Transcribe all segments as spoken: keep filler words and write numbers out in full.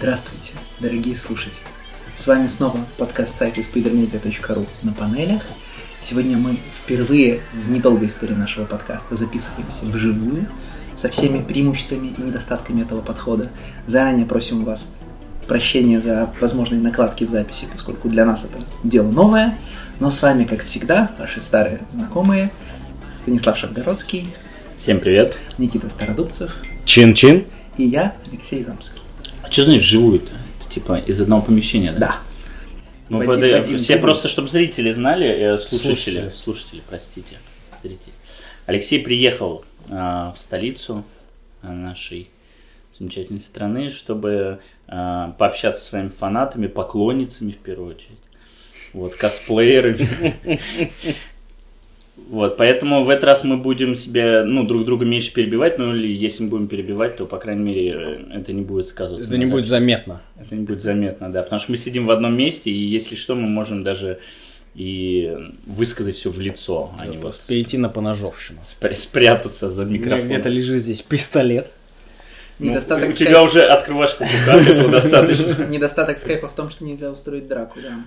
Здравствуйте, дорогие слушатели! С вами снова подкаст сайта спайдермедиа точка ру на панелях. Сегодня мы впервые в недолгой истории нашего подкаста записываемся вживую со всеми преимуществами и недостатками этого подхода. Заранее просим у вас прощения за возможные накладки в записи, поскольку для нас это дело новое. Но с вами, как всегда, ваши старые знакомые Станислав Шаргородский. Всем привет. Никита Стародубцев. Чин-чин. И я, Алексей Замский. А что значит живую-то? Это типа из одного помещения, да? Да. Ну, один, под... один, все один. Просто, чтобы зрители знали, э, слушатели, Слушатели. слушатели, простите, зрители. Алексей приехал э, в столицу э, нашей замечательной страны, чтобы э, пообщаться со своими фанатами, поклонницами в первую очередь, вот, косплеерами. Вот, поэтому в этот раз мы будем себя, ну, друг друга меньше перебивать, ну, или если мы будем перебивать, то, по крайней мере, это не будет сказываться. Это не будет заметно. Это не будет заметно, да, потому что мы сидим в одном месте, и если что, мы можем даже и высказать все в лицо, а не вот Перейти на поножовщину. спря- спрятаться за У меня микрофоном. где-то лежит здесь пистолет. Ну, Недостаток у скайпа- тебя уже открывашка в руках, этого достаточно. Недостаток скайпа в том, что нельзя устроить драку, да.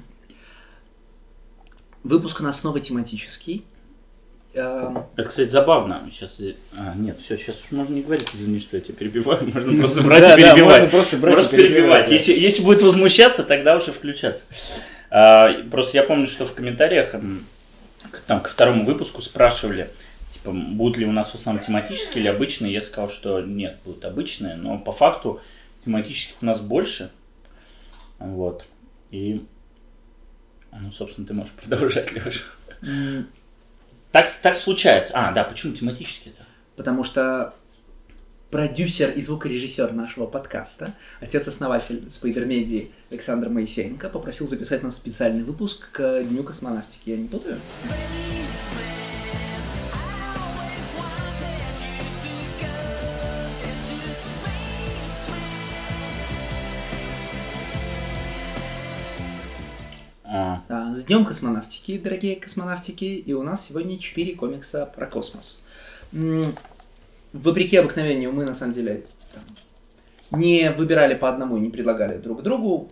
Выпуск у нас снова тематический. Эм, Это, кстати, забавно. Сейчас, а, нет, все, сейчас уж можно не говорить, извини, что я тебя перебиваю, можно просто брать Да, и да, перебивать. можно просто брать и Просто перебивать, перебивать. да. Если, если будет возмущаться, тогда уже включаться. А, просто я помню, что в комментариях м, к- там, ко второму выпуску спрашивали, типа, будут ли у нас в основном тематические или обычные. Я сказал, что нет, будут обычные, но по факту тематических у нас больше. Вот. И, ну, собственно, ты можешь продолжать, Леша. м, Так, так случается. А, да, почему тематические-то? Потому что продюсер и звукорежиссер нашего подкаста, отец-основатель спайдермедии Александр Моисеенко, попросил записать нас специальный выпуск к Дню космонавтики. Я не путаю? А, Да, с Днем космонавтики, дорогие космонавтики, и у нас сегодня четыре комикса про космос. М, Вопреки обыкновению мы, на самом деле, там, не выбирали по одному и не предлагали друг другу.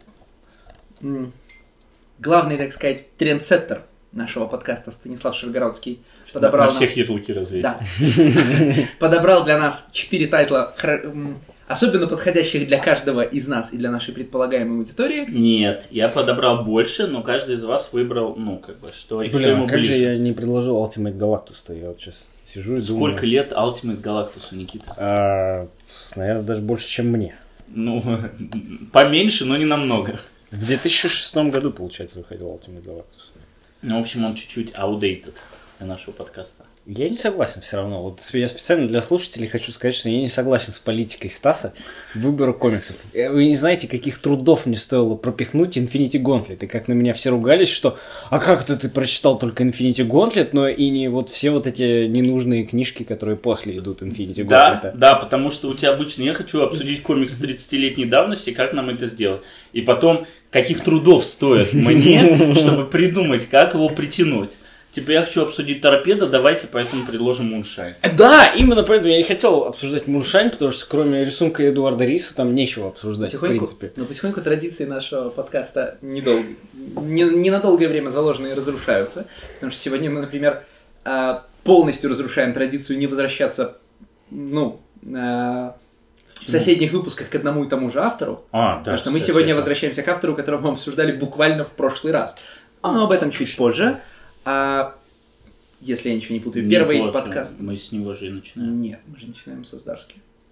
М, Главный, так сказать, трендсеттер нашего подкаста Станислав Шаргородский подобрал на нам- всех ярлыки развесить. Да. Подобрал для нас четыре тайтла, хра- м, особенно подходящих для каждого из нас и для нашей предполагаемой аудитории. Нет, я подобрал больше, но каждый из вас выбрал, ну, как бы, что, что Блин, ему а как ближе. же я не предложил Ultimate Galactus-то? Я вот сейчас сижу и Сколько думаю. лет Ultimate Galactus, Никита? А, наверное, даже больше, чем мне. Ну, поменьше, но не намного. В две тысячи шестом году, получается, выходил Ultimate Galactus. Ну, в общем, он чуть-чуть outdated для нашего подкаста. Я не согласен все равно. Вот я специально для слушателей хочу сказать, что я не согласен с политикой Стаса в выборе комиксов. Э, Вы не знаете, каких трудов мне стоило пропихнуть Infinity Gauntlet. И как на меня все ругались, что а как это ты прочитал только Infinity Gauntlet, но и не вот все вот эти ненужные книжки, которые после идут Infinity Да, Gauntlet. да, потому что у тебя обычно я хочу обсудить комикс тридцатилетней давности, как нам это сделать. И потом, каких трудов стоит мне, чтобы придумать, как его притянуть. Типа, я хочу обсудить торпедо, давайте поэтому предложим Муншайн. Да, именно поэтому я не хотел обсуждать Муншайн, потому что кроме рисунка Эдуарда Риса там нечего обсуждать, в Потихоньку, принципе. но потихоньку традиции нашего подкаста недолго, не, не на долгое время заложены и разрушаются. Потому что сегодня мы, например, а, полностью разрушаем традицию не возвращаться, ну, а, в соседних выпусках к одному и тому же автору. А, да. Потому что мы кстати, сегодня это- возвращаемся к автору, которого мы обсуждали буквально в прошлый раз. Но об этом чуть позже. А, если я ничего не путаю, Не первый вот, подкаст... Мы с него же и начинаем. Нет, мы же начинаем с Оздарски.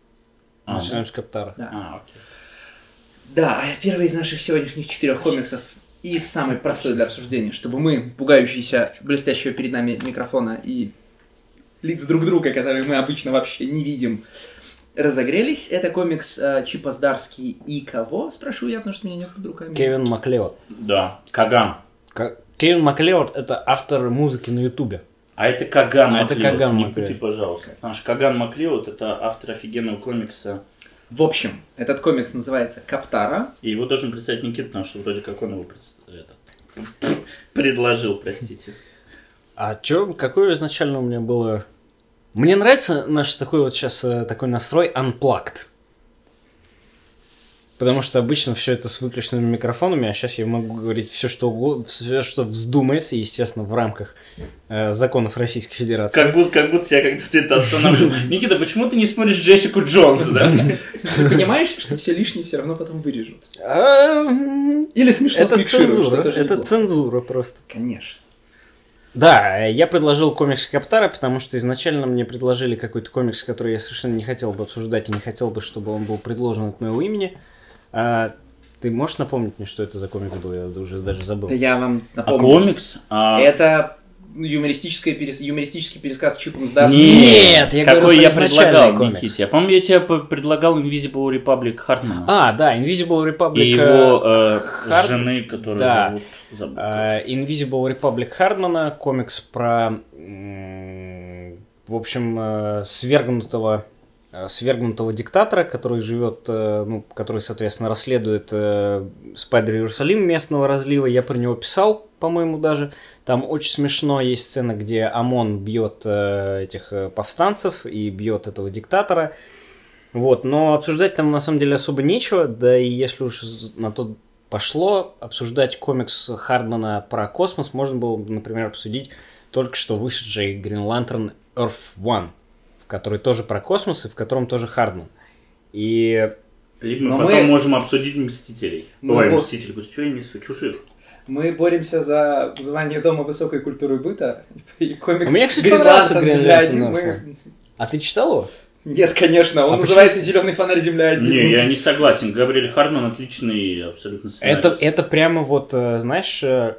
А, Начинаем с Каптара. Да. А, окей. Да, первый из наших сегодняшних четырех комиксов и самый простой для обсуждения, чтобы мы, пугающиеся блестящего перед нами микрофона и лиц друг друга, которые мы обычно вообще не видим, разогрелись. Это комикс э, Чипа Здарский и кого, спрашиваю я, потому что у меня нет под руками. Кевин Маклеод. Да, Каган. Ка- Кевин Маклеод — это автор музыки на Ютубе. А это Каган А это Маклеод, Каган не Маклеод. путай, пожалуйста. Потому что Каган Маклеод — это автор офигенного комикса. В общем, этот комикс называется Каптара. И его должен представить Никита, потому что вроде как он его пред- это, предложил, простите. А чё, какое изначально у меня было... Мне нравится наш такой вот сейчас э, такой настрой unplugged. потому что обычно все это с выключенными микрофонами, а сейчас я могу говорить все, что угодно, все, что вздумается, естественно, в рамках э, законов Российской Федерации. Как будто, как будто тебя как-то ты это останавливал. Никита, почему ты не смотришь Джессику Джонс, да? Ты понимаешь, что все лишнее все равно потом вырежут? Или смешно это смикшируют, что цензура, тоже это неплохо. цензура просто. Конечно. Да, я предложил комикс Каптара, потому что изначально мне предложили какой-то комикс, который я совершенно не хотел бы обсуждать и не хотел бы, чтобы он был предложен от моего имени. А, ты можешь напомнить мне, что это за комикс был? Я уже даже забыл. Да я вам А напомню. комикс? А... Это юмористическое перес... юмористический пересказ Чипом Здарским. Нет, я какой говорю про я изначальный предлагал, комикс. Никите. Я помню, я тебе п- предлагал Invisible Republic Хартмана. А, да, Invisible Republic. И его э, Хард- жены, которую Да. зовут... забыл. Uh, Invisible Republic Хардмана, комикс про, м, в общем, э, свергнутого, э, свергнутого диктатора, который живет, э, ну, который, соответственно, расследует э, Спайдер Иерусалим местного разлива. Я про него писал, по-моему, даже. Там очень смешно есть сцена, где ОМОН бьет э, этих э, повстанцев и бьет этого диктатора. Вот, но обсуждать там на самом деле особо нечего, да и если уж на то пошло, обсуждать комикс Хардмана про космос можно было, например, обсудить только что вышедший Green Lantern Earth One, в который тоже про космос и в котором тоже Хардман. И... Либо мы Но потом мы- можем обсудить Мстителей. Мы Ой, бо- Мстители, господи, что я несу? Чуших. Мы боремся за звание Дома высокой культуры быта. И комикс А мне, кстати, Green понравился Lantern, Green Земля Lantern один. Earth Мы... One. А ты читал его? Нет, конечно, он А называется «Зеленый фонарь Земля один». Не, я не согласен. Габриэль Хардман отличный абсолютно сценарист. Это, это прямо вот, э, знаешь, э,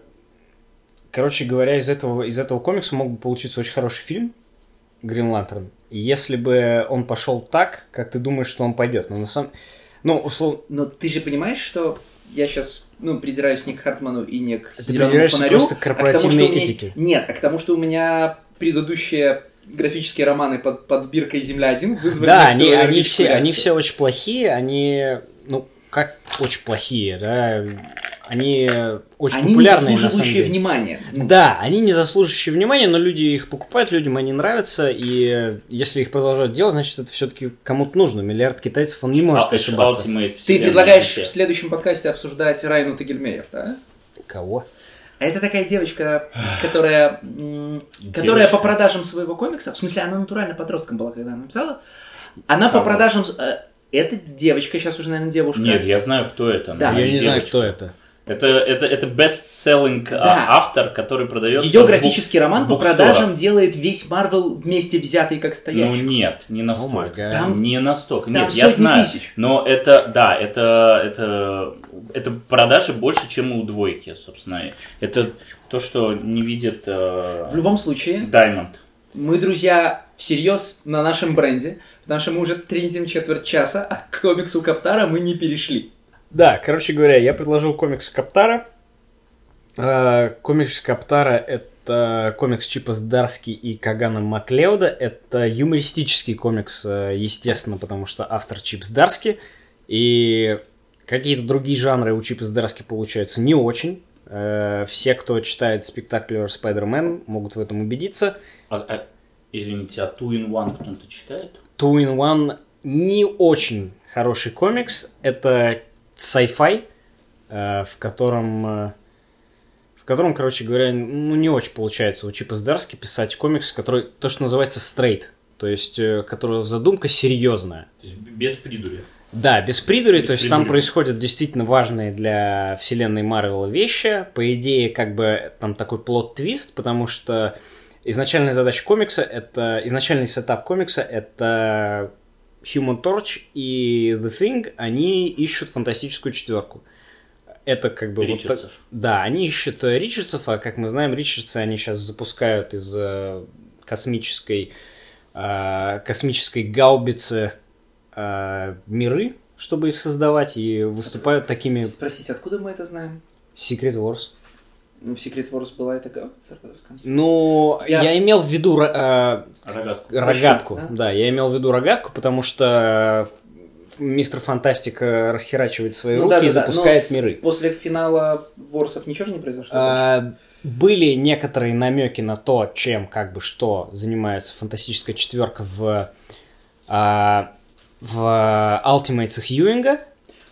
короче говоря, из этого, из этого комикса мог бы получиться очень хороший фильм Green Lantern, если бы он пошел так, как ты думаешь, что он пойдет. Но на самом... Ну, условно... Но ты же понимаешь, что я сейчас, ну, придираюсь не к Хартману и не к Ты «Зеленому придираешься фонарю», просто к а к тому, корпоративной что у меня- этике. Нет, а к тому, что у меня предыдущие графические романы под, под биркой «Земля один» вызвали Да, они, некоторую они, аллергическую все, они реакцию. все очень плохие, они, ну, как очень плохие, да, они очень Они не популярные на самом заслуживающие деле. внимания. Да, они не заслуживающие внимания, но люди их покупают, людям они нравятся, и если их продолжают делать, значит, это все-таки кому-то нужно. Миллиард китайцев, он не может Al- ошибаться. Ultimate Ты вселенная предлагаешь вообще. в следующем подкасте обсуждать Райну Тегельмейер, да? Кого? А это такая девочка, которая, м, которая Девочка. по продажам своего комикса, в смысле, она натурально подростком была, когда она написала, она Кого? по продажам... э, эта девочка, сейчас уже, наверное, девушка. Нет, я знаю, кто это. но Да. она Я не знаю, девочка. кто это. Это, это, это best-selling а, Да. автор, который продается Ее в бук- графический роман в по буксторах. продажам делает весь Марвел вместе взятый как Ну стоящий. нет, не О настолько. май гад. Там- не настолько. там Нет, я сотни знаю. тысяч. Но это, да, это, это, это продажи больше, чем у двойки, собственно. Это то, что не видит э, В любом случае, Diamond. мы, друзья, всерьез на нашем бренде, потому что мы уже трендим четверть часа, а к комиксу Каптара мы не перешли. Да, короче говоря, я предложил комикс Каптара. Э, Комикс Каптара — это комикс Чипа Здарски и Кагана Маклеода. Это юмористический комикс, э, естественно, потому что автор Чип Здарски. И какие-то другие жанры у Чипа Здарски получаются не очень. Э, Все, кто читает спектакль Spider-Man, могут в этом убедиться. А, а, извините, а Two in One кто-то читает? Two in One не очень хороший комикс. Это sci-fi, э, в котором, э, в котором, короче говоря, ну не очень получается у Чипа Здарски писать комикс, который то, что называется straight, то есть, э, которого задумка серьезная. То есть без придури. Да, без придури, Без то есть там придури. происходят действительно важные для вселенной Марвела вещи. По идее, как бы там такой плот-твист, потому что изначальная задача комикса, это изначальный сетап комикса, это Human Torch и The Thing, они ищут фантастическую четверку. Это как бы... вот так- Ричардсов. да, они ищут э, Ричардсов, а как мы знаем, Ричардсы они сейчас запускают из э, космической, э, космической гаубицы э, миры, чтобы их создавать, и выступают такими Спросите, откуда мы это знаем? Secret Wars. Ну, в Secret Wars была эта гаубица в конце. Ну, я, Я- имел в виду э, Рогатку. рогатку. Да? Да, я имел в виду рогатку, потому что Мистер Фантастик э, расхерачивает свои Ну, руки да, и да, да. запускает Но с- миры. После финала Ворсов ничего же не произошло? больше? А, были некоторые намеки на то, чем, как бы, что занимается фантастическая четверка в, а, в Ultimates Хьюинга.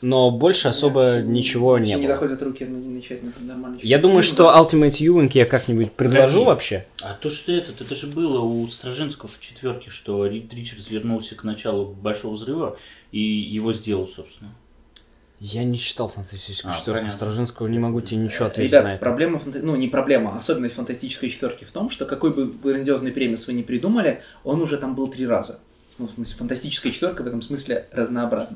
но больше особо ничего не не было. доходят руки начать нормально. Я думаю, что Ultimate Ewing я как-нибудь предложу Погоди. вообще. А то, что этот, это же было у Стражинского в четверке, что Рид Ричардс вернулся к началу Большого Взрыва и его сделал, собственно. Я не читал фантастическую А, четверку понятно. Стражинского, не могу тебе ничего ответить Ребят, на это. проблема, фанта- ну не проблема, особенность фантастической четверки в том, что какой бы грандиозный премис вы ни придумали, он уже там был три раза. Ну, в смысле, фантастическая четверка в этом смысле разнообразна.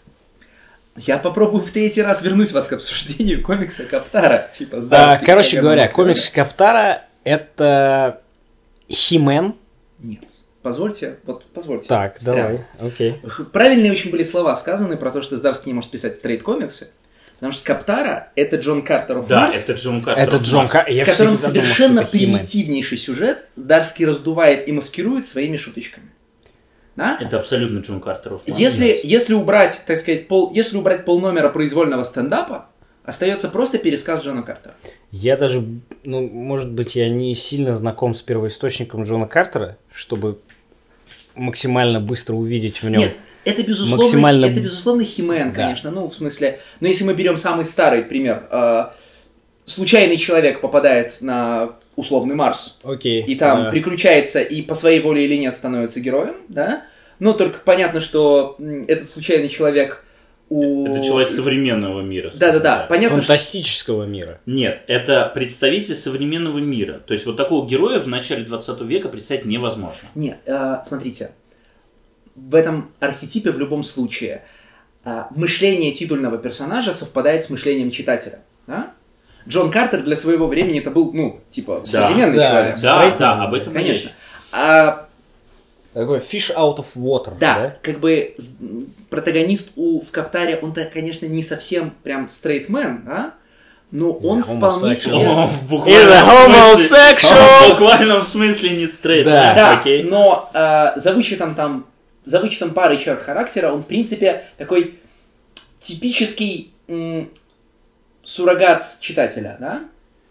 Я попробую в третий раз вернуть вас к обсуждению комикса Каптара. Типа, А, здравствуйте, короче я говоря, Ганна комикс Каптара это He-Man. Нет. Позвольте, вот позвольте. Так, Встряну. давай, окей. Правильные очень были слова сказаны про то, что Здарский не может писать стрейт-комиксы, потому что Каптара — это Джон Картер of Да, Mars, это Джон Картер. Это Джон Марс. Картер. в котором совершенно примитивнейший сюжет Здарский раздувает и маскирует своими шуточками. Да? Это абсолютно Джон Картер. of Mars. Если, если убрать, так сказать, пол, если убрать полномера произвольного стендапа, остается просто пересказ Джона Картера. Я даже, ну, может быть, я не сильно знаком с первоисточником Джона Картера, чтобы максимально быстро увидеть в нем. Нет, это безусловно, максимально- это безусловно He-Man, Да. конечно. Ну, в смысле, но если мы берем самый старый пример, э, случайный человек попадает на условный Марс, Окей. и там да. приключается, и по своей воле или нет становится героем, да? Но только понятно, что м, этот случайный человек у... Это человек современного мира. скажем Да-да-да, так. понятно, что... Фантастического мира. Нет, это представитель современного мира. То есть вот такого героя в начале двадцатого века представить невозможно. Нет, э, смотрите, в этом архетипе в любом случае э, мышление титульного персонажа совпадает с мышлением читателя, да? Джон Картер для своего времени это был, ну, типа, современный да, человек. Да, Стрейтмен. да, об этом и Конечно. речь. А, Такой fish out of water. да, как бы с- протагонист у, в Каптаре, он-то, конечно, не совсем прям стрейтмен, да? Но он Yeah, вполне homosexual. себе... О, в He's буквальном a смысле- homosexual! В буквальном смысле не стрейт. Да. Да, окей. но э, за вычетом там, за вычетом пары черт характера, он в принципе такой типический м, суррогат читателя, да?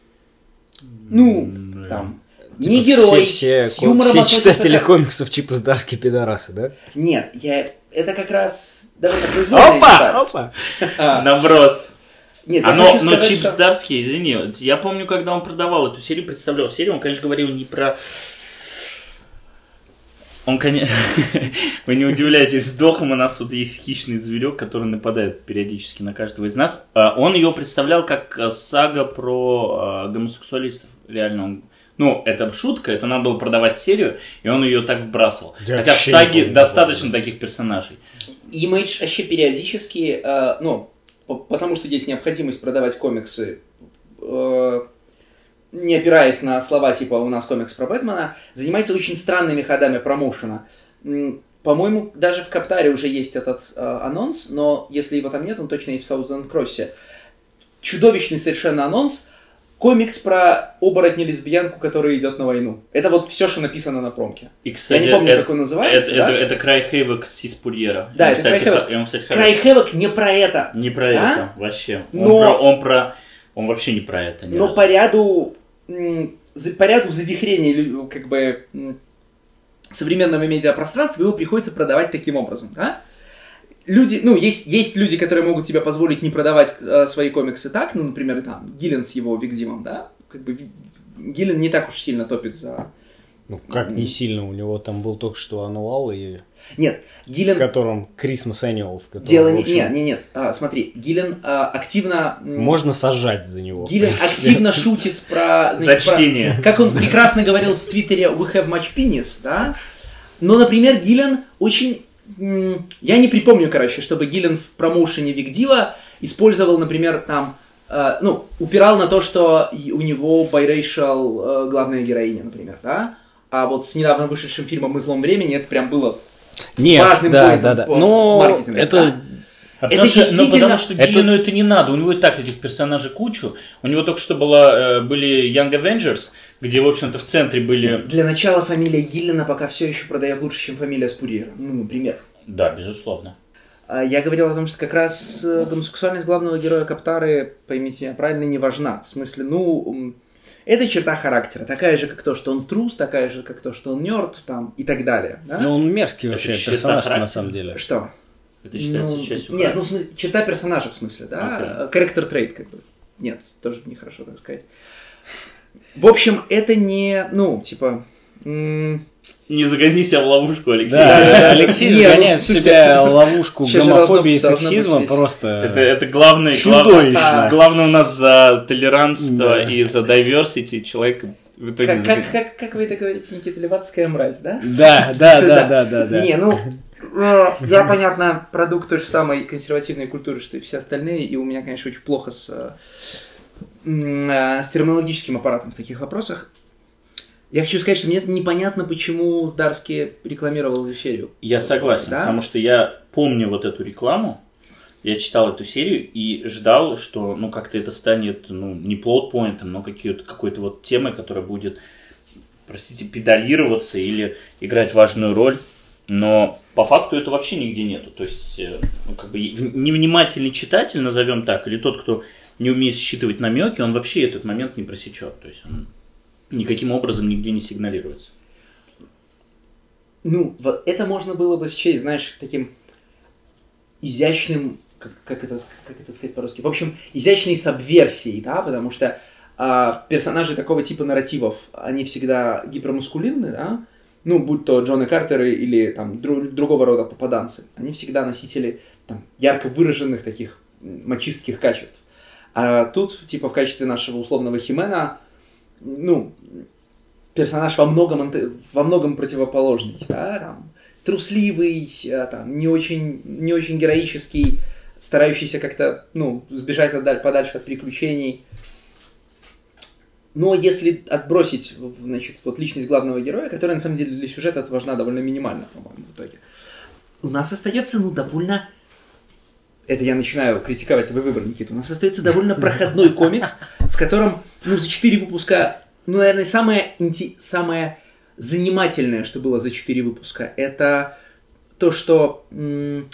Ну, М, там, Типа не герой, все, все, с юмором все относится читатели к- комиксов типа здарские пидорасы, да? Нет, я... это как раз довольно произвольная Опа! деталь. Опа! А, Наброс. Нет, А я но, хочу но сказать, Чип что- Здарский, извини, я помню, когда он продавал эту серию, представлял серию, он, конечно, говорил не про... Он, конечно... Вы не удивляйтесь, с Дохом у нас тут есть хищный зверек, который нападает периодически на каждого из нас. А, Он ее представлял как а, сага про а, гомосексуалистов. Реально, он... Ну, это шутка, это надо было продавать серию, и он ее так вбрасывал. Я Хотя в вообще не саге помню достаточно такого. таких персонажей. Image вообще периодически, э, ну, по- потому что есть необходимость продавать комиксы, э, не опираясь на слова типа «у нас комикс про Бэтмена», занимается очень странными ходами промоушена. М, По-моему, даже в Каптаре уже есть этот э, анонс, но если его там нет, он точно есть в Саутзенд-Кроссе. Чудовищный совершенно анонс. Комикс про оборотня-лесбиянку, которая идет на войну. Это вот все, что написано на промке. И, кстати, Я не помню, это, как он называется, Это, да? это, это Край Хейвок Сиспурьера. Да, И он, это кстати, Край Хэвок. х- и он, кстати, Край хорошо. Хэвок не про это. Не про Да? это, вообще. Он, Но- про, он про... Он вообще не про это. ни Но разу. по ряду, м, за- по ряду завихрений лю- как бы, м, современного медиапространства его приходится продавать таким образом, да? Люди, ну, есть, есть люди, которые могут себе позволить не продавать э, свои комиксы так, ну, например, там, Гиллен с его Викдимом, да? Как бы Ви- Гиллен не так уж сильно топит за... Ну, как не сильно, у него там был только что аннуал, и... Нет, в Гиллен... котором Christmas Annual, в котором, Дело в не... общем, Нет, нет, нет, а, смотри, Гиллен а, активно... м, можно сажать за него. Гиллен активно шутит про... За значит, про- чтение. Как он прекрасно говорил в Твиттере «We have much penis», да? Но, например, Гиллен очень... м, Я не припомню, короче, чтобы Гиллен в промоушене Викдива использовал, например, там... э, ну, упирал на то, что и у него biracial э, главная героиня, например, да? А вот с недавно вышедшим фильмом «Мы злом времени» это прям было... Нет, важным да, поинтом да, да. по Но маркетингу, это... да? А Это потому, что, ну, действительно- потому что это- Гиллину это не надо. У него и так этих персонажей кучу. У него только что была, э, были Young Avengers, где, в общем-то, в центре были... Для начала фамилия Гиллена пока все еще продает лучше, чем фамилия Спурьера. Ну, например. Да, безусловно. А Я говорил о том, что как раз э, гомосексуальность главного героя Каптары, поймите меня правильно, не важна. В смысле, ну, м, это черта характера. Такая же, как то, что он трус, такая же, как то, что он нерд, там, и так далее. Да? Ну, он мерзкий Это вообще черта персонаж, на характера. самом деле. Что? Это считается ну, частью Нет, характера? ну, в смысле, черта персонажа, в смысле, да? Okay. Character trait, как бы. Нет, тоже нехорошо так сказать. В общем, это не, ну, типа... М- Не загони себя в ловушку, Алексей. Да, да, да. Алексей Не, загоняет ну, в слушайте, себя ловушку сейчас же гомофобии и должно- должно сексизма быть просто... Это, это главное, Чудовищно. главное, главное у нас за толерантство Да. и за diversity человек в итоге... Как, как, как, как вы это говорите, Никита, левацкая мразь, да? Да, да, да, да, да, да. Не, ну, э, я, понятно, продукт той же самой консервативной культуры, что и все остальные, и у меня, конечно, очень плохо с, э, э, с терминологическим аппаратом в таких вопросах. Я хочу сказать, что мне непонятно, почему Здарский рекламировал эту серию. Я согласен, Да? потому что я помню вот эту рекламу, я читал эту серию и ждал, что ну как-то это станет, ну, не плот-поинтом, но какой-то, какой-то вот темой, которая будет, простите, педалироваться или играть важную роль. Но по факту это вообще нигде нету. То есть, ну, как бы невнимательный читатель, назовем так, или тот, кто не умеет считывать намеки, он вообще этот момент не просечет. То есть он никаким образом нигде не сигналируется. Ну, вот это можно было бы счесть, знаешь, таким изящным, как, как, это, как это сказать по-русски, в общем, изящной сабверсией, да, потому что а, персонажи такого типа нарративов, они всегда гипермаскулинны, да, ну, будь то Джона Картеры или там друг, другого рода попаданцы, они всегда носители там ярко выраженных таких мачистских качеств. А тут, типа, в качестве нашего условного Химена, ну, персонаж во многом, во многом противоположный, да, там, трусливый, там, не очень, не очень героический, старающийся как-то, ну, сбежать от, подальше от приключений. Но если отбросить, значит, вот личность главного героя, которая, на самом деле, для сюжета важна довольно минимально, по-моему, в итоге, у нас остается, ну, довольно... Это я начинаю критиковать твой выбор, Никита. У нас остается довольно проходной комикс, в котором, ну, за четыре выпуска, ну, наверное, самое, самое занимательное, что было за четыре выпуска, это то, что м-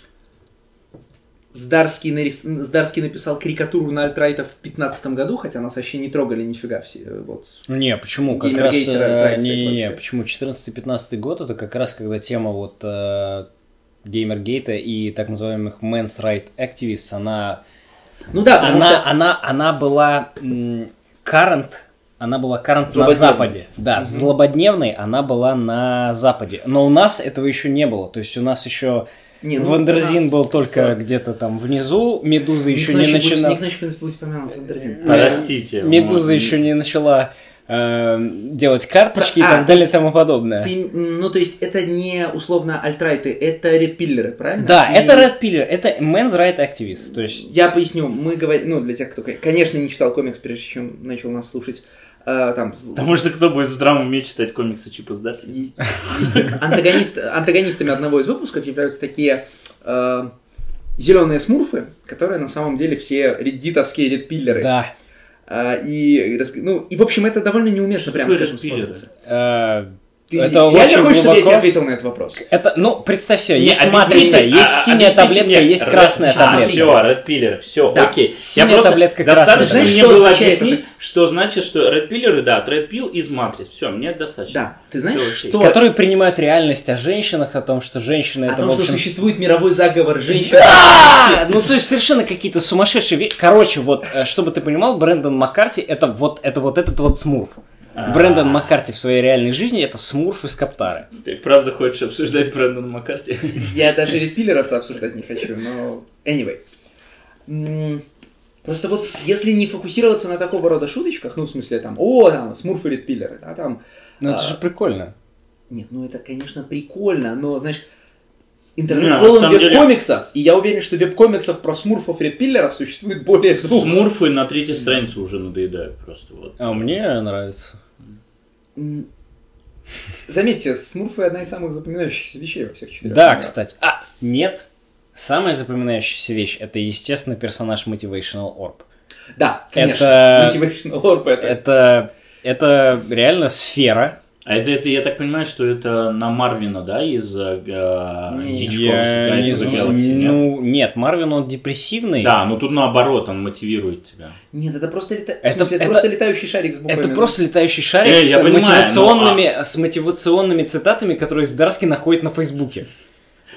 Здарский, нарис... Здарский написал карикатуру на альтрайтов в пятнадцатом году, хотя нас вообще не трогали нифига все. Вот. Не, почему? Как раз... Не-не-не, почему? четырнадцатый-пятнадцатый год, это как раз когда тема вот... Э... Геймергейта и так называемых Men's Right Activists, она, ну да, она, что... она, она была м, current, она была current на Западе. Да, угу. Злободневной она была на Западе. Но у нас этого еще не было. То есть у нас еще не, ну, Вандерзин был только слаб... где-то там внизу, Медуза еще не начинала. Ник будет упомянут Вандерзин. Простите. Медуза мой... еще не начала делать карточки Про... и так а, далее и тому подобное. Ты, ну, то есть, это не условно альтрайты, это редпиллеры, правильно? Да, и... это редпиллеры, это men's right activists. То есть... Я поясню, мы говорим, ну, для тех, кто, конечно, не читал комикс, прежде чем начал нас слушать, э, там... Потому что кто будет в драму уметь читать комиксы Чипа Здарси? Е- естественно, антагонист, антагонистами одного из выпусков являются такие э, зеленые смурфы, которые на самом деле все реддитовские редпиллеры. Да. Uh, и, ну, и, в общем, это довольно неуместно, прямо скажем, смотрится. Uh, Ты это реально очень хочешь, глубоко... чтобы я тебе ответил на этот вопрос? Это, ну, представь себе, не, есть матрица, есть а, синяя таблетка, мне. есть красная а, таблетка. Все, редпиллеры, все, да. окей. Синяя я просто таблетка, достаточно красная. мне что было означает объяснить, это? что значит, что редпиллеры, да, редпилл из матриц. Все, мне достаточно. Да, ты знаешь, все, что... Которые принимают реальность о женщинах, о том, что женщины о это, том, в общем... что существует мировой заговор женщин. Да! Ну, то есть, совершенно какие-то сумасшедшие вещи. Короче, вот, чтобы ты понимал, Брэндон Маккарти это вот, это вот этот вот смурф. Брэндон Маккарти в своей реальной жизни это смурф из Каптары. Ты правда хочешь обсуждать Брэндона Маккарти? Я даже редпиллеров-то обсуждать не хочу, но... Anyway. Просто вот, если не фокусироваться на такого рода шуточках, ну, в смысле, там, о, там, смурфы редпиллеры, да, там... Ну, это а... же прикольно. Нет, ну, это, конечно, прикольно, но, знаешь... Интернет Не, полон веб-комиксов, деле... и я уверен, что веб-комиксов про смурфов редпиллеров существует более двух. Смурфы на третьей странице уже надоедают просто. Вот. А мне нравится. Заметьте, смурфы одна из самых запоминающихся вещей во всех четырех. Да, номерах. Кстати. А, нет. Самая запоминающаяся вещь это, естественно, персонаж Motivational Orb. Да, конечно. Это... Motivational Orb это... это... Это реально сфера. А это, это, я так понимаю, что это на Марвина, да, из э, я не знаю. Ну, нет, Марвин, он депрессивный. Да, но тут наоборот, он мотивирует тебя. Нет, это просто, лета... это, смысле, это это просто летающий шарик с буквами. Это просто летающий шарик э, с, понимаю, мотивационными, но... с мотивационными цитатами, которые Здарский находит на Фейсбуке.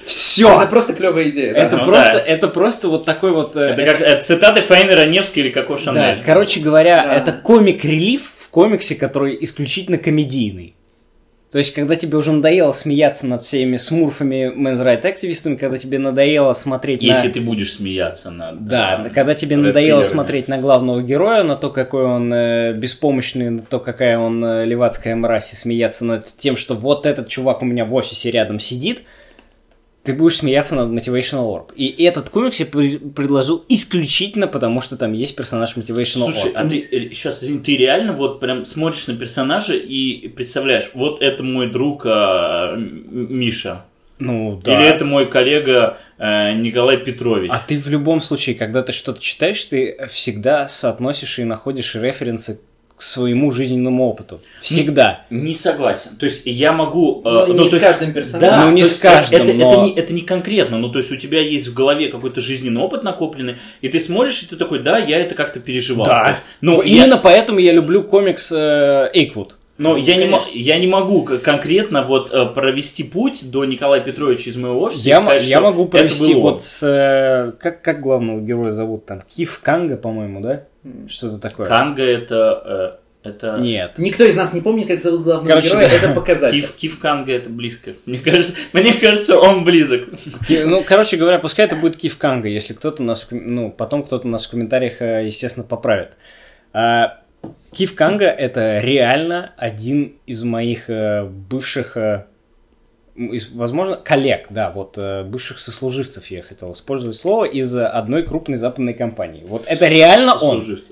Все. Это просто клевая идея. Это, Ну просто, да. это просто вот такой вот... э, Это как э, цитаты Фаины Раневской или Коко Шанель. Да, короче говоря, Да. это комик-релиф в комиксе, который исключительно комедийный. То есть, когда тебе уже надоело смеяться над всеми смурфами, men's rights активистами, когда тебе надоело смотреть Если на... ты будешь смеяться над... Да, э, когда тебе Рэд надоело Пиллерами. смотреть на главного героя, на то, какой он э, беспомощный, на то, какая он э, левацкая мразь, и смеяться над тем, что вот этот чувак у меня в офисе рядом сидит, ты будешь смеяться над Motivational Orb. И этот комикс я при- предложил исключительно потому, что там есть персонаж Motivational Слушай, Orb. а ты, э, сейчас, извини, ты реально вот прям смотришь на персонажа и представляешь, вот это мой друг э, М- Миша, Ну, да. или это мой коллега э, Николай Петрович. А ты в любом случае, когда ты что-то читаешь, ты всегда соотносишь и находишь референсы к своему жизненному опыту. Всегда. Не согласен. То есть я могу... э, Ну, не то с есть- каждым персонажем. Да, Ну, не то с есть каждым, это, но- это, не, это не конкретно. Ну, то есть у тебя есть в голове какой-то жизненный опыт накопленный, и ты смотришь, и ты такой, да, я это как-то переживал. Да. То есть, ну, я- Именно поэтому я люблю комикс э, Эйквуд. Но Ну, я, не, мо- конечно. я не могу к- конкретно вот э, провести путь до Николая Петровича из моего офиса. Я, и сказать, м- я что могу это провести был он. вот с... э, как, как главного героя зовут там? Киф Канга, по-моему, да? Что-то такое. Канга это... э, это... Нет. Никто из нас не помнит, как зовут главного Короче, героя, да. это показатель. Киф, Киф Канга это близко. Мне кажется, мне кажется, он близок. Ки- Ну, короче говоря, пускай это будет Киф Канга, если кто-то нас... в ком- Ну, потом кто-то нас в комментариях, э, естественно, поправит. А, Киф Канга — это реально один из моих э, бывших... э, м, из, возможно, коллег, да, вот э, бывших сослуживцев, я хотел использовать слово, из э, одной крупной западной компании. Вот это реально он. Сослуживцы.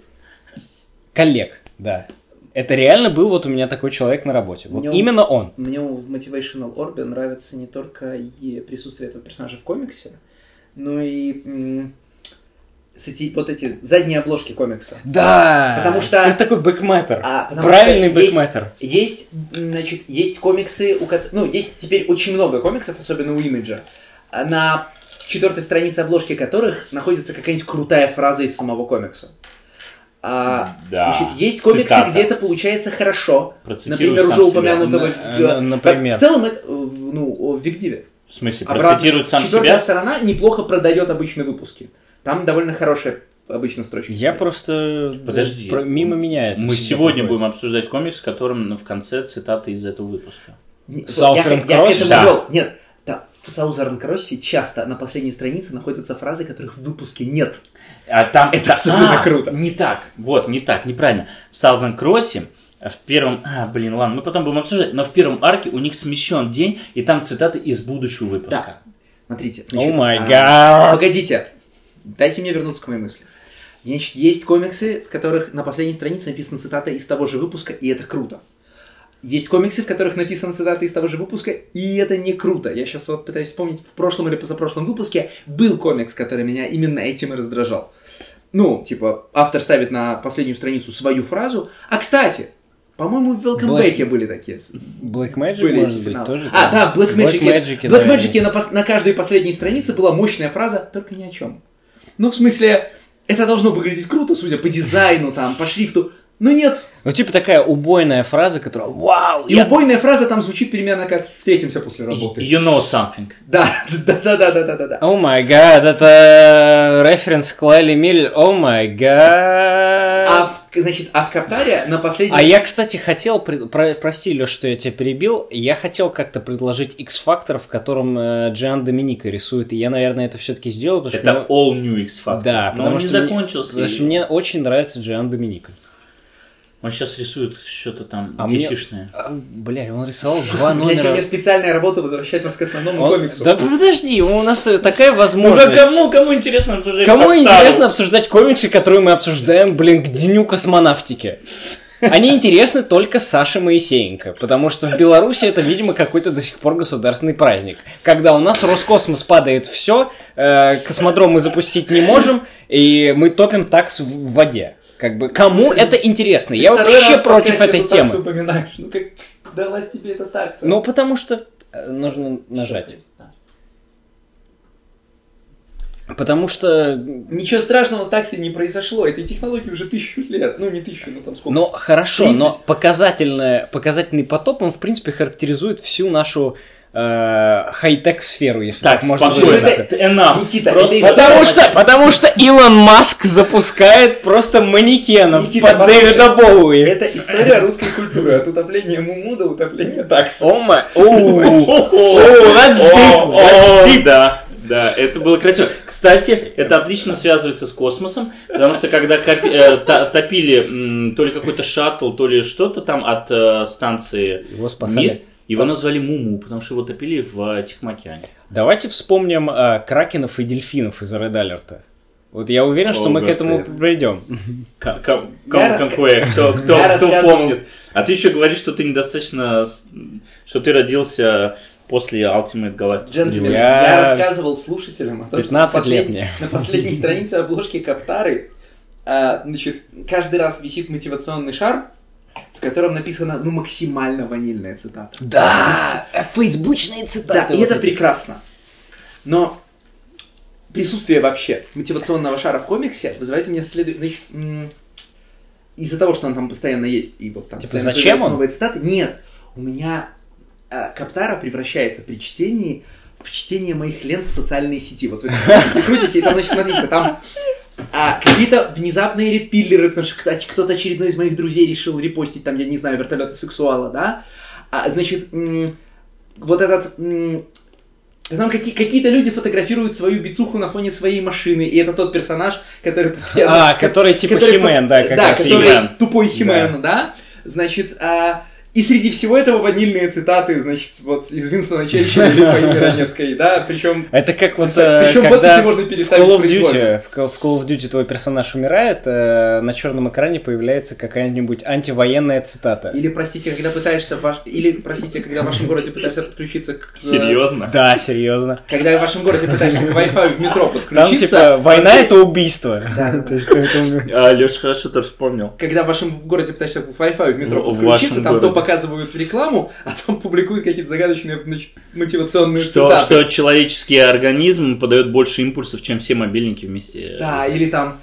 Коллег, да. Это реально был вот у меня такой человек на работе. Вот Мне он- именно он. Мне в Motivational Orb нравится не только и присутствие этого персонажа в комиксе, но и м, с эти, вот эти задние обложки комикса. Да! Потому что- Это такой бэкметтер. А, потому Правильный что есть- бэкметтер. Есть, значит, есть комиксы, у ко- ну, есть теперь очень много комиксов, особенно у Имиджа, на четвертой странице обложки которых находится какая-нибудь крутая фраза из самого комикса. А, Да. значит, есть комиксы, Цитата. где это получается хорошо. Процитируй Например, сам уже себя. упомянутого... На- э, на- например. В целом, это, э, в- ну, в Викдиве. В смысле, Обратно, процитирует сам четвертая себя? сторона неплохо продает обычные выпуски. Там довольно хорошая обычно строчка. Я стоит. просто... Подожди. про- мимо меня это Мы всегда сегодня проходит. будем обсуждать комикс, в котором ну, в конце цитаты из этого выпуска. Не- Southern я, я Cross? к этому Да. вел. Нет, да, в Southern Cross часто на последней странице находятся фразы, которых в выпуске нет. А там Это особенно а, круто. Не так. Вот, не так, неправильно. В Southern Cross в первом... А, блин, ладно, мы потом будем обсуждать. Но в первом арке у них смещен день, и там цитаты из будущего выпуска. Смотрите. О значит, май а, гад! Погодите. Дайте мне вернуться к моей мысли. Значит, есть комиксы, в которых на последней странице написана цитата из того же выпуска, и это круто. Есть комиксы, в которых написана цитата из того же выпуска, и это не круто. Я сейчас вот пытаюсь вспомнить, в прошлом или позапрошлом выпуске был комикс, который меня именно этим и раздражал. Ну, типа, автор ставит на последнюю страницу свою фразу. А, кстати, по-моему, в Welcome Black- Back были такие. Black Magic, Были может эти быть, финалы. тоже? А, там? да, в Black Magic. Magic, В да, Black Magic я- на, пос- на каждой последней странице была мощная фраза, только ни о чем. Ну, в смысле, это должно выглядеть круто, судя по дизайну, там, по шрифту. Но нет. Ну, типа такая убойная фраза, которая «Вау!» И я- убойная фраза там звучит примерно как «встретимся после работы». You know something. Да, да, да, да, да, да, да, да. О май гад, это референс к Лайли Миллер. О май гад. А в, значит, а в Каптаре на последней... А я, кстати, хотел, пред- про- прости, Леш, что я тебя перебил, я хотел как-то предложить X-фактор, в котором э, Джиан Доминика рисует, и я, наверное, это все-таки сделал, потому что... Это мне- All New X-Factor. Да, но потому он не что мне- закончился. Потому что мне очень нравится Джиан Доминика. Он сейчас рисует что-то там А мне- десишное. А, бля, он рисовал два У меня номера... сегодня специальная работа, возвращаясь к основному Он- комиксу. Да подожди, у нас э, такая Ну возможность. да кому, кому интересно обсуждать Кому Каптару? интересно обсуждать комиксы, которые мы обсуждаем, блин, к Дню космонавтики? Они интересны только Саше Моисеенко, потому что в Беларуси это, видимо, какой-то до сих пор государственный праздник. Когда у нас Роскосмос падает все, э, космодром мы запустить не можем, и мы топим такс в воде. Как бы, кому это интересно? Я Второй вообще раз в против подкасте этой эту таксу темы. упоминаешь. Ну как далась тебе эта такса? Ну, потому что э, нужно нажать. Потому что Ничего страшного с таксой не произошло. Этой технологии уже тысячу лет. Ну, не тысячу, но там сколько. Ну, хорошо, тридцать. но показательное, показательный потоп, он, в принципе, характеризует всю нашу э, хай-тек сферу, если Так, так можно спокойно. выразиться. Это enough. Никита, Просто- это Потому что, потому что Илон Маск запускает просто манекенов Никита, под послушай, Дэвида Боуи. Это история русской культуры, от утопления Муму до утопления Такса. Ома. Оу. О, that's deep, о, that's о, deep. Да, да, это было красиво. Кстати, это отлично связывается с космосом, потому что когда копи- э, та- топили м, то ли какой-то шаттл, то ли что-то там от э, станции Его спасали. Мир, его назвали Муму, потому что его топили в Тихом океане. Давайте вспомним э, кракенов и дельфинов из Red Alert. Вот я уверен, что О, мы к Господи. этому придем. К- к- Я Кому раска- конкуэ? Кто, кто, Я кто рассказывал- помнит? А ты еще говоришь, что ты недостаточно, с- что ты родился после Ultimate Galactic. Джентльмен, Я- я... рассказывал слушателям о том, что на, пятнадцать лет послед- мне. на последней странице обложки Каптары а, значит, каждый раз висит мотивационный шар, в котором написано, ну, максимально ванильная цитата. Да, фейсбучные Да, цитаты. и вот это эти. прекрасно. Но присутствие вообще мотивационного шара в комиксе вызывает у меня следует... Значит, м, из-за того, что он там постоянно есть, и вот там Типа, постоянно зачем появляются он? новые цитаты, нет, у меня а, Каптара превращается при чтении в чтение моих лент в социальные сети. Вот вы крутите, крутите, и там, значит, смотрите, там а, какие-то внезапные редпиллеры, потому что кто- кто-то очередной из моих друзей решил репостить, там, я не знаю, вертолеты сексуала, да? А, значит, м, вот этот... м, Потом какие- какие-то люди фотографируют свою бицуху на фоне своей машины, и это тот персонаж, который постоянно... А, который типа который Хи-Мен, пос- да, как да, раз который Хи-Мен. тупой Хи-Мен, да. Значит, а, и среди всего этого ванильные цитаты, значит, вот из Винстона Черчилля или Фаины Раневской, да, причем... Это как вот, э, Причем когда подписи можно в переставить Call of произвольно. Duty, в Call в Call of Duty твой персонаж умирает, э, на черном экране появляется какая-нибудь антивоенная цитата. Или, простите, когда пытаешься... в ваш- Или, простите, когда в вашем городе пытаешься подключиться к... э, Серьезно? Да, серьезно. Когда в вашем городе пытаешься к Wi-Fi в метро Там подключиться... типа война окей. это убийство. Да, да, То есть ты это- А, Леша, хорошо ты вспомнил. Когда в вашем городе пытаешься к Wi-Fi в метро В- в подключиться, вашем там то городе. показывают рекламу, а там публикуют какие-то загадочные, значит, мотивационные Что, цитаты. что человеческий организм подает больше импульсов, чем все мобильники вместе. Да, или там,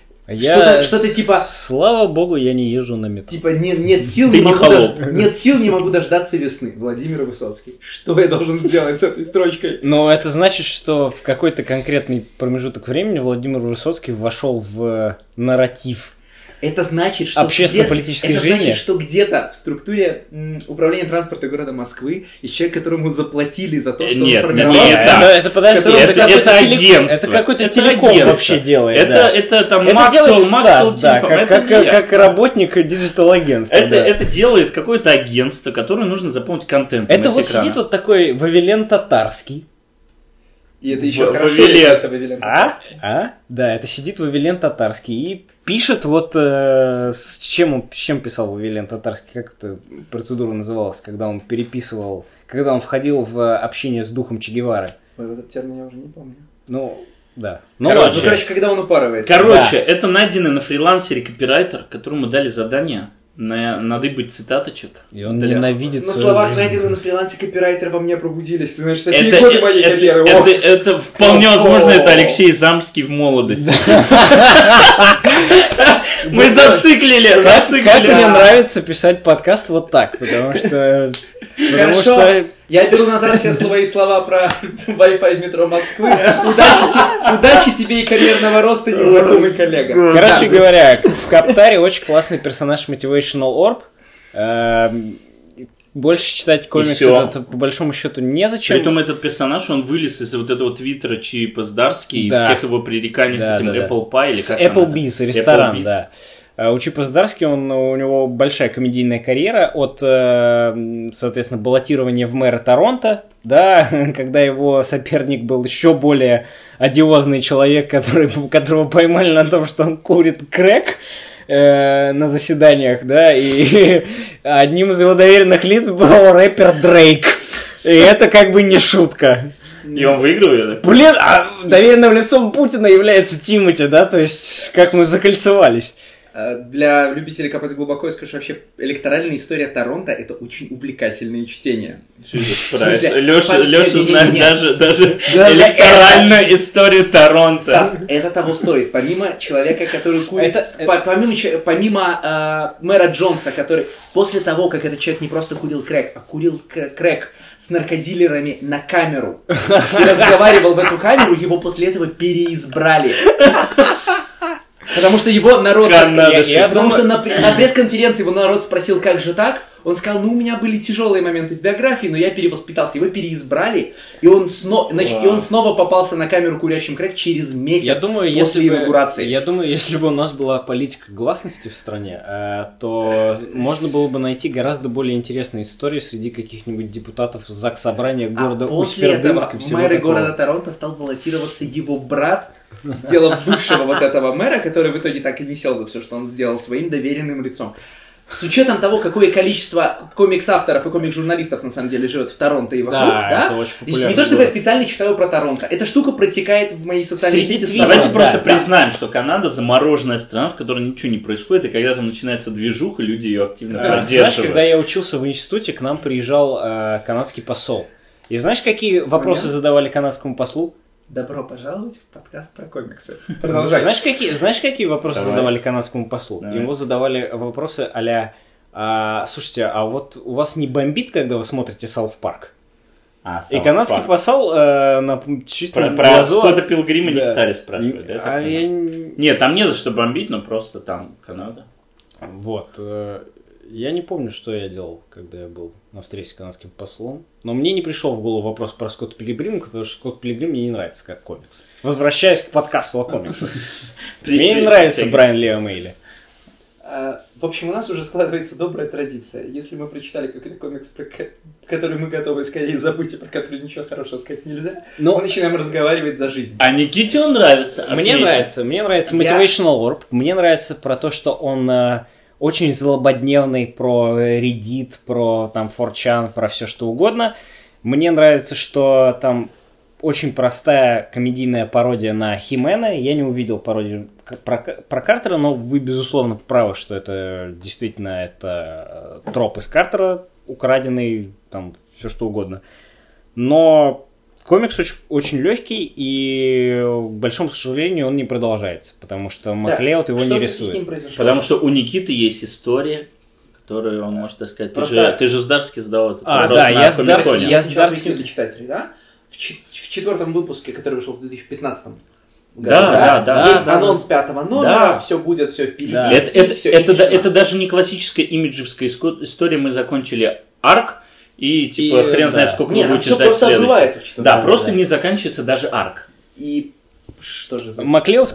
Я, Что-то- что-то типа- Слава богу, я не езжу на метро. типа, нет, нет сил, Ты не не могу холоп. дож- нет сил, не могу дождаться весны. Владимир Высоцкий. Что я должен сделать с этой строчкой? Но это значит, что в какой-то конкретный промежуток времени Владимир Высоцкий вошел в нарратив. Это значит, что Общественно-политической где- жизни? Это значит, что где-то в структуре м, управления транспорта города Москвы есть человек, которому заплатили за то, Э, что он нет, сформировал... нет, это, да. это подожди, Которым это, это- какой-то это теле- агентство. это какой-то Это телеком агентство. вообще делает. Это, да. это там Это Максвелл, делает Максвелл Стас, да, Тинком. как, Это как, не я. как работник диджитал-агентства. Это, да. это делает какое-то агентство, которое нужно заполнить контентом. Это с вот экрана. сидит вот такой Вавилен Татарский. И это еще В- хорошо, Вавилен. если это Вавилен А? Татарский. А? Да, это сидит Вавилен Татарский и пишет вот э, с чем он, с чем писал Вавилен Татарский, как эта процедура называлась, когда он переписывал, когда он входил в общение с духом Че Гевары. Ой, вот этот термин я уже не помню. Ну, да. Ну Короче. Ну, ладно. короче, когда он упарывается. Короче, это найденный на фрилансере копирайтер, которому дали задание на, надыбать цитаточек. И он Для- ненавидит На свою словах, жизнь. найденные на фрилансе копирайтер, во мне пробудились. Значит, такие Это, годы моей это, карьеры. это, О! это вполне О! возможно, это Алексей Замский в молодости. Мы зациклили, Как, как зациклили. мне нравится писать подкаст вот так, потому что... Потому Хорошо. что... Я беру назад все свои слова про Wi-Fi в метро Москвы. Удачи, те- удачи тебе и карьерного роста, незнакомый коллега. Короче Да. говоря, в Каптаре очень классный персонаж Motivational Orb. Эм, Больше читать комиксы всё. это по большому счету незачем. Притом этот персонаж, он вылез из вот этого твиттера Чипа Здарский, Да. и всех его пререканий Да, с этим да, да. Apple Pie, или С как там Applebee's, это? ресторан, Applebee's. да. А У Чипа Здарски, он, у него большая комедийная карьера от, э, соответственно, баллотирования в мэра Торонто, да, когда его соперник был еще более одиозный человек, который, которого поймали на том, что он курит крэк э, на заседаниях, да, и одним из его доверенных лиц был рэпер Дрейк. И это как бы не шутка. И он выигрывает. Блин, а доверенным лицом Путина является Тимати, да, то есть как мы закольцевались. Для любителей копать глубоко, я скажу, вообще электоральная история Торонто — это очень увлекательное чтение. Леша, Леша знает даже, даже электоральную историю Торонто. Стас, это того стоит. Помимо человека, который курит... Это, это... Помимо, помимо э, мэра Джонса, который после того, как этот человек не просто курил крэк, а курил крэк с наркодилерами на камеру и разговаривал в эту камеру, его после этого переизбрали. Потому что его народ... Я, я потому думаю... что на, на пресс-конференции его народ спросил, как же так? Он сказал, ну, у меня были тяжелые моменты в биографии, но я перевоспитался. Его переизбрали, и он, сно... значит, и он снова попался на камеру курящим крэк через месяц я думаю, после если инаугурации. Бы, я думаю, если бы у нас была политика гласности в стране, то можно было бы найти гораздо более интересные истории среди каких-нибудь депутатов Заксобрания города а Усть-Пердынск. После этого в мэры города Торонто стал баллотироваться его брат, сделав бывшего вот этого мэра, который в итоге так и не сел за все, что он сделал, своим доверенным лицом. С учетом того, какое количество комикс-авторов и комик-журналистов на самом деле живет в Торонто и вокруг, да, да? Это очень популярно. Не то, чтобы я специально читаю про Торонто. Эта штука протекает в моей социальной сети. Давайте да, просто да, признаем, да. что Канада замороженная страна, в которой ничего не происходит, и когда там начинается движуха, люди ее активно а, поддерживают. Знаешь, когда я учился в институте, к нам приезжал э, канадский посол. И знаешь, какие вопросы Понятно. задавали канадскому послу? Добро пожаловать в подкаст про комиксы. Продолжай. Знаешь, какие, знаешь, какие вопросы Давай. задавали канадскому послу? Давай. Ему задавали вопросы а-ля, а, слушайте, а вот у вас не бомбит, когда вы смотрите Саут Парк? А, и канадский Парк. посол э, на чистом Про, про Скотта Пилгрима да. не стали спрашивать, да? А я... Нет, там не за что бомбить, но просто там Канада. Вот. Э, я не помню, что я делал, когда я был на встрече с канадским послом. Но мне не пришел в голову вопрос про Скотта Пилгрима, потому что Скотт Пилгрим мне не нравится как комикс. Возвращаясь к подкасту о комиксах. Мне не нравится Брайан Ли Омейли. В общем, у нас уже складывается добрая традиция. Если мы прочитали какой-то комикс, про который мы готовы скорее забыть, и про который ничего хорошего сказать нельзя, Но... мы начинаем разговаривать за жизнь. А Никите он нравится. Мне нравится. Мне нравится Motivational Orb. Мне нравится про то, что он... очень злободневный, про Reddit, про там фор чан, про все что угодно. Мне нравится, что там очень простая комедийная пародия на Хи-Мэна. Я не увидел пародию про, про Картера, но вы, безусловно, правы, что это действительно это троп из Картера, украденный, там, все что угодно. Но комикс очень, очень легкий, и, к большому сожалению, он не продолжается, потому что Маклеод да, его не рисует. Потому что у Никиты есть история, которую он может сказать. Просто... Ты же, ты же с Дарски задал этот а, вопрос да, на я с Дарски, я с Дарски... для читателей, да? В, ч- в четвертом выпуске, который вышел в две тысячи пятнадцатом году, да, да, да, есть да, анонс да. пятого номера, да. все будет, все впереди. Да. Это, это, все это, это, это даже не классическая имиджевская история, мы закончили арк, и типа и, хрен да. знает, сколько Нет, вы будете ждать следующий. Да, да, просто да. не заканчивается даже арк. И что же за... Маклеод,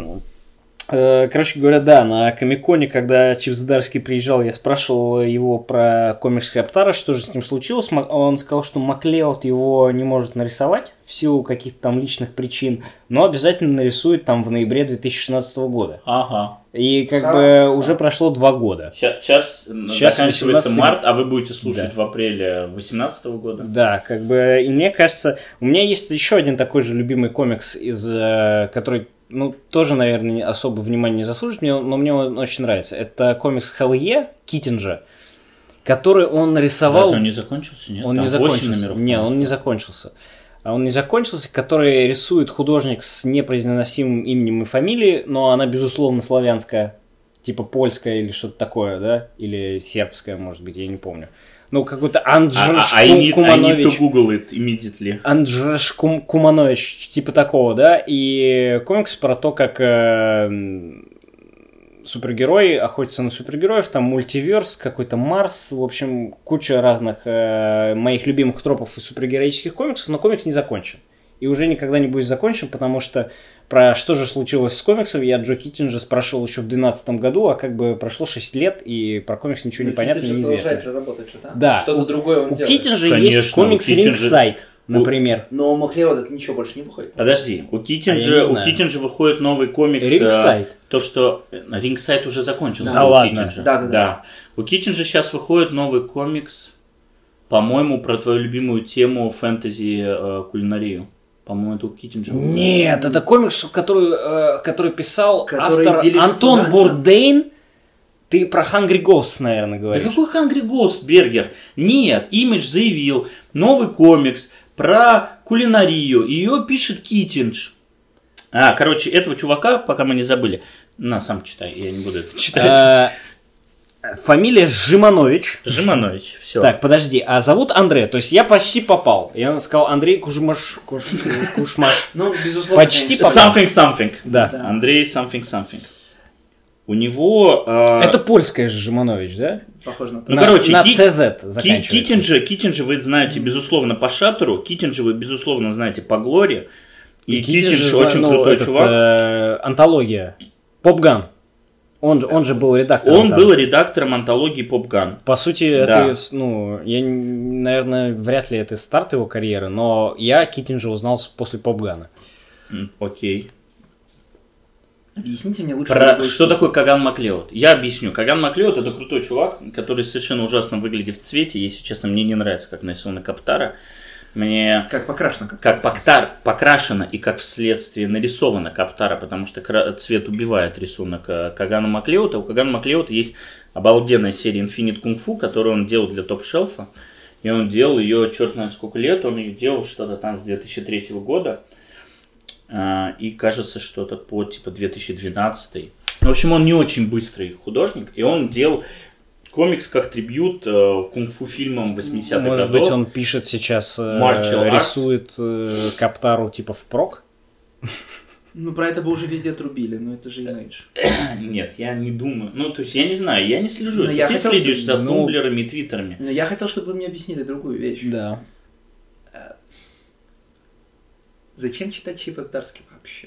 короче говоря, да, на Комик-Коне, когда Чип Здарский приезжал, я спрашивал его про комикс Хаптара, что же с ним случилось. Он сказал, что Маклеод его не может нарисовать в силу каких-то там личных причин, но обязательно нарисует там в ноябре две тысячи шестнадцатого года. Ага. И как а, бы а. уже прошло два года. Сейчас, сейчас, сейчас заканчивается март, а вы будете слушать да. в апреле восемнадцатого года. Да, как бы, и мне кажется, у меня есть еще один такой же любимый комикс, из, который, ну, тоже, наверное, особо внимания не заслужит, но мне он очень нравится. Это комикс Хелле Киттинджа, который он нарисовал... Разве он не закончился? Нет, он не закончился. Нет, он не закончился. А он не закончился, который рисует художник с непроизносимым именем и фамилией, но она, безусловно, славянская, типа польская или что-то такое, да? Или сербская, может быть, я не помню. Ну, какой-то Анджеш а, Кум, Куманович. I need to Google it immediately. Анджеш Кум, Куманович, типа такого, да? И комикс про то, как э, супергерои охотятся на супергероев, там мультиверс, какой-то Марс, в общем, куча разных э, моих любимых тропов из супергероических комиксов, но комикс не закончен. И уже никогда не будет закончен, потому что про что же случилось с комиксом, я Джо Киттинджа спрашивал еще в две тысячи двенадцатом году, а как бы прошло шесть лет, и про комикс ничего не понятно, неизвестно. Продолжает же работать, же, да? Да. Что-то у, другое он у делает. У Киттинджа есть комикс Ringside, например. Но у Маклеода ничего больше не выходит. Подожди, у Киттинджа, а у Киттинджа выходит новый комикс. Ringside. То, что Ringside уже закончился. Да, ладно. Да, да, да, да. У Киттинджа сейчас выходит новый комикс, по-моему, про твою любимую тему фэнтези э, кулинарию. По-моему, это у Киттинджа. Нет, это комикс, который, э, который писал который автор Антон Бурдейн. Ты про Hungry Ghosts, наверное, говоришь. Да какой Hungry Ghost, Бергер? Нет, Image заявил новый комикс про кулинарию. Ее пишет Киттиндж. А, короче, этого чувака, пока мы не забыли. На, сам читай, я не буду это читать. Фамилия Жиманович. Жиманович, все. Так, подожди, а зовут Андре, то есть я почти попал. Я сказал Андрей Кужмаш, Куш, Кушмаш. Ну, безусловно. Почти конечно. попал. Something something. Да. Да. Андрей something something. У него... э, Это польская же Жиманович, да? Похоже на то. Ну, на, короче, на Ки- цэ зет Ки- заканчивается. Киттинджа, Киттинджа вы знаете, безусловно, по Шаттеру. Киттинджа вы, безусловно, знаете по Глоре. И Киттиндж Киттиндж же, очень ну, крутой этот, чувак. э, антология. Попган. Он, же- он же был редактором. Он там. был редактором антологии Попган. По сути, Да. это, ну, я, н- наверное, вряд ли это старт его карьеры, но я Киттинджа узнал с- после Попгана. М, Окей. Объясните мне лучше. Про... другой Что стиль. такое Каган Маклеод? Я объясню. Каган Маклеод это крутой чувак, который совершенно ужасно выглядит в цвете. Если честно, мне не нравится, как нарисована Каптара. Мне Как покрашено. Как... как поктар, покрашена и как вследствие нарисована Каптара, потому что кра- цвет убивает рисунок э, Кагана Маклеода. У Кагана Маклеода есть обалденная серия Infinite Kung Fu, которую он делал для топ-шелфа. И он делал ее, черт знает сколько лет, он ее делал что-то там с две тысячи третьего года. А, и кажется, что-то по типа две тысячи двенадцатый. В общем, он не очень быстрый художник, и он делал комикс как трибьют э, кунг-фу фильмам восьмидесятых Может годов. быть, он пишет сейчас, э, Martial arts. рисует э, Каптару типа впрок? Ну, про это бы уже везде трубили, но это же Image. Нет, я не думаю. Ну, то есть, я не знаю, я не слежу. Но Это я ты хотел, следишь что- за ну, тумблерами и твиттерами. Но я хотел, чтобы вы мне объяснили другую вещь. Да. Зачем читать Чипа Здарски вообще?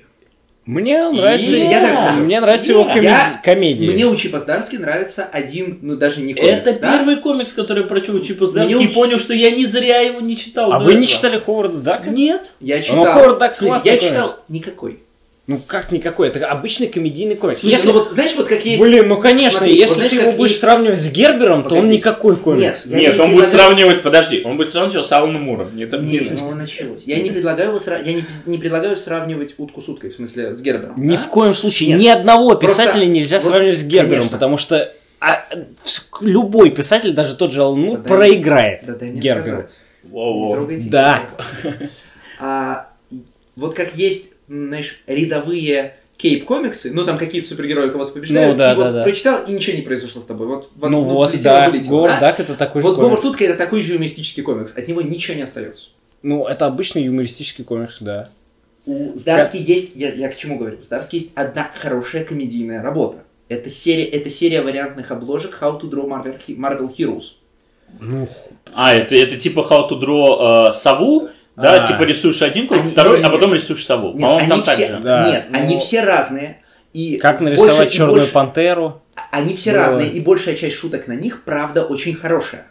Мне нравится, Я так скажу. мне нравится его Я- комеди- комедии. Мне у Чипа Здарски нравится один, ну даже не комикс, Это да? первый комикс, который прочел Чипа Здарский, Мне и уч- понял, что я не зря его не читал. А до вы не этого. читали Ховарда Дака? Нет. Я Ну, читал. Ховард Дак В смысле, классный я комикс. читал никакой. Ну как никакой, это обычный комедийный комикс. Слушай, Если- ну вот знаешь, вот как есть... Блин, ну конечно, Смотри, если вот знаешь, ты как его будешь есть- сравнивать с Гербером, то он Погоди. никакой комикс. Я Нет, не он будет предлагаю- сравнивать, подожди, он будет сравнивать его с Аланом Муром. Не, там Не, не- ну началось. Я не предлагаю его сра- я не, не предлагаю сравнивать утку с уткой, в смысле с Гербером. Ни да? в коем случае, Нет. ни одного Просто- писателя нельзя вот, сравнивать с Гербером, конечно. потому что а, с- любой писатель, даже тот же Алан Мур, Да дай- проиграет Да дай мне Герберу. сказать. Воу-воу. Не трогайте Да. Гербера. А, вот как есть, знаешь, рядовые кейп-комиксы, ну там какие-то супергерои кого-то побеждают, Ну, да, и вот да, да. прочитал, и ничего не произошло с тобой. Вот, вот, Ну вот вот, летело, да, вылетело, Говард да? Дак это такой же Вот комикс. Говард Тутка это такой же юмористический комикс, от него ничего не остается. Ну, это обычный юмористический комикс, да. У Здарски есть, я, я к чему говорю, у Здарски есть одна хорошая комедийная работа. Это серия, это серия вариантных обложек How to Draw Marvel, Marvel Heroes. Ну, А, это, это типа How to Draw э, сову, да, А. типа рисуешь один комикс, Они- второй, нет, а потом нет. рисуешь сову. Нет, По-моему, они там так все, же. Да, нет, ну- они все разные. И как больше нарисовать и черную больше- пантеру. Они все Было. разные, и большая часть шуток на них, правда, очень хорошая.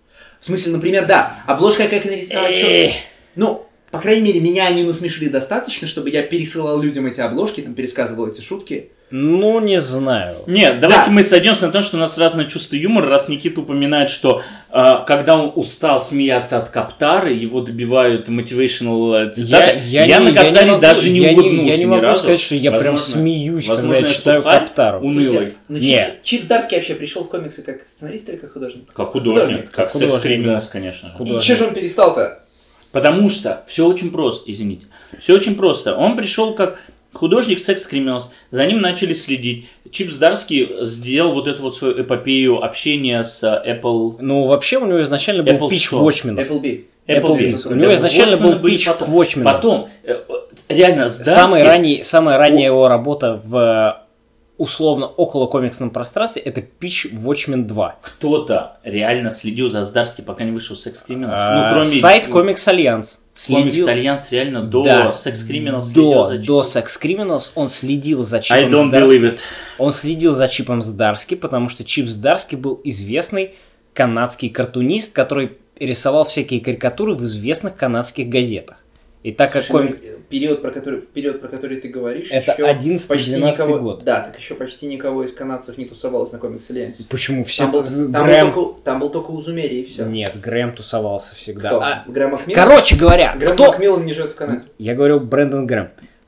В смысле, например, да, обложка как нарисовать Эх. черную. Ну, по крайней мере, меня они насмешили достаточно, чтобы я пересылал людям эти обложки, там, пересказывал эти шутки. Ну, не знаю. Нет, давайте Да. мы сойдемся на том, что у нас разное чувство юмора, раз Никита упоминает, что э, когда он устал смеяться от Каптары, его добивают motivational цитаты. Я, я, на не, я Каптаре не могу, даже не я улыбнулся Я не ни могу разу. сказать, что я прям Возможно- смеюсь, возможно, когда я я читаю сухарь, Каптару. унылый. Слушайте, ну, Нет. Чип, Чип Здарский вообще пришел в комиксы как сценарист или как художник? Как художник, Художник. как Художник, секс-криминалс, да. конечно же. Художник. И че же он перестал-то? Потому что все очень просто, извините. Все очень просто. Он пришел как художник секс-криминалс, за ним начали следить. Чип Здарский сделал вот эту вот свою эпопею общения с Apple. Ну, вообще у него изначально был Apple пич что? Watchmen. Applebee. Applebee. У него изначально Watchmen был были пич потом. к Watchmen. Потом, э, реально, Здарский... Самый ранний, самая ранняя его работа в условно около комиксном пространстве это пич Watchmen два. Кто-то реально следил за Здарски, пока не вышел секс-криминалс. А, Ну, кроме... сайт Comics Alliance Комикс следил Альянс реально до Да. секс-криминалс следил до, за до Sex Criminals, он следил за I Чипом don't Здарски. believe it. Он следил за Чипом Здарски, потому что Чип Здарски был известный канадский картунист, который рисовал всякие карикатуры в известных канадских газетах. И так как Слушай, комик... ну, период, про который, в период, про который ты говоришь, Это еще одиннадцатый-двенадцатый почти никого- год. Да, так еще почти никого из канадцев не тусовалось на комикс Альянсе. Почему все... Там был, там, был Грэм... только, там был только Узумери и все. Нет, Грэм тусовался всегда. Кто? А, Грэм Макмиллан? короче говоря, Грэм кто... Макмиллан не живет в Канаде. Я говорю Брэндон Грэм.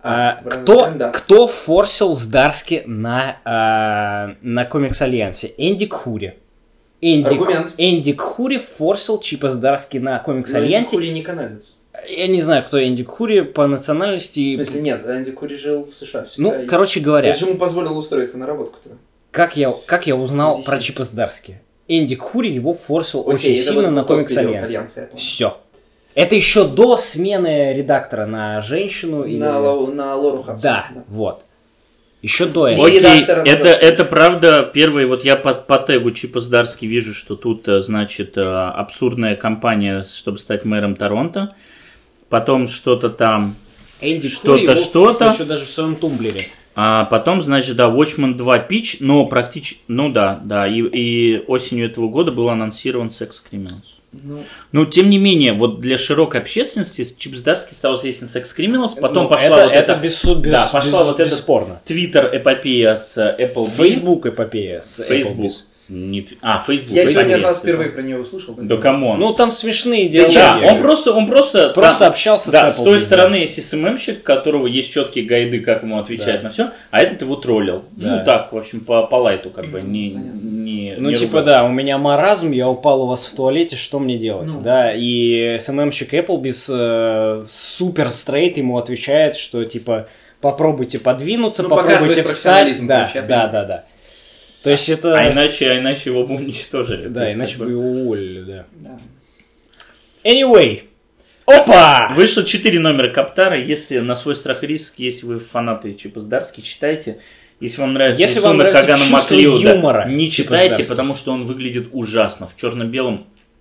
А, в кто, разных трендах. кто форсил Здарски на, а, на Комикс Альянсе? Энди Кхури. Энди, Аргумент. Энди Кхури форсил Чипа Здарски на Комикс Но Энди Альянсе. Кури не канадец. Я не знаю, кто Энди Кхури по национальности. В смысле, нет, Энди Кури жил в США всегда. Ну, И- короче говоря, Я же ему позволил устроиться на работу-то. как я, как я узнал Иди про сюда. Чипа Здарски? Энди Кхури его форсил Окей, очень это сильно вот на тот Комикс период Альянсе. Альянса, я понял. Все. Это еще до смены редактора на женщину. или- На, Ло- на Лору Хадсон. Да, вот. Еще до И этого. Окей, редактора это, назад. это правда. Первый, вот я по, по тегу Чипа Здарски вижу, что тут, э, значит, э, абсурдная кампания, чтобы стать мэром Торонто. Потом что-то там, Энди что-то, Кхури его что-то. форсил еще даже в своем тумблере. А потом, значит, да, Watchmen два пич, но практически, ну да, да, и, и осенью этого года был анонсирован Sex Criminals. Ну, Но, тем не менее, вот для широкой общественности Чип Здарски стал известен Sex Criminals, потом Ну, пошла это, вот это эта без, без, да, пошла без- вот эта бесспорно. Твиттер-эпопея с Apple Facebook эпопея с Facebook. Applebee's. Не тв- А, Facebook. я сегодня Facebook. от вас впервые про нее услышал. Да камон. Ну, там смешные Да, диалоги. Да, он просто, он просто, Просто там- общался да, с с той Applebee's, стороны есть эс эм эм-щик, у которого есть четкие гайды, как ему отвечать Да. на все, а этот его троллил. Да. Ну так, в общем, по, по лайту, как бы, не, Понятно. не Ну, не типа, ругал. да, у меня маразм, я упал у вас в туалете, что мне делать? Ну. Да, и эс эм эм-щик Applebee's э, супер стрейт ему отвечает, что, типа, попробуйте подвинуться, Ну, попробуйте показывает встать. профессионализм, Да, короче, да, опять. да, да. То есть это... А иначе, а иначе его бы уничтожили. То Да, есть, иначе как бы его уволили, да. Да. Anyway. Опа! Вышло четыре номера Каптара. Если на свой страх и риск, если вы фанаты Чипа Здарски, читайте. Если вам нравится Если вам рисунок нравится Кагана чувство Маклиуда, юмора не Чипа читайте, Здарски. потому что он выглядит ужасно. В черно-белом,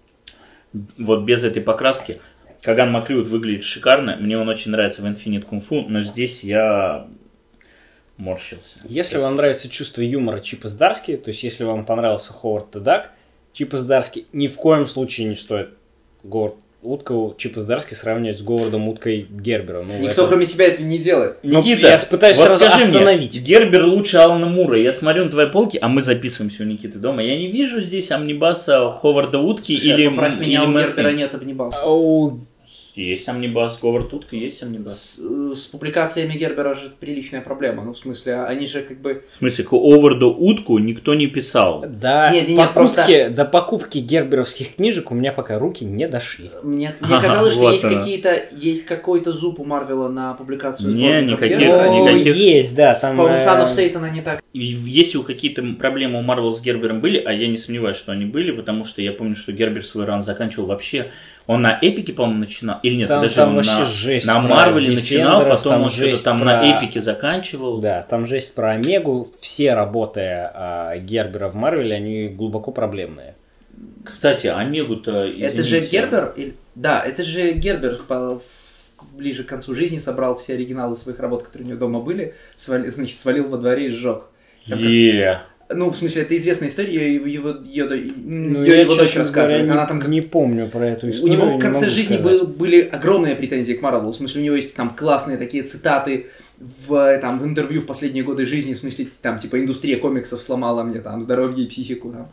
вот без этой покраски. Каган Маклиуд выглядит шикарно. Мне он очень нравится в Infinite Kung Fu, но здесь я морщился. Если вам нравится чувство юмора Чипа Здарски, то есть если вам понравился Ховард Тедак, Чипа Здарски ни в коем случае не стоит Говард Утку Чипа Здарски сравнивать с Говардом Уткой Гербера. Ну, Никто, это- кроме тебя, этого не делает. Ну, Никита, я пытаюсь вот сразу скажи остановить. мне, Гербер лучше Алана Мура. Я смотрю на твои полки, а мы записываемся у Никиты дома. Я не вижу здесь амнибаса Ховарда Утки Слушай, или, поправь меня, или у Мэтта. Гербера нет обнебался. А у- Есть амнибас, Говард Утка, есть амнибас. С, э, с публикациями Гербера же приличная проблема. Ну, в смысле, они же как бы... В смысле, к Оварду Утку никто не писал. До, Нет, нет, нет, покупки, до покупки герберовских книжек у меня пока руки не дошли. Мне, мне Ага, казалось, что вот есть она. какие-то, есть какой-то зуб у Марвела на публикацию Не, сборников никаких, Гербера. О, никаких. есть, да, С, там... по-моему, Son of э, Satan они так... И если у какие-то проблемы у Марвел с Гербером были, а я не сомневаюсь, что они были, потому что я помню, что Гербер свой ран заканчивал вообще... Он на Эпике, по-моему, начинал. Или нет, Там- подожди, там он вообще на, жесть на про Марвеле начинал, Дефендеров, потом там он что-то жесть там про- на Эпике заканчивал. Да, там жесть про Омегу. Все работы а, Гербера в Марвеле, они глубоко проблемные. Кстати, Омегу-то, Это же извините, Гербер? или- Да, это же Гербер по- в- ближе к концу жизни собрал все оригиналы своих работ, которые у него дома были, свали- значит, свалил во дворе и сжег. Там как- Е. Ну, в смысле, это известная история, его, его, ее, Ну, ее я, его дочь честно рассказывает. говоря, Она там как- не помню про эту У историю. него в не конце могу жизни сказать. был, были огромные претензии к Марвелу. В смысле, у него есть там классные такие цитаты в, там, в интервью в последние годы жизни. В смысле, там, типа, индустрия комиксов сломала мне там здоровье и психику. Там.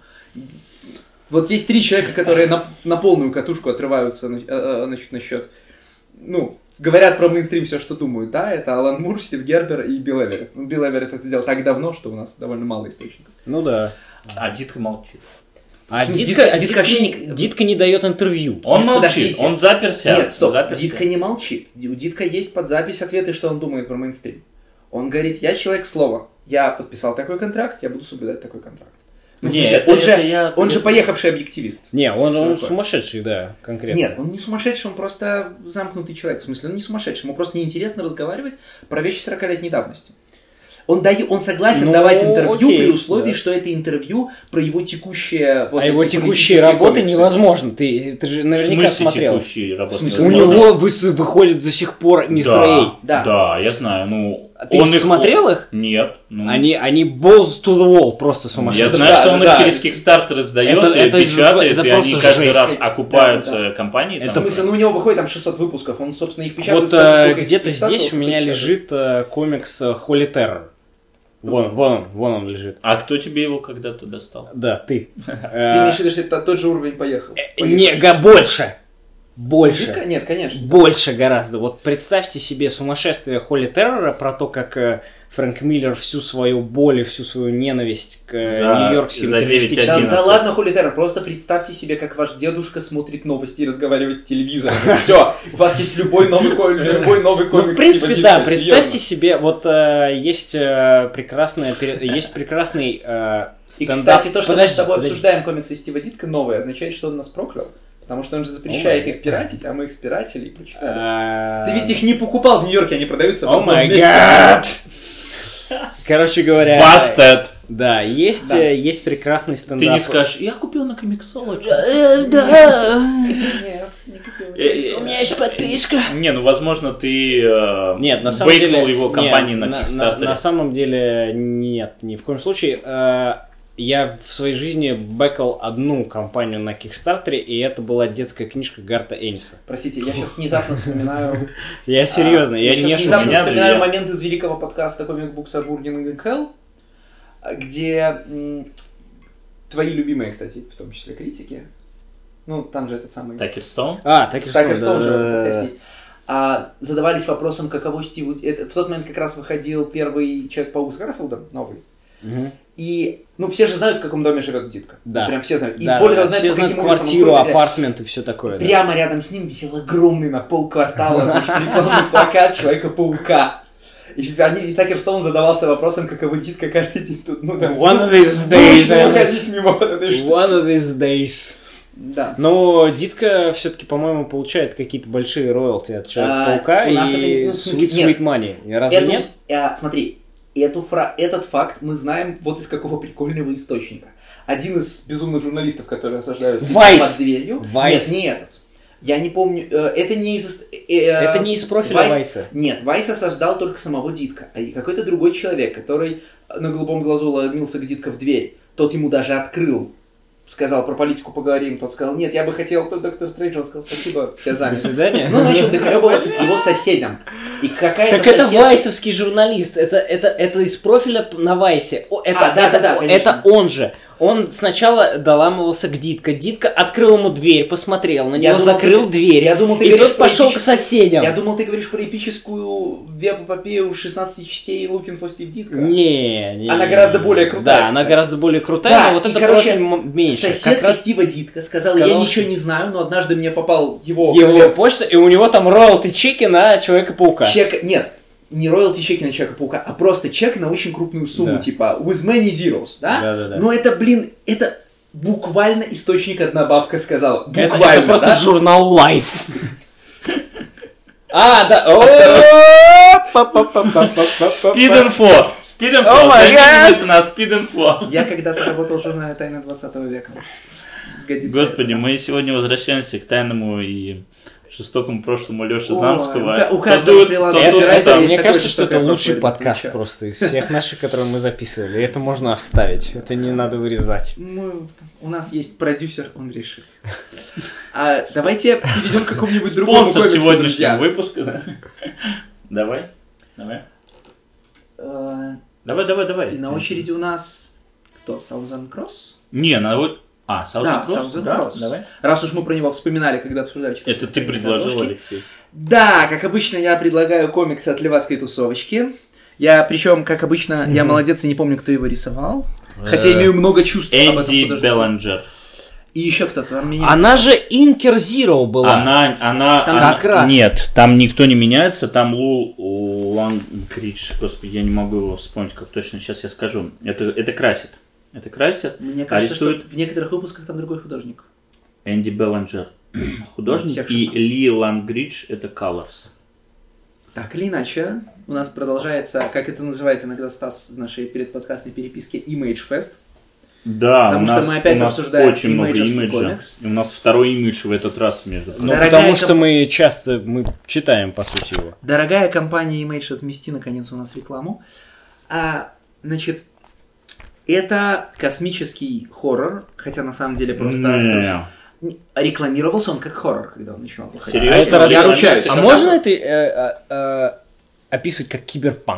Вот есть три человека, которые на, на полную катушку отрываются на- э, э, значит, насчет... Ну, говорят про мейнстрим все, что думают. Да, это Алан Мур, Стив Гербер и Билл Эверетт. Ну, Билл Эверетт это сделал так давно, что у нас довольно мало источников. Ну да. А Дитка молчит. А Дитка- Дитка, а Дитка Дитка, вообще не, не- Дитка не дает интервью. Он молчит, Подождите. он заперся. Нет, стоп, заперся. Дитка не молчит. Ди- У Дитка есть под запись ответы, что он думает про мейнстрим. Он говорит, я человек слова. Я подписал такой контракт, я буду соблюдать такой контракт. Ну, в Не, смысле, это- он, это же, я- он же поехавший объективист. Не, он, он Такое. сумасшедший, да, конкретно. Нет, он не сумасшедший, он просто замкнутый человек. В смысле, он не сумасшедший. Ему просто неинтересно разговаривать про вещи сорокалетней давности. Он, дает, он согласен Ну, давать интервью окей, при условии, да. что это интервью про его текущие... Вот а его эти текущие политические работы комиксы. невозможно. Ты, ты же В наверняка смысле смотрел. текущие работы В смысле, У невозможно? него вы- выходит до сих пор мистер да, Эй. Да. да, я знаю. Ну, А ты он их смотрел их? Нет. Ну, Они, они balls to the wall, просто я сумасшедшие. знаю, Да, что он да. их через Kickstarter издает, Это- и это- печатает, это и они просто каждый жесть. раз окупаются Да, компании. Это В там. смысле, ну у него выходит там шестьсот выпусков, он, собственно, их печатает. Вот столько, э, сколько их где-то печатал, здесь у сколько меня печатает. лежит э, комикс э, Holy Terror. Вон, вон он, вон он лежит. А кто тебе его когда-то достал? Да, ты. Ты имеешь в виду, что это тот же уровень поехал? Э, Не, га- больше. больше. Дико? Нет, конечно. Больше гораздо. Вот представьте себе сумасшествие Холли Террора про то, как э, Фрэнк Миллер всю свою боль и всю свою ненависть к э, За- нью-йоркским за террористическим... Да, да ладно, Холли Террор, просто представьте себе, как ваш дедушка смотрит новости и разговаривает с телевизором. Все, у вас есть любой новый комикс, любой новый комикс. Ну, в принципе, Стива да, Дитка, представьте серьезно. себе, вот э, есть, э, прекрасная, пере- есть прекрасный э, И, стендап... кстати, то, что мы Подожди, с тобой подожди. обсуждаем комиксы Стива Дитка новые, означает, что он нас проклял. Потому что он же запрещает О, их пиратить, а мы их спиратили и прочитали. А, Ты ведь их не покупал в Нью-Йорке, они продаются в О одном май месте. гад! Короче говоря... Busted! Да, есть, Да. э, есть прекрасный стендап. Ты не скажешь, я купил на комиксолочке. Нет, не купил. Э, У меня есть подписка. Не, ну возможно ты э, Нет, на самом бейкнул деле... его нет, компании на на, на, Кикстартере. на самом деле нет, ни в коем случае. Э, Я в своей жизни бэкал одну компанию на Кикстартере, и это была детская книжка Гарта Энниса. Простите, я сейчас внезапно вспоминаю... Я серьезно, а, я сейчас не шучу. внезапно Меня вспоминаю друзья. момент из великого подкаста Comic Books are Burning in Hell, где м, твои любимые, кстати, в том числе критики, ну, там же этот самый... Такер Стоун? А, так и Такер что, Стоун да, же, да, да. пояснить. А, задавались вопросом, каково Стиву... Это, в тот момент как раз выходил первый Человек-паук с Гарфилдом, новый. Мгм. И, ну, все же знают, в каком доме живет Дитка. Да. Прям все знают. И Да, более да, того, да. знают, Все по знают каким улицам он квартиру, ходит. апартмент и все такое. да. Прямо рядом с ним висел огромный на полквартала, значит, рекламный плакат Человека-паука. И, они, и Такер Стоун задавался вопросом, каково Дитка каждый день тут, ну, там... One of these days, нужно I'm- уходить мимо вот этой штуки. One of these days. Да. Но Дитка все-таки, по-моему, получает какие-то большие роялти от Человека-паука А, у нас и это, ну, в смысле, Sweet нет. Sweet Money. Разве Эту- нет? а, смотри, эту фра... этот факт мы знаем вот из какого прикольного источника. Один из безумных журналистов, которые осаждают Vice. под дверью. Vice. Нет, не этот. Я не помню. э, Это не из... э, э, Это не из профиля Вайс- Вайса. Нет, Вайс осаждал только самого Дитка. А и какой-то другой человек, который на голубом глазу ломился к Дитка в дверь, тот ему даже открыл. Сказал, про политику поговорим. Тот сказал, нет, я бы хотел доктор Стрэнджа. Он сказал, спасибо, я До занят. свидания. Ну, начал доколебываться к его соседям. И какая-то Так это сосед- вайсовский журналист, это, это, это из профиля на Вайсе. О, Это, А, да, это, да, да, конечно. это он же. Он сначала доламывался к Дитко. Дитко открыл ему дверь, посмотрел на Я него, думал, закрыл ты- дверь. я думал, ты и говоришь тот про пошел к эпическую- соседям. Я думал, ты говоришь про эпическую веб-эпопею шестнадцати частей Looking for Steve Ditko. Не, не. Она гораздо более крутая, Да, кстати. она гораздо более крутая, Да, но вот и, это короче, профиль м- меньше. Как Соседка раз Стива Дитка сказала, сказал, я ничего что- не знаю, но однажды мне попал его... его почта, и у него там роялти чеки на Человека-паука. Чек... Нет, не роялти чеки на Человека-паука, а просто чек на очень крупную сумму, Да. типа with many zeros, да? Да-да-да. Но это, блин, это буквально источник одна бабка сказала. Это- Буквально, это просто да? журнал Life. А, да. Спид-инфо! Спид-инфо! О май гад! Займите на спид-инфо! Я когда-то работал в журнале «Тайна двадцатого века». Сгодится. Господи, мы сегодня возвращаемся к тайному и жестокому прошлому Леши Ой, Замского. у ка- у То каждого тут, фрилансера то Это, тут, Райдер это, там. есть мне такое кажется, что это жестокое лучший прошлое, подкаст ничего. просто из всех наших, которые мы записывали. И это можно оставить. Это не надо вырезать. Мы- у нас есть продюсер, он решит. А давайте перейдем к какому-нибудь другому Спонсор комиксу, сегодняшнего друзья. выпуска. да. Давай, давай. Э, Давай, давай, давай. И на очереди у нас кто? Southern Cross? Не, на вот... А, Southern Да, Cross? Southern Да, Cross. давай. Раз уж мы про него вспоминали, когда обсуждали... Это ты четвертую предложил, страницу Алексей. Да, как обычно, я предлагаю комиксы от Левацкой тусовочки. Я, причем, как обычно, я молодец и не помню, кто его рисовал. Хотя Э, имею много чувств об этом Энди художнике. Белланджер. И еще кто-то. он мне не Она же Инкер Зиро была. Она, она, Там она- как раз. Нет, там никто не меняется, там Лу Лангридж, господи, я не могу его вспомнить, как точно, сейчас я скажу. Это, это красит, это красит. Мне кажется, рисует- что в некоторых выпусках там другой художник. Энди Белланджер, художник, Всех и шестнадцать. Ли Лангридж, это Colors. Так или иначе, у нас продолжается, как это называет иногда Стас в нашей предподкастной переписке, Image Fest. Да, Потому у что нас, мы опять у нас обсуждаем очень много имейджевский имиджа. комикс. И у нас второй имидж в этот раз, между прочим. Ну, Дорогая потому комп- что мы часто мы читаем, по сути, его. Дорогая компания Image, размести наконец у нас рекламу. А, значит, это космический хоррор, хотя на самом деле просто... Не. Не, рекламировался он как хоррор, когда он начинал выходить. Серьезно? А это разве- Я ручаюсь. А это можно так? это э, э, э, описывать как киберпанк?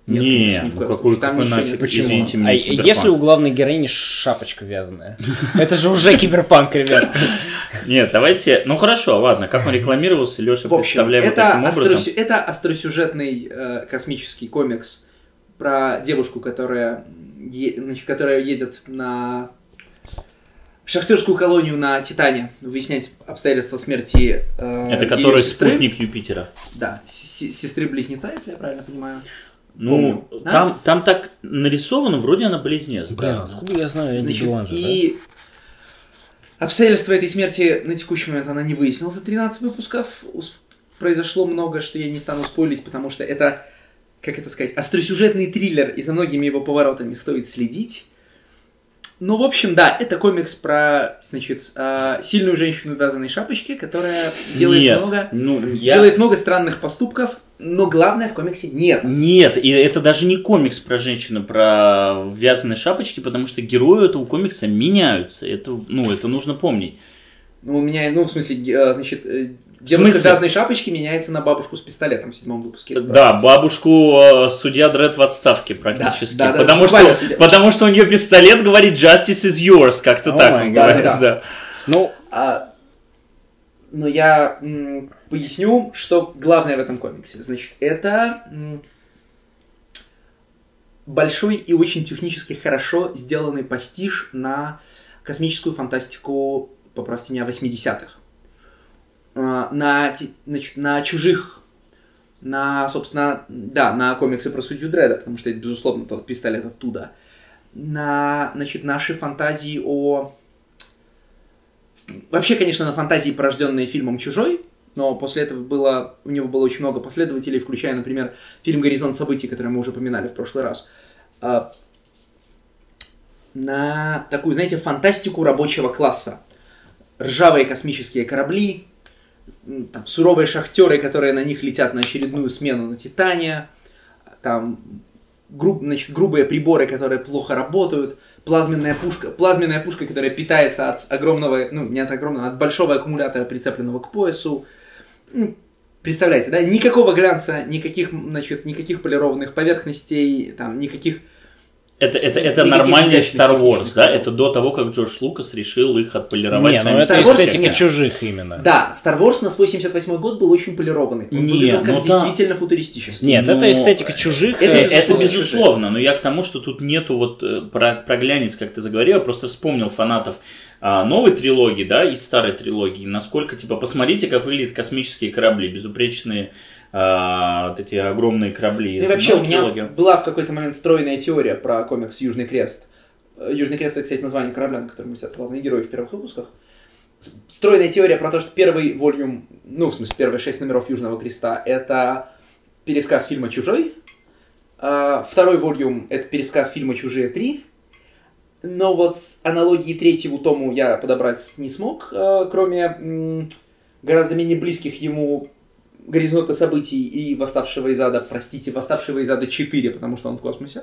Нет, Не, конечно, ни в ну коем какой, случае. Там какой ничего нафиг, нет. Почему? извините А меня, если киберпанк. у главной героини шапочка вязаная? Это же уже киберпанк, ребят. Нет, давайте, ну хорошо, ладно, как он рекламировался, Леша, В общем, представляем вот это, таким образом. остросю- это остросюжетный э, космический комикс про девушку, которая, е- значит, которая едет на шахтерскую колонию на Титане выяснять обстоятельства смерти э, Это её который сестры. спутник Юпитера. Да, с- с- сестры-близнеца, если я правильно понимаю. Ну, Помню, да? там, там так нарисовано, вроде она близнец. Блин, да. откуда я знаю, я не Значит, Беланже, и обстоятельства этой смерти на текущий момент она не выяснила за тринадцать выпусков. Ус- Произошло много, что я не стану спойлить, потому что это, как это сказать, остросюжетный триллер, и за многими его поворотами стоит следить. Ну, в общем, да, это комикс про, значит, э, сильную женщину в вязаной шапочке, которая делает Нет, много, ну, я... делает много странных поступков, но главное в комиксе нет. Нет, и это даже не комикс про женщину, про вязаные шапочки, потому что герои этого комикса меняются. Это, ну, это нужно помнить. Ну, у меня, ну, в смысле, э, значит, э, девушка в смысле? вязаной шапочке меняется на бабушку с пистолетом в седьмом выпуске. Да, бабушку э, судья Дред в отставке практически. Да, да, да, потому, буквально что, судья. потому что у нее пистолет говорит «Justice is yours», как-то Oh так my он God. говорит. Да, да, да. Ну, А, но я м, поясню, что главное в этом комиксе. Значит, это м, большой и очень технически хорошо сделанный пастиш на космическую фантастику, поправьте меня, восьмидесятых. А, на, те- значит, на чужих, на, собственно, да, на комиксы про судью Дредда, потому что это, безусловно, тот пистолет оттуда. На, значит, наши фантазии о... Вообще, конечно, на фантазии, порожденные фильмом «Чужой», но после этого было, у него было очень много последователей, включая, например, фильм «Горизонт событий», который мы уже поминали в прошлый раз. А, на такую, знаете, фантастику рабочего класса. Ржавые космические корабли, м, там, суровые шахтеры, которые на них летят на очередную смену на Титане, там, груб, значит, грубые приборы, которые плохо работают, плазменная пушка, плазменная пушка, которая питается от огромного, ну, не от огромного, от большого аккумулятора, прицепленного к поясу. Ну, представляете, да? Никакого глянца, никаких, значит, никаких полированных поверхностей, там, никаких... Это, это, это Никаких нормальный изящных Star Wars, технических да? приколов. Это до того, как Джордж Лукас решил их отполировать. не, ну своими это Star Wars эстетика нет. чужих именно. Да, Star Wars у нас восемьдесят восьмой год был очень полированный. Он Не, выглядел как ну да. действительно футуристический. Нет, Ну, это эстетика чужих. это э, Это, безусловно, безусловно, но я к тому, что тут нету вот э, про, про глянец, как ты заговорил, я просто вспомнил фанатов а, новой трилогии, да, и старой трилогии, насколько, типа, посмотрите, как выглядят космические корабли, безупречные а, вот эти огромные корабли. Ну и из вообще, у новой меня трилогии. была в какой-то момент стройная теория про комикс «Южный крест». Э, «Южный крест» — это, кстати, название корабля, на котором летят главные герои в первых выпусках. С- Стройная теория про то, что первый волюм, ну, в смысле, первые шесть номеров «Южного креста» — это пересказ фильма «Чужой». А второй волюм — это пересказ фильма «Чужие три». Но вот с аналогии третьему тому я подобрать не смог, э, кроме м, гораздо менее близких ему «Горизонта событий» и «Восставшего из ада», простите, «Восставшего из ада четыре», потому что он в космосе.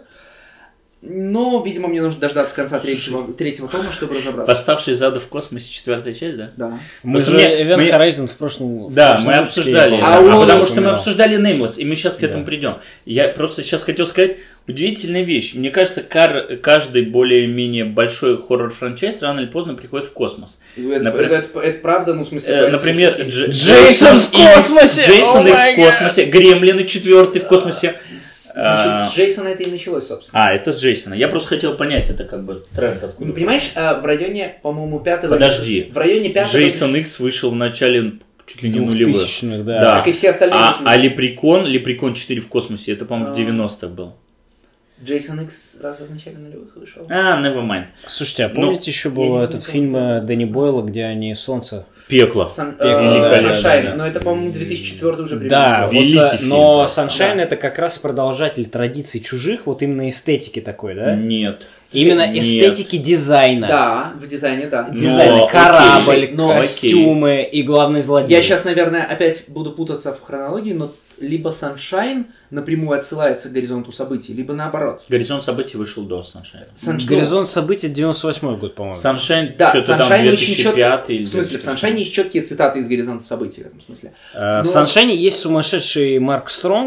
Но, видимо, мне нужно дождаться конца третьего, третьего тома, чтобы разобраться. Восставший из ада в космосе, четвертая часть, да? Да. Мы Просто же мне- Event мы- Horizon в прошлом... в Да, прошлом мы выпуске обсуждали, его а, А а он потому что мы упоминал. обсуждали Nameless, и мы сейчас к Да. этому придем. Я просто сейчас хотел сказать удивительная вещь. Мне кажется, кар- каждый более-менее большой хоррор-франчайз рано или поздно приходит в космос. Это, Например- это- это- это правда, ну, в смысле... Э, поэт Например, все-таки- Дж- Джейсон в Икс, космосе! Джейсон О Икс май в космосе, Гремлины четвертый в космосе. Значит, с Джейсона это и началось, собственно. А, это с Джейсона. Я просто хотел понять, это как бы тренд откуда. Ну, понимаешь, а, в районе, по-моему, пятого... Подожди. В районе пятого... Джейсон Икс вышел в начале чуть ли не нулевых. двухтысячных, да. Да. Как и все остальные. А, уже. а Лепрекон, Лепрекон четыре в космосе, это, по-моему, в А. девяностых был. Джейсон Икс разве в начале нулевых вышел? А, never mind. Слушайте, а Ну, помните еще я был не этот помню, фильм кого э, это Дэнни Бойла, где они солнце... Пекло. Сан, Великолепно, э, Sunshine, да. но это, по-моему, две тысячи четвёртый уже примерно. Да, был. вот, Великий э, фильм но просто. Sunshine Да. это как раз продолжатель традиций чужих, вот именно эстетики такой, да? Нет. Именно Нет. эстетики дизайна. Да, в дизайне, да. Ну, Дизайн, окей. корабль, Но- костюмы и главный злодей. Я сейчас, наверное, опять буду путаться в хронологии, но либо Sunshine напрямую отсылается к горизонту событий, либо наоборот. Горизонт событий вышел до Саншайна. Sunshine- Горизонт событий девяносто восьмой год, по-моему. Саншайн, Да, что-то там Sunshine две очень тысячи чёт- пятый или В смысле, в две тысячи Sunshine есть четкие цитаты из горизонта событий в этом смысле. Э, В Но- Саншайне есть сумасшедший Марк Стронг,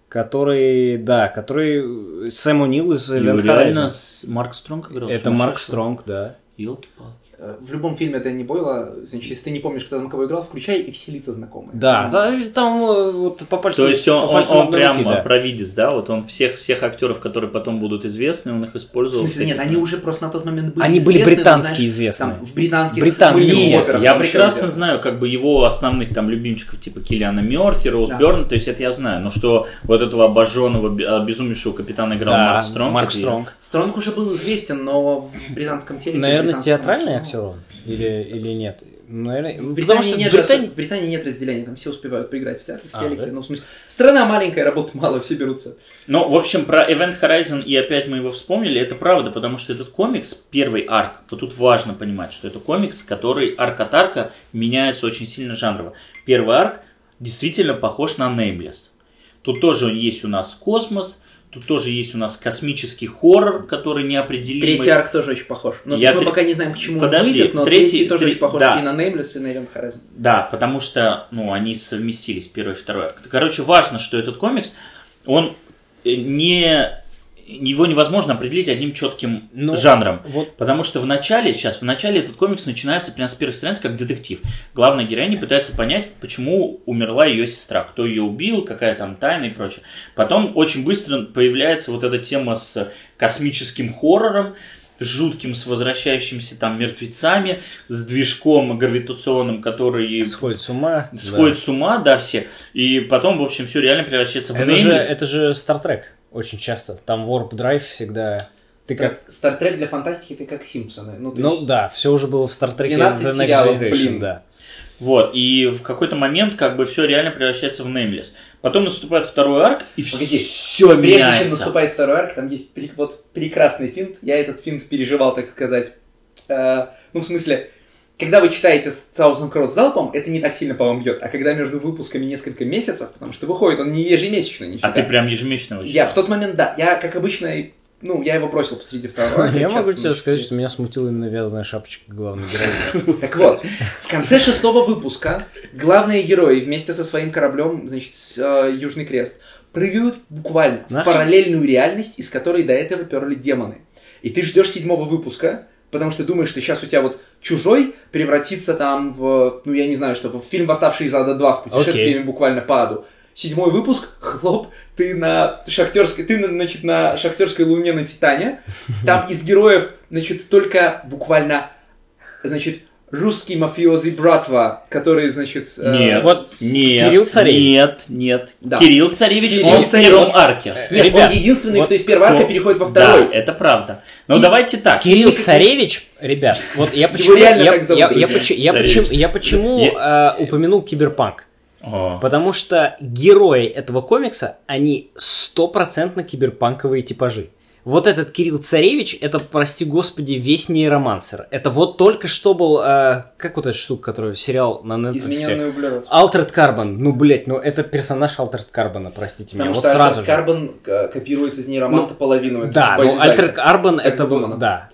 который, да, который Сэм О'Нил из И Event реально Horizon. с- Марк Стронг играл. Это Марк Стронг, да. Ёлки-палки. В любом фильме Дэнни Бойла, значит, если ты не помнишь, кто там кого играл, включай, и все лица знакомые. Да, за- там э, вот по пальцам. То есть он, по он, пальцам он одной прям руки, да. провидец, да? Вот он всех, всех актеров, которые потом будут известны, он их В использовал. смысле, нет, они уже просто на тот момент были Они были известны, но, британские знаешь, известные. там, в британских Британские, мыльных нет, операх Я там еще прекрасно где-то. знаю, как бы его основных там любимчиков, типа Киллиана Мёрфи, Роуз Да. Бёрн, то есть это я знаю. Но что вот этого обожженного, бе- обезумевшего капитана играл Да, Марк Стронг. Марк это я- Стронг. Стронг уже был известен, но в британском телеке... в Наверное, британском театральный кино. актер он? Или, или нет? Наверное, В потому Британии, что нет в Британии... же- в Британии нет разделения, там все успевают поиграть в театре, в А, телеке. да? Ну, в смысле, страна маленькая, работы мало, все берутся. Ну, в общем, про Event Horizon, и опять мы его вспомнили, это правда, потому что этот комикс, первый арк, вот тут важно понимать, что это комикс, который арк от арка меняется очень сильно жанрово. Первый арк действительно похож на Nameless. Тут тоже есть у нас космос, тут тоже есть у нас космический хоррор, который неопределимый. Третий арк тоже очень похож. Но Я мы три- пока не знаем, к чему Подожди, он выйдет, но третий- третий, тоже три- очень похож да. и на Nameless, и на Event Horizon. Да, потому что, ну, они совместились, первый и второй арк. Короче, важно, что этот комикс, он э, не... Его невозможно определить одним четким Ну, жанром. вот- Потому что в начале, сейчас, в начале этот комикс начинается прямо с первых страниц как детектив. Главная героиня пытается понять, почему умерла ее сестра, кто ее убил, какая там тайна и прочее. Потом очень быстро появляется вот эта тема с космическим хоррором, жутким, с возвращающимися там мертвецами, с движком гравитационным, который Сходит с ума. сходит да. с ума, да, все. И потом, в общем, все реально превращается в Это же, Nameless. это же Star Trek очень часто. Там Warp Drive всегда... Ты как... Стартрек для фантастики, ты как Симпсоны. Ну, то Ну есть да, все уже было в Star Trek двенадцать The Next сериалов, Generation, блин. да. Вот, и в какой-то момент как бы все реально превращается в Nameless. Потом наступает второй арк, и Погоди, все Прежде меняется. чем наступает второй арк, там есть пре- вот прекрасный финт. Я этот финт переживал, так сказать. Э, ну, в смысле, когда вы читаете Thousand Crows залпом, это не так сильно по вам бьет. А когда между выпусками несколько месяцев, потому что выходит он не ежемесячно, нифига. А ты прям ежемесячно его Я читал? в тот момент, да. Я, как обычно, ну, я его бросил посреди второго арка. Я Сейчас могу мы тебе сказать, чуть-чуть- что меня смутила именно вязаная шапочка главной героини. Так вот, в конце шестого выпуска главные герои вместе со своим кораблем, значит, с, э, Южный Крест, прыгают буквально в Знаешь? параллельную реальность, из которой до этого перли демоны. И ты ждешь седьмого выпуска, потому что думаешь, что сейчас у тебя вот Чужой превратится там в, ну я не знаю, что в фильм «Восставший из ада два» с путешествиями буквально по аду. Седьмой выпуск, хлоп, ты на шахтерской, ты, на, значит, на шахтерской луне на Титане. Там из героев, значит, только буквально, значит, русский мафиозный братва, который, значит... э, Нет, вот нет, Кирилл Царевич. Нет, нет. Да. Кирилл Царевич, Кирилл он в Царевич. первом арке. Нет, Ребят, он единственный, вот кто из первого арка кто- переходит во Да, второй. это правда. Но И- давайте так. Кирилл И- Царевич, ребят, вот я почему... реально Я, так зовут, я- я друзья. почему- я Царевич. почему- я почему э, упомянул Киберпанк? О. Потому что герои этого комикса, они стопроцентно киберпанковые типажи. Вот этот Кирилл Царевич, это, прости господи, весь нейромансер. Это вот только что был, э, как вот эта штука, которую сериал на Netflix. Измененный углерод. Altered Carbon. Ну, блядь, ну это персонаж Altered Carbon, простите Потому меня. что Вот сразу Altered же. Carbon э, копирует из нейроманта Ну, половину. Это Да, by ну design. Altered Carbon Так это задумано. был, да.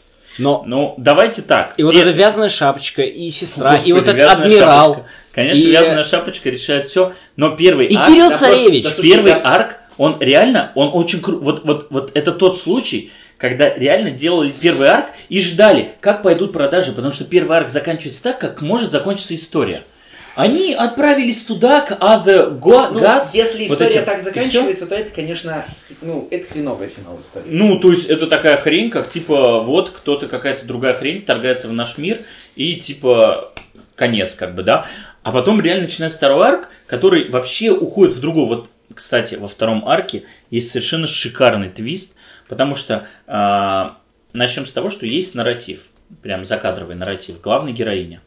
Но Ну, давайте так. и вот Пер- эта вязаная шапочка, и сестра, Господи, и вот этот вязаная адмирал. шапочка. Конечно, и- вязаная шапочка решает все, но первый И арк... Кирилл да просто- Царевич. да, слушай, Первый да. арк, он реально, он очень круто. Вот, вот, вот это тот случай, когда реально делали первый арк и ждали, как пойдут продажи, потому что первый арк заканчивается так, как может закончиться история. Они отправились туда, к Other Go- Ну, Gods. если вот история эти- так и всё. заканчивается, то это, конечно, ну, это хреновый финал истории. Ну, то есть это такая хрень, как типа вот кто-то, какая-то другая хрень вторгается в наш мир и типа конец как бы, да. А потом реально начинается второй арк, который вообще уходит в другой. Вот, кстати, во втором арке есть совершенно шикарный твист, потому что а, начнем с того, что есть нарратив, прям закадровый нарратив, главной героини.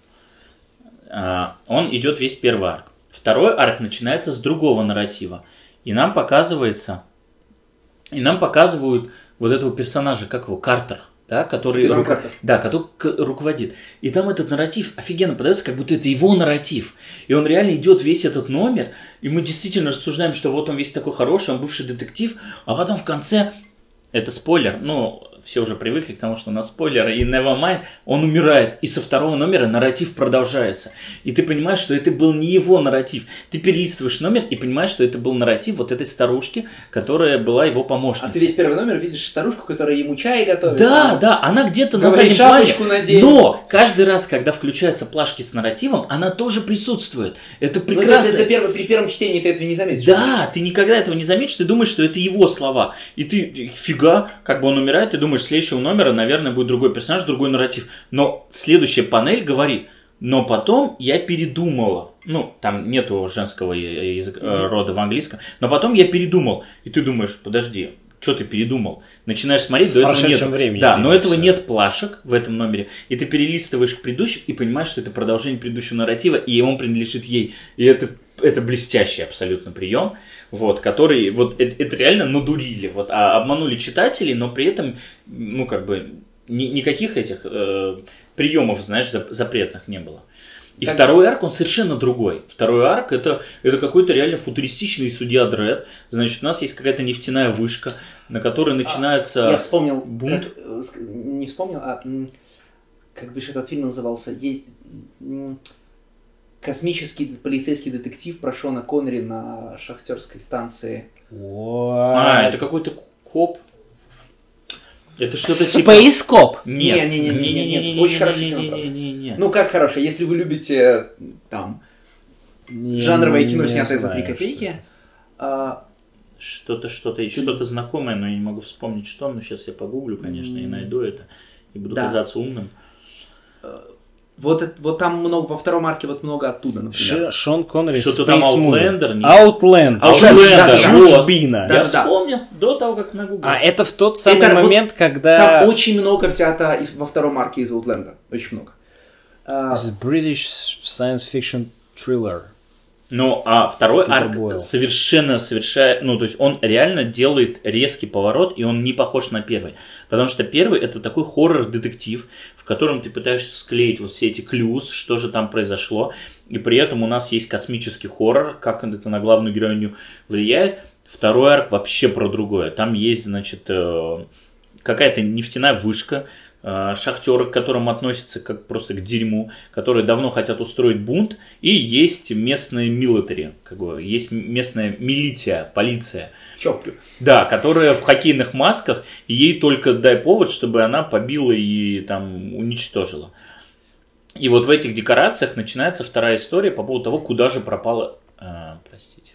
А, он идет весь первый арк. Второй арк начинается с другого нарратива. И нам показывается, и нам показывают вот этого персонажа, как его, Картер, да, который, Капитан руко- Картер. да, который к- руководит. И там этот нарратив офигенно подается, как будто это его нарратив. И он реально идет весь этот номер, и мы действительно рассуждаем, что вот он весь такой хороший, он бывший детектив, а потом в конце, это спойлер, ну, все уже привыкли к тому, что на спойлеры, и Nevermind, он умирает, и со второго номера нарратив продолжается. И ты понимаешь, что это был не его нарратив. Ты перелистываешь номер и понимаешь, что это был нарратив вот этой старушки, которая была его помощницей. А ты весь первый номер видишь старушку, которая ему чай готовит. Да, там, да, она где-то на говорит, заднем плане. шапочку надень. Но каждый раз, когда включаются плашки с нарративом, она тоже присутствует. Это Ну, прекрасно. это за первый, при первом чтении ты этого не заметишь. Да, ты никогда этого не заметишь, ты думаешь, что это его слова. И ты, фига, как бы он умирает, ты думаешь, следующего номера, наверное, будет другой персонаж, другой нарратив. Но следующая панель говорит, но потом я передумала. Ну, там нету женского языка, mm-hmm. рода в английском. Но потом я передумал. И ты думаешь, подожди, что ты передумал? Начинаешь смотреть, до этого нет. Времени да, но этого нет плашек в этом номере. И ты перелистываешь к предыдущему и понимаешь, что это продолжение предыдущего нарратива, и он принадлежит ей. И это, это блестящий абсолютно прием, вот, который вот это, это реально надурили, вот, а обманули читателей, но при этом, ну, как бы, ни, никаких этих э, приемов, знаешь, запретных не было. И так... второй арк, он совершенно другой. Второй арк, это, это какой-то реально футуристичный судья Дред. Значит, у нас есть какая-то нефтяная вышка, на которой начинается а, я вспомнил, бунт. Как, не вспомнил, а как бы этот фильм назывался? Есть космический полицейский детектив про Шона Коннери на шахтерской станции. What? А, это какой-то коп. Это что-то Space Cop? Нет, не, не, не, не, не, не, очень хорошее кино. Ну как хорошее, если вы любите там жанровое кино, снятое за три копейки. Что-то, что-то, что-то знакомое, но я не могу вспомнить, что. Но сейчас я погуглю, конечно, и найду это и буду казаться умным. Вот, это, вот там много, во втором арке вот много оттуда, например. Ш, Шон Коннери, что-то там Outlander. Outlander. Outlander. Чужбина. Я вспомнил до того, как нагуглил. А это в тот самый это момент, вот, когда... Там очень много взято из, во втором арке из Outlander. Очень много. This is British science fiction thriller. Ну, а второй Питер арк Бойл. совершенно совершает, ну, то есть он реально делает резкий поворот, и он не похож на первый. Потому что первый это такой хоррор-детектив, в котором ты пытаешься склеить вот все эти клюз, что же там произошло, и при этом у нас есть космический хоррор, как это на главную героиню влияет. Второй арк вообще про другое. Там есть, значит, какая-то нефтяная вышка, шахтеры, к которым относятся как просто к дерьму, которые давно хотят устроить бунт, и есть местные милитари, как бы, есть местная милиция, полиция. Чёпки. Да, которая в хоккейных масках, и ей только дай повод, чтобы она побила и там уничтожила. И вот в этих декорациях начинается вторая история по поводу того, куда же пропала... А, простите.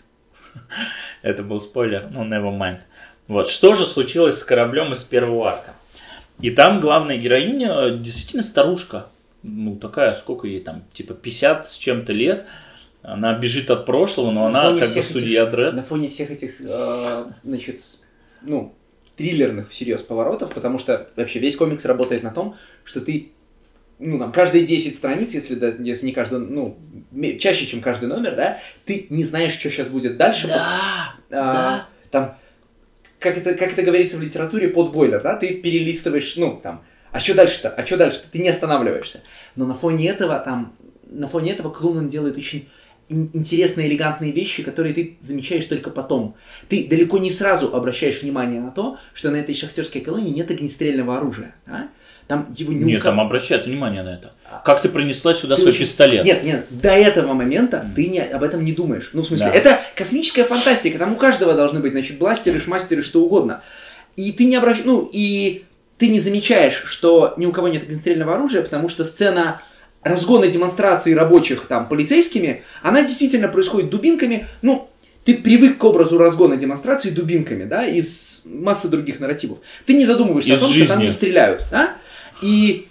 Это был спойлер, но never mind. Вот, что же случилось с кораблем из первого арка? И там главная героиня действительно старушка. Ну, такая, сколько ей там, типа пятьдесят с чем-то лет. Она бежит от прошлого, но на она как бы судья Дред. На фоне всех этих, э, значит, ну, триллерных всерьез поворотов, потому что вообще весь комикс работает на том, что ты, ну, там, каждые десять страниц, если, да, если не каждый, ну, чаще, чем каждый номер, да, ты не знаешь, что сейчас будет дальше. Да, после, да. Э, там, Как это, как это говорится в литературе, под бойлер, да, ты перелистываешь, ну, там, а что дальше-то, а что дальше-то, ты не останавливаешься. Но на фоне этого, там, на фоне этого Клунан делает очень ин- интересные, элегантные вещи, которые ты замечаешь только потом. Ты далеко не сразу обращаешь внимание на то, что на этой шахтерской колонии нет огнестрельного оружия, да? Там его не Нет, укап... там обращают внимание на это. Как ты принесла сюда ты свой очень... пистолет? Нет, нет, до этого момента mm. ты не, об этом не думаешь. Ну, в смысле, да. это космическая фантастика, там у каждого должны быть, значит, бластеры, шмастеры, что угодно. И ты не обращаешь, ну, и ты не замечаешь, что ни у кого нет огнестрельного оружия, потому что сцена разгона демонстрации рабочих там полицейскими, она действительно происходит дубинками, ну, ты привык к образу разгона демонстрации дубинками, да, из массы других нарративов. Ты не задумываешься из о том, жизни. что там не стреляют, да? И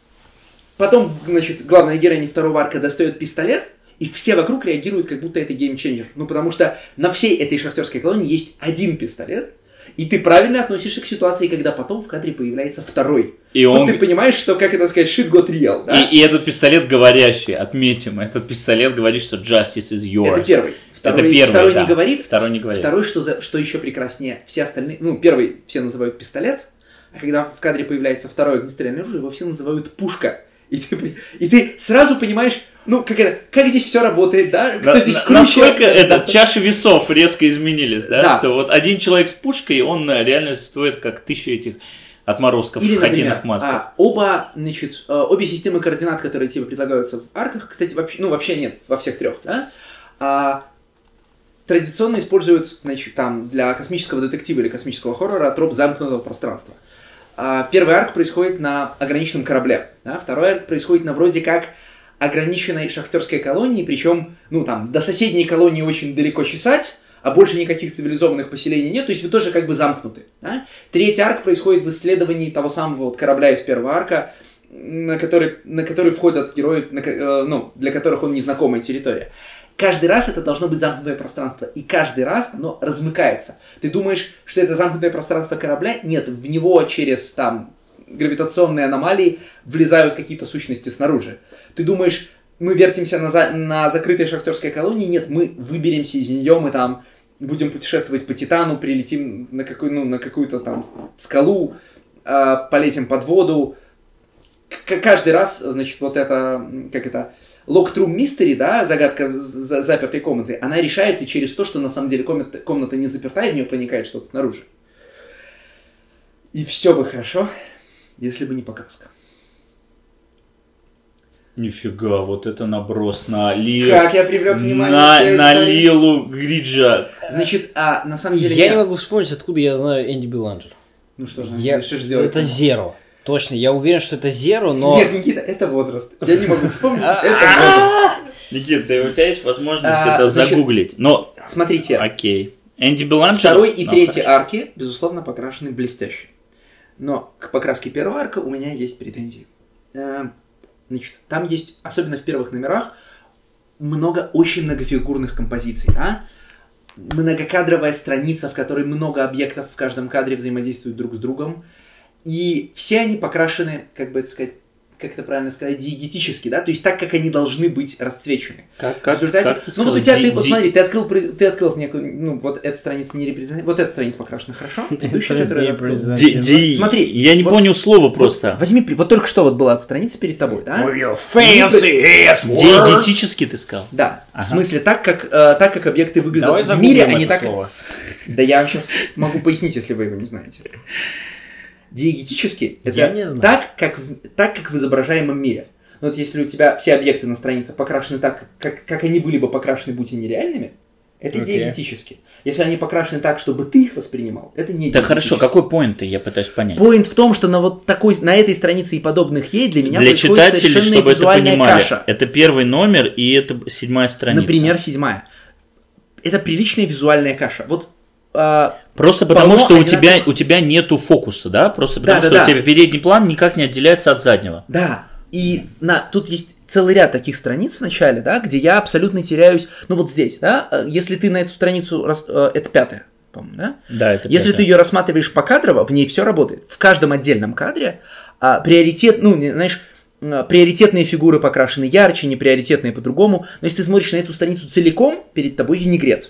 потом, значит, главная героиня второго арка достает пистолет, и все вокруг реагируют, как будто это геймченджер. Ну, потому что на всей этой шахтерской колонии есть один пистолет, и ты правильно относишься к ситуации, когда потом в кадре появляется второй. И вот он... ты понимаешь, что, как это сказать, shit got real, да? И, и этот пистолет говорящий, отметим, этот пистолет говорит, что justice is yours. Это первый. Второй, это первый, второй да. не говорит. Второй не говорит. Второй, что, за, что еще прекраснее, все остальные... Ну, первый все называют пистолет, а когда в кадре появляется второе огнестрельное оружие, его все называют пушка. И ты, и ты сразу понимаешь, ну, как, это, как здесь все работает, да? Кто на, здесь на, круче? Насколько это, чаши весов резко изменились, да? Да. Что вот один человек с пушкой, он реально стоит как тысяча этих отморозков в хоккейных масках. А, оба, значит, обе системы координат, которые тебе предлагаются в арках, кстати, вообще, ну, вообще нет во всех трех, да, а, традиционно используют, значит, там, для космического детектива или космического хоррора троп замкнутого пространства. А, первый арк происходит на ограниченном корабле, да, второй арк происходит на вроде как ограниченной шахтерской колонии, причем, ну, там, до соседней колонии очень далеко чесать, а больше никаких цивилизованных поселений нет, то есть вы тоже как бы замкнуты. Да? Третий арк происходит в исследовании того самого вот корабля из первого арка, на который, на который входят герои, на, э, ну, для которых он незнакомая территория. Каждый раз это должно быть замкнутое пространство, и каждый раз оно размыкается. Ты думаешь, что это замкнутое пространство корабля? Нет, в него через там гравитационные аномалии влезают какие-то сущности снаружи. Ты думаешь, мы вертимся на, за, на закрытой шахтерской колонии? Нет, мы выберемся из нее, мы там будем путешествовать по Титану, прилетим на, какую, ну, на какую-то там скалу, э, полетим под воду. К- каждый раз, значит, вот это, как это, Locked-Room Mystery, да, загадка за- запертой комнаты, она решается через то, что на самом деле комната, комната не заперта, и в нее проникает что-то снаружи. И все бы хорошо, если бы не покраска. Нифига, вот это наброс на Ли... Как я привлек внимание на, всей на истории. Лилу Гриджа. Значит, а на самом деле Я нет. не могу вспомнить, откуда я знаю Энди Беланджер. Ну что же, Я... что же делать? Это Zero. Точно, я уверен, что это Zero, но... Нет, Никита, это возраст. Я не могу вспомнить, это возраст. Никита, у тебя есть возможность А, это значит, загуглить. Но, Смотрите, окей. Энди Беланджер... второй и Ну, третий хорошо. арки, безусловно, покрашены блестяще. Но к покраске первого арка у меня есть претензии. Э, Значит, там есть, особенно в первых номерах, много очень многофигурных композиций, да? Многокадровая страница, в которой много объектов в каждом кадре взаимодействуют друг с другом. И все они покрашены, как бы это сказать, как это правильно сказать, диегетически, да? То есть так, как они должны быть расцвечены. Как, В как, результате, как ты ну вот сказал? у тебя, Ди- ты, ди- вот смотри, ты открыл, ты открыл некую, ну вот эта страница не репрезентативна, вот эта страница покрашена хорошо, предыдущая, которая я открыл. Ди- ди- Смотри, я не вот- понял слова Вот просто. возьми, при- вот только что вот была страница перед тобой, да? Диетически ты сказал. Да, Ага. в смысле так, как, э, так, как объекты выглядят Давай в мире, загуглим они это так... слово. Да я сейчас могу пояснить, если вы его не знаете. Диегетически это Я не знаю. Так, как в, так, как в изображаемом мире. Но вот если у тебя все объекты на странице покрашены так, как, как они были бы покрашены, будь они реальными, это Окей. диегетически. Если они покрашены так, чтобы ты их воспринимал, это не Да диегетически. хорошо, какой поинт я пытаюсь понять? Поинт в том, что на вот такой, на этой странице и подобных ей для меня Для происходит читателей, совершенно чтобы это визуальная понимали, каша. это первый номер и это седьмая страница. Например, седьмая. Это приличная визуальная каша. Вот а, Просто потому, полно что у тебя, одинаковых- у тебя нету фокуса, да? Просто Да, потому, да, что да. у тебя передний план никак не отделяется от заднего. Да, и на, тут есть целый ряд таких страниц в начале, да, где я абсолютно теряюсь, ну вот здесь, да, э, если ты на эту страницу, рас- э, это пятая, по-моему, да? Да, это Если пятое. ты ее рассматриваешь покадрово, в ней все работает. В каждом отдельном кадре а, приоритет, ну, не- знаешь, а, приоритетные фигуры покрашены ярче, неприоритетные по-другому, но если ты смотришь на эту страницу целиком, перед тобой винегрет.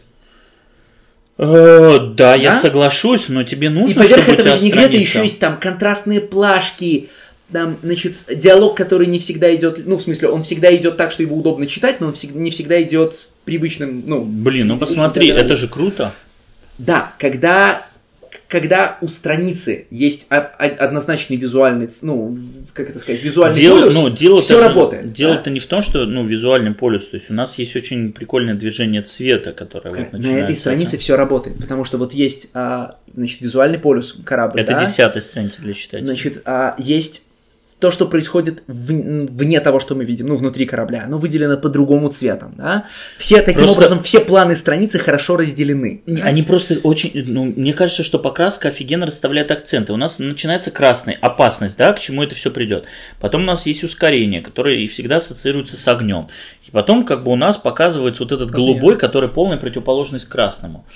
Э, да, я Да? соглашусь, но тебе И нужно, поверх чтобы у этого тебя винегрета страница- еще есть там контрастные плашки, там, значит, диалог, который не всегда идет, ну, в смысле, он всегда идет так, что его удобно читать, но он всег- не всегда идет привычным, ну... Блин, ну привычным посмотри, диалогом. это же круто. Да, когда, когда у страницы есть о- о- однозначный визуальный, ц- ну, в- как это сказать, визуальный Дело, полюс, ну, дело все работает. Дело-то да? не в том, что ну, визуальный полюс. То есть у нас есть очень прикольное движение цвета, которое вот На начинается. этой странице все работает, потому что вот есть, а, значит, визуальный полюс корабля, Это да? десятая страница для читателя. Значит, а, есть то, что происходит в- вне того, что мы видим, ну, внутри корабля, оно выделено по-другому цветом, да? Все, таким Просто- образом, все планы страницы хорошо разделены. Не, Они просто очень, ну, мне кажется, что покраска офигенно расставляет акценты. У нас начинается красный, опасность, да, к чему это все придет. Потом у нас есть ускорение, которое и всегда ассоциируется с огнем. И потом, как бы у нас показывается вот этот голубой, который полная противоположность красному.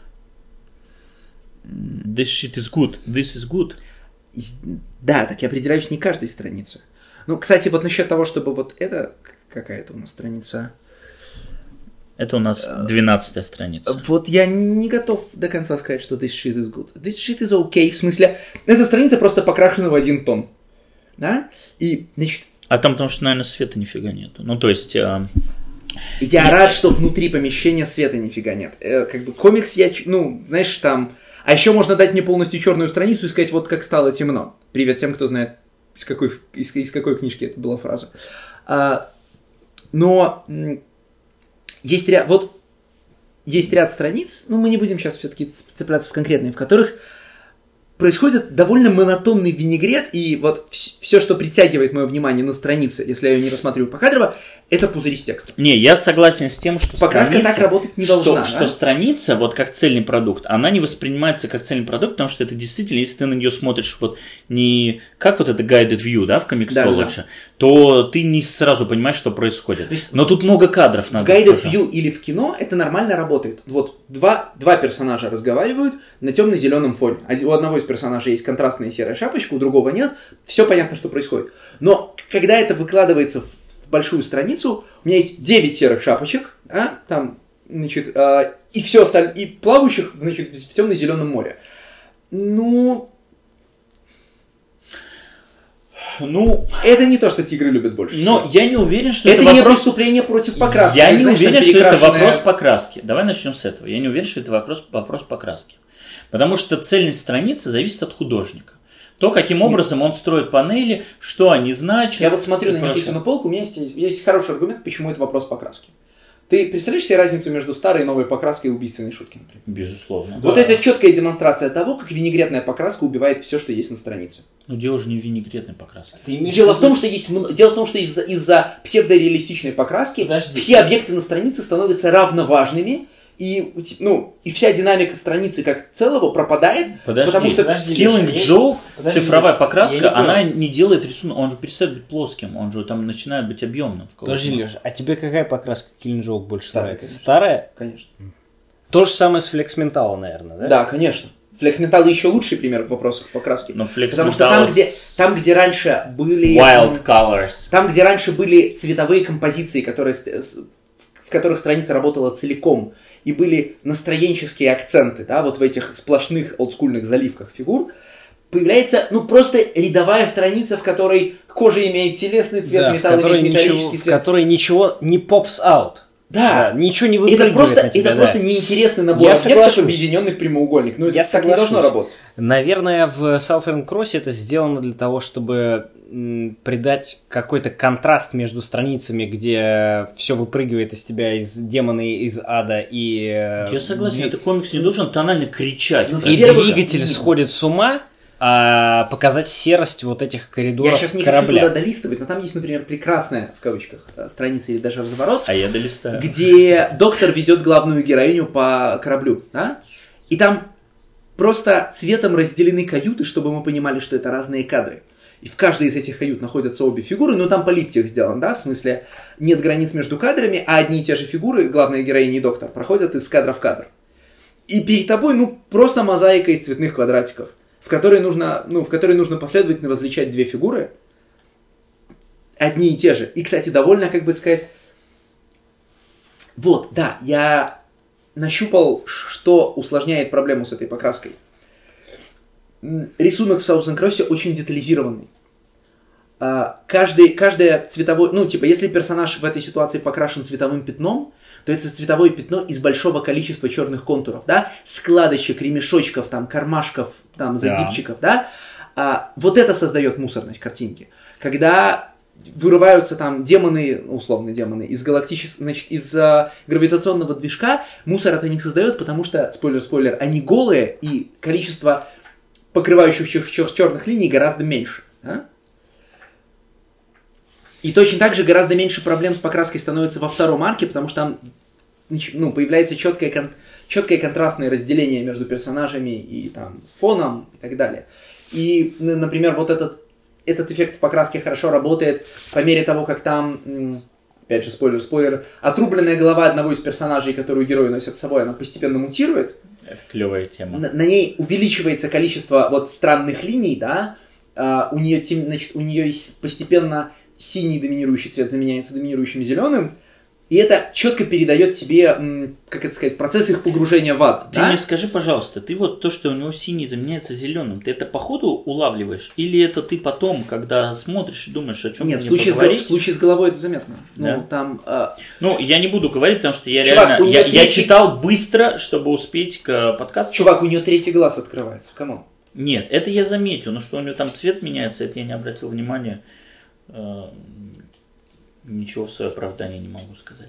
This shit is good. This is good. Из- Да, так я определяюсь не каждой страницей. Ну, кстати, вот насчет того, чтобы вот это... Какая-то у нас страница... Это у нас двенадцатая страница. Вот я не готов до конца сказать, что this shit is good. This shit is okay. В смысле, эта страница просто покрашена в один тон. Да? И, значит, А там, потому что, наверное, света нифига нету. Ну, то есть... э, я рад, что внутри помещения света нифига нет. Э, как бы комикс я... ч- Ну, знаешь, там... А еще можно дать мне полностью черную страницу и сказать, вот как стало темно. Привет тем, кто знает, из какой, из, из какой книжки это была фраза. А, но есть ряд, вот, есть ряд страниц, ну мы не будем сейчас все-таки цепляться в конкретные, в которых происходит довольно монотонный винегрет, и вот все, что притягивает мое внимание на странице, если я ее не рассматриваю покадрово, это пузыри с текстом. Не, я согласен с тем, что покраска страница, так работать не должна. Что, да? что страница, вот как цельный продукт, она не воспринимается как цельный продукт, потому что это действительно, если ты на нее смотришь вот не как вот это guided view, да, в Comixology, да, да. то ты не сразу понимаешь, что происходит. Но тут много кадров надо. В guided view или в кино это нормально работает. Вот два, два персонажа разговаривают на темно-зеленом фоне. У одного из персонажей есть контрастная серая шапочка, у другого нет. Все понятно, что происходит. Но когда это выкладывается в большую страницу, у меня есть девять серых шапочек, а, там, значит, э, и все остальное, и плавающих, значит, в темно-зеленом море. Ну, ну, это не то, что тигры любят больше. Но всего. я не уверен, что это, это не вопрос... преступление против покраски. Я как, не знаешь, уверен, что перекрашенная... это вопрос покраски. Давай начнем с этого. Я не уверен, что это вопрос, вопрос покраски. Потому что цельность страницы зависит от художника. То, каким образом Нет. он строит панели, что они значат. Я вот смотрю на неписанную полку, у меня есть, есть хороший аргумент, почему это вопрос покраски. Ты представляешь себе разницу между старой и новой покраской и убийственной шутки, например? Безусловно. Вот да. это четкая демонстрация того, как винегретная покраска убивает все, что есть на странице. Ну, дело же не в винегретной покраске. Дело в том, что есть, дело в том, что из-за, из-за псевдореалистичной покраски Подожди. все объекты на странице становятся равноважными. И, ну, и вся динамика страницы как целого пропадает, подожди, потому что подожди, в Killing Joke цифровая покраска, не она не делает рисунок, он же перестает быть плоским, он же там начинает быть объемным. Подожди, Леша, а тебе какая покраска Killing Joke больше Старая, нравится? Конечно. Старая? Конечно. То же самое с Flex Mental, наверное, да? Да, конечно. Flex Mental еще лучший пример в вопросах покраски. Но Flex потому что там где, там, где раньше были... Wild colors. Там, где раньше были цветовые композиции, которые, в которых страница работала целиком, и были настроенческие акценты, да, вот в этих сплошных олдскульных заливках фигур, появляется, ну, просто рядовая страница, в которой кожа имеет телесный цвет, да, металл имеет металлический ничего, цвет. В которой ничего не pops out. Да, да ничего не выпрыгивает это просто, на тебя, это да. просто неинтересный набор Я объектов, соглашусь. объединенных в прямоугольник. Ну, это Я так соглашусь. не должно работать. Наверное, в Southern Cross это сделано для того, чтобы м, придать какой-то контраст между страницами, где все выпрыгивает из тебя, из демона, из ада и... Я согласен, дви... этот комикс не должен тонально кричать. Ну, и двигатель сходит с ума, а показать серость вот этих коридоров Я сейчас не корабля. хочу туда долистывать, но там есть, например, прекрасная, в кавычках, страница или даже разворот, а я долистаю. Где доктор ведет главную героиню по кораблю, да? И там просто цветом разделены каюты, чтобы мы понимали, что это разные кадры. И в каждой из этих кают находятся обе фигуры, но там полиптих сделан, да, в смысле нет границ между кадрами, а одни и те же фигуры, главная героиня и доктор, проходят из кадра в кадр. И перед тобой, ну, просто мозаика из цветных квадратиков, в которой нужно, ну, в которой нужно последовательно различать две фигуры, одни и те же. И, кстати, довольно, как бы сказать, вот, да, я нащупал, что усложняет проблему с этой покраской. Рисунок в Southern Cross очень детализированный. Каждый, каждое цветовое... Ну, типа, если персонаж в этой ситуации покрашен цветовым пятном, то это цветовое пятно из большого количества черных контуров, да? Складочек, ремешочков, там, кармашков, там, загибчиков, да? А, вот это создает мусорность картинки. Когда вырываются там демоны, условно демоны, из галактического, значит, из а, гравитационного движка, мусор это не создает, потому что, спойлер-спойлер, они голые, и количество покрывающих черных линий гораздо меньше. Да? И точно так же гораздо меньше проблем с покраской становится во втором арке, потому что там ну, появляется четкое, кон- четкое контрастное разделение между персонажами и там, фоном и так далее. И, например, вот этот, этот эффект в покраске хорошо работает по мере того, как там, опять же, спойлер-спойлер, отрубленная голова одного из персонажей, которую герои носят с собой, она постепенно мутирует. Это клевая тема. На, на ней увеличивается количество вот странных линий, да, а, у нее, значит, у нее есть постепенно... синий доминирующий цвет заменяется доминирующим зеленым, и это четко передает тебе, как это сказать, процесс их погружения в ад. Ты да? мне скажи, пожалуйста, ты вот то, что у него синий заменяется зеленым, ты это по ходу улавливаешь? Или это ты потом, когда смотришь и думаешь, о чем Нет, мне в случае, поговорить? с, в случае с головой это заметно. Да? Ну, там, а... ну, я не буду говорить, потому что я Чувак, реально, у я, него я третий- читал быстро, чтобы успеть к подкасту. Чувак, у нее третий глаз открывается, камон. Нет, это я заметил, но что у него там цвет меняется, это я не обратил внимания. Э, Ничего в свое оправдание не могу сказать.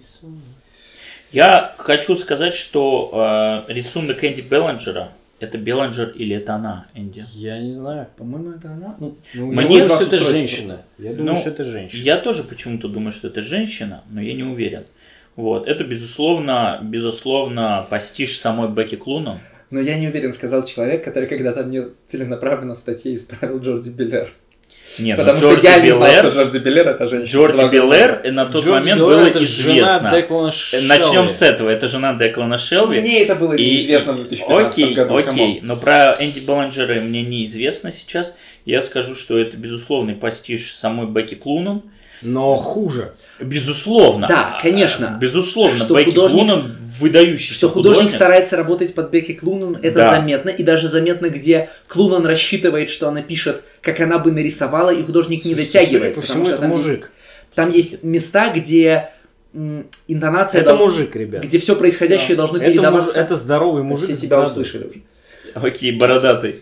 Я хочу сказать, что э, рисунок Энди Беллинджера, это Беллинджер или это она, Энди? Я не знаю. По-моему, это она. Ну, Ну, Мне я думаю, кажется, что это устройство. женщина. Я думаю, Ну, что это женщина. Я тоже почему-то думаю, что это женщина, но я не уверен. Вот, это безусловно, безусловно, пастиш самой Бекки Клунан. но я не уверен, сказал человек, который когда-то мне целенаправленно в статье исправил Джорди Беллер. Нет, Потому ну, что Джорди я не знал, Беллер, что Джорди Беллер это женщина. Джорди Два года Беллер назад. на тот Джорди момент Беллер было это жена известно. Деклана Шелби. Начнем с этого. Это жена Деклана Шелби. Мне это было И- неизвестно в две тысячи пятнадцатом Окей, году. окей. Но про Энди Беллинджера мне неизвестно сейчас. Я скажу, что это безусловный пастиш самой Бекки Клунан. Но хуже. Безусловно. Да, конечно. Безусловно, Что Бекки художник- Клунан выдающийся Что художник художник. старается работать под Бекки Клунан, это Да. заметно. И даже заметно, где Клунан рассчитывает, что она пишет, как она бы нарисовала, и художник не Слушайте, дотягивает. судя по потому всему, что это там мужик. Есть, там есть места, где м, интонация... Это дол- мужик, ребят. Где все происходящее Да. должно Это, передаваться... муж- это здоровый Так, мужик. все с тебя бородой. услышали уже. Окей, бородатый.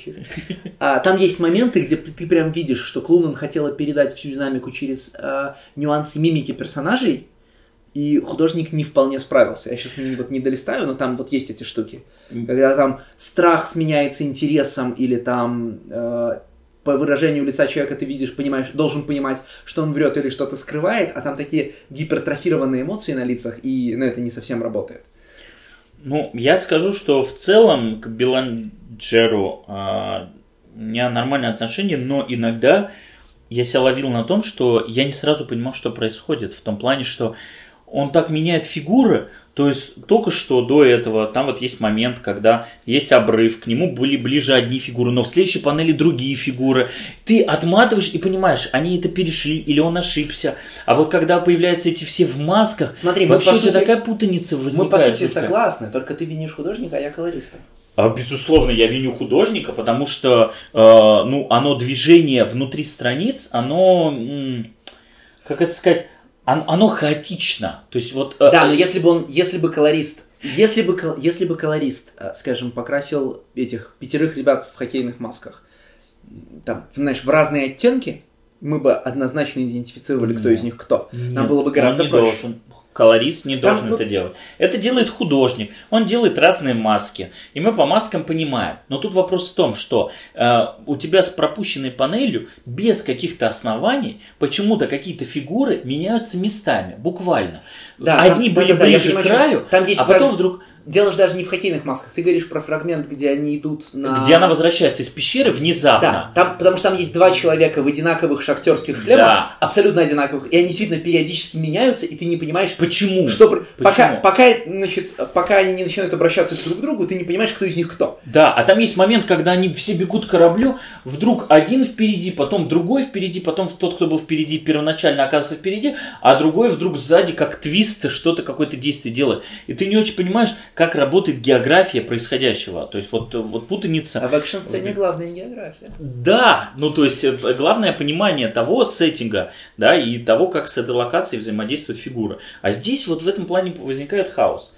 А, там есть моменты, где ты прям видишь, что Клунан хотела передать всю динамику через а, нюансы мимики персонажей, и художник не вполне справился. Я сейчас не, вот, не долистаю, но там вот есть эти штуки. Когда там страх сменяется интересом, или там э, по выражению лица человека ты видишь, понимаешь, должен понимать, что он врет или что-то скрывает, а там такие гипертрофированные эмоции на лицах, и ну, это не совсем работает. Ну, я скажу, что в целом к Беллинджеру а, у меня нормальное отношение, но иногда я себя ловил на том, что я не сразу понимал, что происходит. В том плане, что он так меняет фигуры, то есть только что до этого, там вот есть момент, когда есть обрыв, к нему были ближе одни фигуры, но в следующей панели другие фигуры. Ты отматываешь и понимаешь, они это перешли или он ошибся. А вот когда появляются эти все в масках, Смотри, мы вообще по у тебя сути- такая путаница возникает. Мы, по сути, жуткая. согласны, только ты винишь художника, а я колориста. А, Безусловно, я виню художника, потому что э, ну, оно движение внутри страниц, оно, м, как это сказать, он- оно хаотично. То есть вот. э, Да, но если бы он, если бы колорист, если бы, кол- если бы колорист, э, скажем, покрасил этих пятерых ребят в хоккейных масках, там, знаешь, в разные оттенки, мы бы однозначно идентифицировали, кто Нет. из них кто. Нам Нет, было бы гораздо он не проще. должен. Колорист не Там, должен ну- это делать. Это делает художник. Он делает разные маски. И мы по маскам понимаем. Но тут вопрос в том, что э, у тебя с пропущенной панелью, без каких-то оснований, почему-то какие-то фигуры меняются местами. Буквально. Да, Одни там- были да-да-да, я ближе к понимаю, что краю, там есть а потом фраг- вдруг... Дело же даже не в хоккейных масках. Ты говоришь про фрагмент, где они идут на... Где она возвращается из пещеры внезапно. Да, там, потому что там есть два человека в одинаковых шахтерских шлемах, Да. абсолютно одинаковых, и они действительно периодически меняются, и ты не понимаешь, Почему? что... пр- Пока, Почему? пока, значит, пока они не начинают обращаться друг к другу, ты не понимаешь, кто из них кто. Да, а там есть момент, когда они все бегут к кораблю, вдруг один впереди, потом другой впереди, потом тот, кто был впереди, первоначально оказывается впереди, а другой вдруг сзади, как твист, что-то, какое-то действие делает. И ты не очень понимаешь, как работает география происходящего. То есть вот, вот путаница. А в экшн-сцене главная география. Да, ну то есть э, главное понимание того сеттинга, да, и того, как с этой локацией взаимодействует фигура. А здесь вот в этом плане возникает хаос.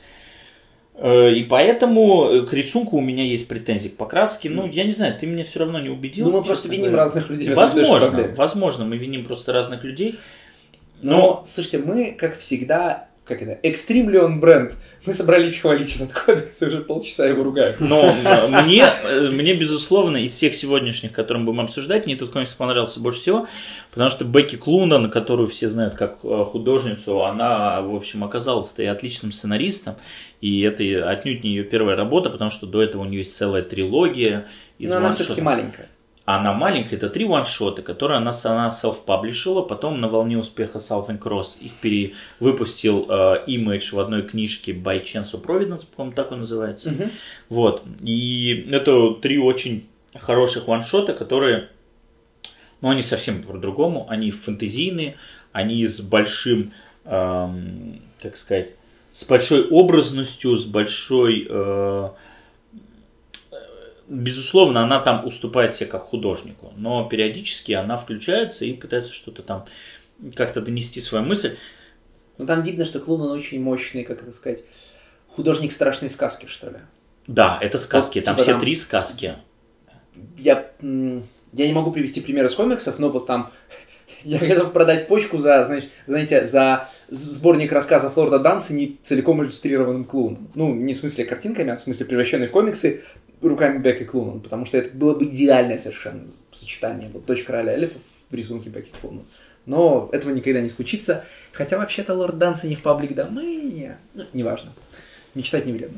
Э, И поэтому к рисунку у меня есть претензии к покраске. Ну, я не знаю, ты меня все равно не убедил. Ну, мы честно просто виним говоря. разных людей. в этой же Возможно, проблеме. возможно, мы виним просто разных людей. Но, Но слушайте, мы, как всегда, как это, Extreme Leon бренд, мы собрались хвалить этот кодекс, и уже полчаса его ругаем. Но э, мне, э, мне, безусловно, из всех сегодняшних, которые мы будем обсуждать, мне этот комикс понравился больше всего, потому что Бекки Клунан, которую все знают как э, художницу, она, в общем, оказалась-то и отличным сценаристом, и это и отнюдь не ее первая работа, потому что до этого у нее есть целая трилогия из Но она ваншотов. все-таки маленькая. Она маленькая, это три ваншота, которые она, она self-паблишила, потом на волне успеха Southern Cross их перевыпустил э, Image в одной книжке By Chance of Providence, по-моему, так он называется. Мгм. Вот, и это три очень хороших ваншота, которые, ну, они совсем по-другому, они фэнтезийные, они с большим эм, как сказать, с большой образностью, с большой... Э, безусловно, она там уступает себе как художнику, но периодически она включается и пытается что-то там как-то донести свою мысль. Ну там видно, что Клунан очень мощный, как это сказать, художник страшной сказки, что ли. Да, это сказки, вот, там типа, все там... три сказки. Я, я не могу привести пример из комиксов, но вот там я готов продать почку за, знаешь, знаете, за сборник рассказов Лорда Дансени целиком иллюстрированным Клунаном. Ну, не в смысле картинками, а в смысле превращенный в комиксы руками Бекки Клунан, потому что это было бы идеальное совершенно сочетание. Вот «Дочь короля эльфов» в рисунке Бекки Клунан. Но этого никогда не случится. Хотя вообще-то Лорд Дансени в паблик домене. Ну, неважно. Мечтать не вредно.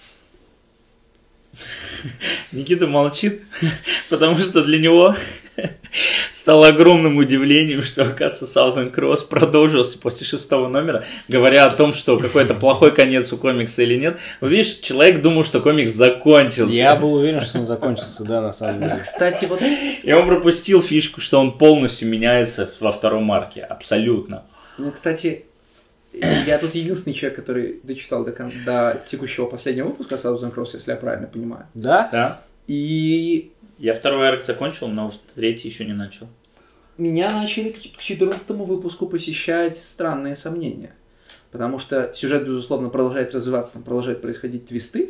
Никита молчит, потому что для него стало огромным удивлением, что, оказывается, Southern Cross продолжился после шестого номера, говоря о том, что какой-то плохой конец у комикса или нет. Вот видишь, человек думал, что комикс закончился. Я был уверен, что он закончился, да, на самом деле. Кстати, вот... И он пропустил фишку, что он полностью меняется во втором арке. Абсолютно. Ну, кстати... Я тут единственный человек, который дочитал до, до текущего последнего выпуска Southern Cross, если я правильно понимаю. Да? Да. И... Я второй арк закончил, но третий еще не начал. Меня начали к четырнадцатому выпуску посещать странные сомнения. Потому что сюжет, безусловно, продолжает развиваться, там продолжают происходить твисты.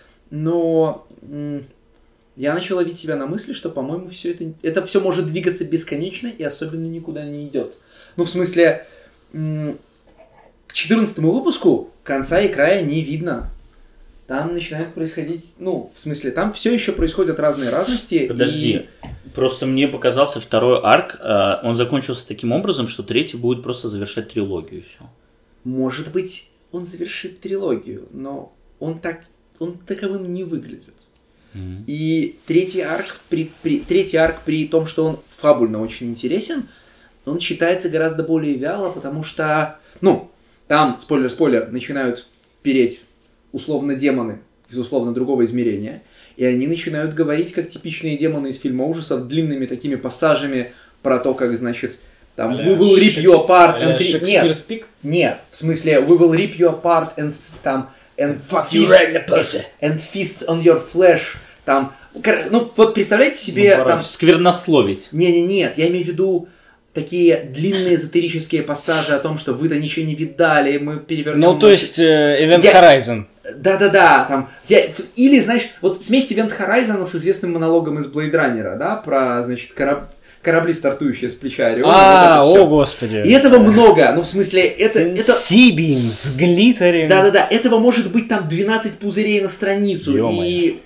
Но м- я начал ловить себя на мысли, что, по-моему, все это, это все может двигаться бесконечно и особенно никуда не идет. Ну, в смысле... М- К четырнадцатому выпуску конца и края не видно. Там начинает происходить... Ну, в смысле, там все еще происходят разные разности. Подожди. И... Просто мне показался второй арк, он закончился таким образом, что третий будет просто завершать трилогию. Все. Может быть, он завершит трилогию, но он, так, он таковым не выглядит. Mm-hmm. И третий арк, при, при, третий арк, при том, что он фабульно очень интересен, он читается гораздо более вяло, потому что... Ну... Там, спойлер-спойлер, начинают переть условно демоны из условно другого измерения, и они начинают говорить, как типичные демоны из фильма ужасов, длинными такими пассажами про то, как, значит, там, we will rip you apart and... Re... Нет, нет, в смысле, we will rip you apart and, там, and, Fuck feast, you, and feast on your flesh, там, ну, вот представляете себе... Ну, там... Сквернословить. Не-не-нет, я имею в виду такие длинные эзотерические пассажи о том, что вы-то ничего не видали, мы перевернем... Ну, то есть, э, Event я... Horizon. Да-да-да, там... Я... Или, знаешь, вот смесь Event Horizon с известным монологом из Blade Runner, да, про, значит, кораб... корабли, стартующие с плеча Ориона. А, вот о, господи. И этого много, ну, в смысле, это... это... Сибим с глиттерем. Да-да-да, этого может быть там двенадцать пузырей на страницу, Ё-моё. и...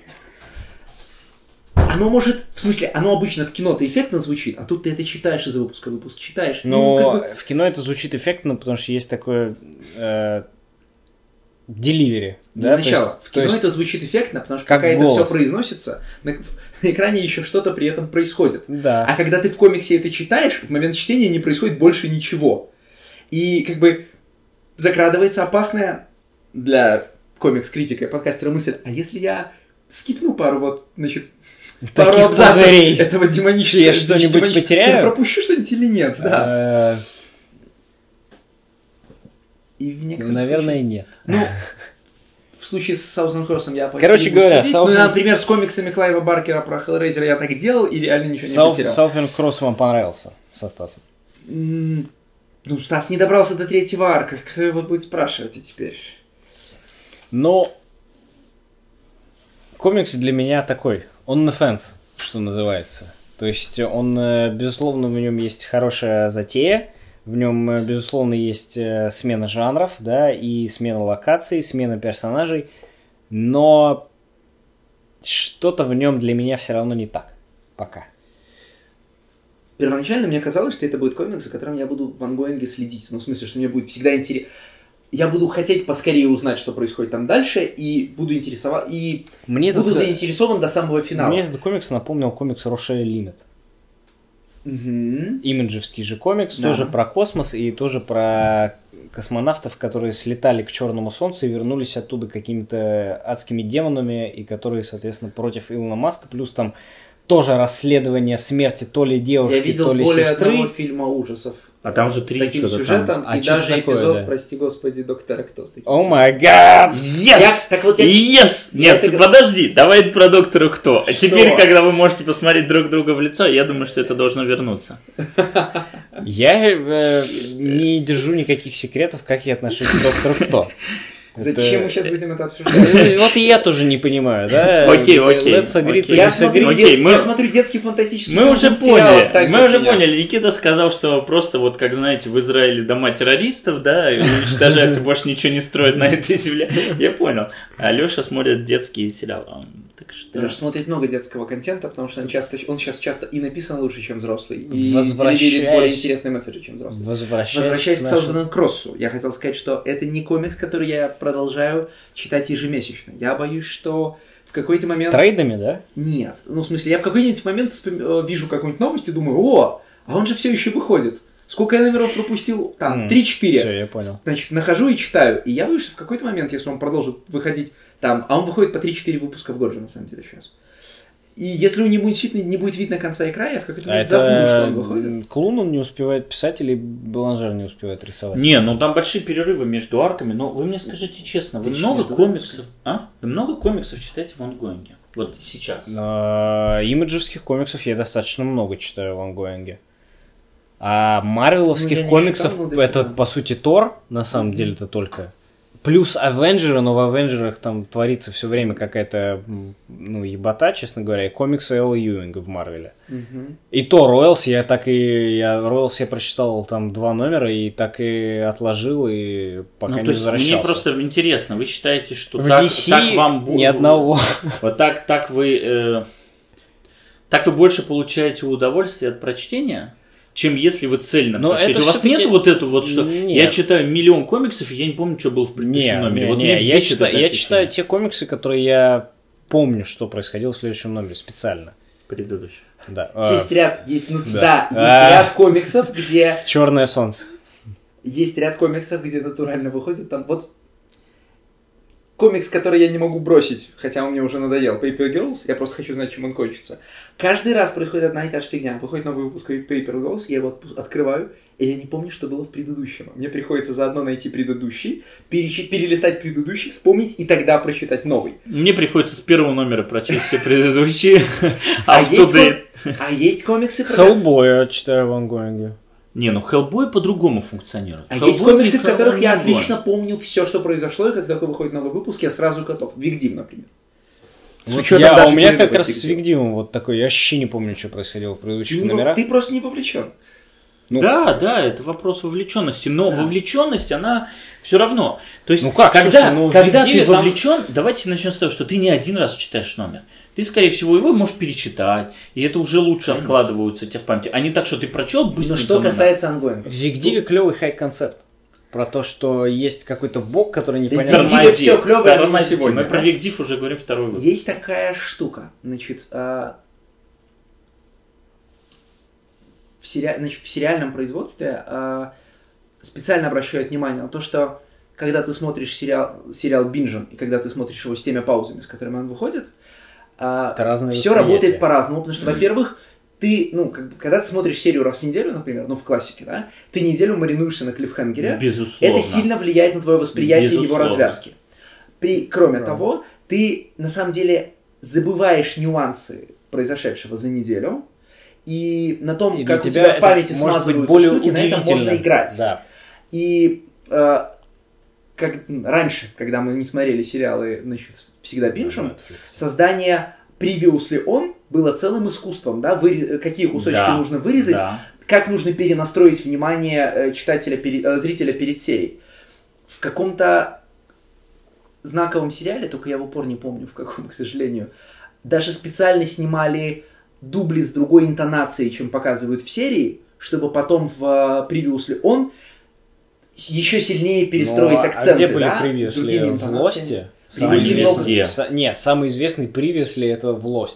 Оно может, в смысле, оно обычно в кино-то эффектно звучит, а тут ты это читаешь из выпуска в выпуск, читаешь. Но ну, как бы... в кино это звучит эффектно, потому что есть такое э, деливери. Для да? начала. То есть, в кино то есть... это звучит эффектно, потому что как пока голос. это все произносится, на, на экране еще что-то при этом происходит. Да. А когда ты в комиксе это читаешь, в момент чтения не происходит больше ничего. И как бы закрадывается опасная для комикс-критика и подкастера мысль, а если я скипну пару вот, значит... Пару Таких абзацев пузырей. этого демонического... Я что-нибудь демонического... потеряю? Я пропущу что-нибудь или нет, да. Э, И в некоторых Наверное, случаях... нет. Ну, в случае с Southern Cross'ом я почти Короче не буду говоря, судить. Southern- Ну, например, с комиксами Клайва Баркера про Hellraiser я так делал и реально ничего не South- потерял. Southern Cross вам понравился со Стасом? М, Ну, Стас не добрался до третьего арка. Кто его будет спрашивать и теперь? Но комикс для меня такой, он на фэнс, что называется. То есть он, э, безусловно, в нем есть хорошая затея, в нем, э, безусловно, есть э, смена жанров, да, и смена локаций, смена персонажей, но что-то в нем для меня все равно не так. Пока. Первоначально мне казалось, что это будет комикс, за которым я буду в ангоинге следить. Ну, в смысле, что мне будет всегда интересно. Я буду хотеть поскорее узнать, что происходит там дальше, и буду интересован, и Мне буду этот, заинтересован до самого финала. мне этот комикс напомнил комикс Рошеля Лимит. Угу. Имиджевский же комикс, Да. тоже про космос и тоже про космонавтов, которые слетали к Черному Солнцу и вернулись оттуда какими-то адскими демонами, и которые, соответственно, против Илона Маска, плюс там тоже расследование смерти то ли девушки, Я видел то ли более сестры. одного фильма ужасов А там же с три таким что-то сюжетом, там. А и что даже такое, эпизод, да? прости господи, Доктора Кто. с таким О сюжетом. май гад! Yes! Я- так вот я- Yes! я Нет, это- подожди, давай про Доктора Кто. А Что? теперь, когда вы можете посмотреть друг друга в лицо, я думаю, что это должно вернуться. Я э, не держу никаких секретов, как я отношусь к Доктору Кто. Зачем Это- мы сейчас будем это обсуждать? Ну, Вот и я тоже не понимаю, да? Окей, окей, Let's agree окей. to Я смотрю, disagree. Окей, детский, мы- я смотрю детский фантастический Мы фильм, уже сериал, поняли, отстаньте мы от уже меня. поняли. Никита сказал, что просто вот, как знаете, в Израиле дома террористов, да, и уничтожают, и больше ничего не строят на этой земле. Я понял. А Леша смотрит детские сериалы. Так что... Леша смотрит много детского контента, потому что он часто, он сейчас часто и написан лучше, чем взрослый, и Возвращаясь- телевидит более интересные месседжи, чем взрослый. Возвращаясь, Возвращаясь к нашему- Саузенду Кроссу, я хотел сказать, что это не комикс, который я продолжаю читать ежемесячно. Я боюсь, что в какой-то момент... Трейдами, да? Нет. Ну, в смысле, я в какой-нибудь момент вспом- э, вижу какую-нибудь новость и думаю, о, а он же все еще выходит. Сколько я номеров пропустил? Там, М, три-четыре. всё, я понял. Значит, нахожу и читаю. И я боюсь, что в какой-то момент, если он продолжит выходить там, а он выходит по три-четыре выпуска в год же, на самом деле, сейчас. И если у него действительно не будет видно конца экрана, я в какой-то А момент забуду, что он это выходит. Клун он не успевает писать или Беланжер не успевает рисовать? Не, ну там большие перерывы между арками, но вы мне скажите честно, вы Ты много между комиксов, а? Вы много комиксов читаете в ангоинге? Вот сейчас. А, Имиджевских комиксов я достаточно много читаю в ангоинге. А марвеловских Ну, я не комиксов читал, но да, это, читал. по сути, Тор, на самом деле, это только. Плюс Авенджеры, но в Авенджерах там творится все время какая-то, м, ну, ебота, честно говоря, и комиксы Элла Юинга в Марвеле. Мгм. И то Роялс, я так и... Я, Роялс я прочитал там два номера и так и отложил, и пока Ну, не то есть возвращался. мне просто интересно, вы считаете, что В так, ди си так вам бу- ни одного. Вот так, так вы э, так вы больше получаете удовольствие от прочтения, чем если вы цельно Но прочтете. это У вас всё-таки- нет вот этого вот, что Нет. я читаю миллион комиксов, и я не помню, что было в предыдущем Не, номере. не, Вот не, меня я, бесит читаю, это я ощущение. читаю те комиксы, которые я помню, что происходило в следующем номере, специально. Предыдущий. Да. Есть ряд, есть, ну, да. да, есть А. ряд комиксов, где Черное солнце. есть ряд комиксов, где натурально выходит там вот комикс, который я не могу бросить, хотя он мне уже надоел, Paper Girls, я просто хочу знать, чем он кончится. Каждый раз происходит одна и та же фигня. Выходит новый выпуск Paper Girls, я его отпу- открываю, и я не помню, что было в предыдущем. Мне приходится заодно найти предыдущий, перечи- перелистать предыдущий, вспомнить и тогда прочитать новый. Мне приходится с первого номера прочесть все предыдущие. А А есть, оттуда... ко- а есть комиксы, про- Хеллбой я читаю в ангоинге. Не, ну Хеллбой по-другому функционирует. А Hellboy есть комиксы, в не которых я Hellboy. отлично помню все, что произошло, и как только выходит новый выпуск, я сразу готов. Викдим, например. С Вот учетом я, а даже у меня перерыва как раз с Викдима. Вигдимом вот такой, я вообще не помню, что происходило в Ты, предыдущих не во- номерах. ты просто не вовлечен. Ну, Да, да, это вопрос вовлеченности, но Да. вовлеченность, она все равно. То есть, Ну как, когда, слушай, ну, в когда Викдиве ты там- вовлечен, давайте начнем с того, что ты не один раз читаешь номер. Ты, скорее всего, его можешь перечитать, и это уже лучше откладываются у тебя в памяти. А не так, что ты прочел быстро. Но что касается ангоинга. в Вигдиве клевый хай-концепт. Про то, что есть какой-то бог, который Да непонятно... Вигдиве Тормози, всё клёвое, но не тормози. сегодня, Мы про да? Вигдив уже говорим второй выпуск. Есть такая штука, значит, а, в, сери- значит, в сериальном производстве а, специально обращают внимание на то, что когда ты смотришь сериал, сериал бинжем, и когда ты смотришь его с теми паузами, с которыми он выходит, Это разные все восприятия. работает по-разному, потому что, во-первых, ты, ну, как бы, когда ты смотришь серию раз в неделю, например, ну, в классике, да, ты неделю маринуешься на клиффхенгере, Безусловно. это сильно влияет на твое восприятие его Безусловно. развязки. При, кроме Да. того, ты на самом деле забываешь нюансы произошедшего за неделю, и на том, И для как у тебя тебя в это памяти может быть смазываются более штуки, на этом можно удивительно. играть. Да. И э, как, раньше, когда мы не смотрели сериалы, значит, всегда бинжем, Netflix. создание previously on было целым искусством, да, выре- какие кусочки Да, нужно вырезать, да. как нужно перенастроить внимание э, читателя, пере- э, зрителя перед серией. В каком-то знаковом сериале, только я в упор не помню в каком, к сожалению, даже специально снимали дубли с другой интонацией, чем показывают в серии, чтобы потом в э, previously on еще сильнее перестроить Ну, а акценты, где были да, с превьесли? другими В интонациями. Лосте? Превьюсли Самый много. везде. Са- Не, самый известный превьесли это в Лосте.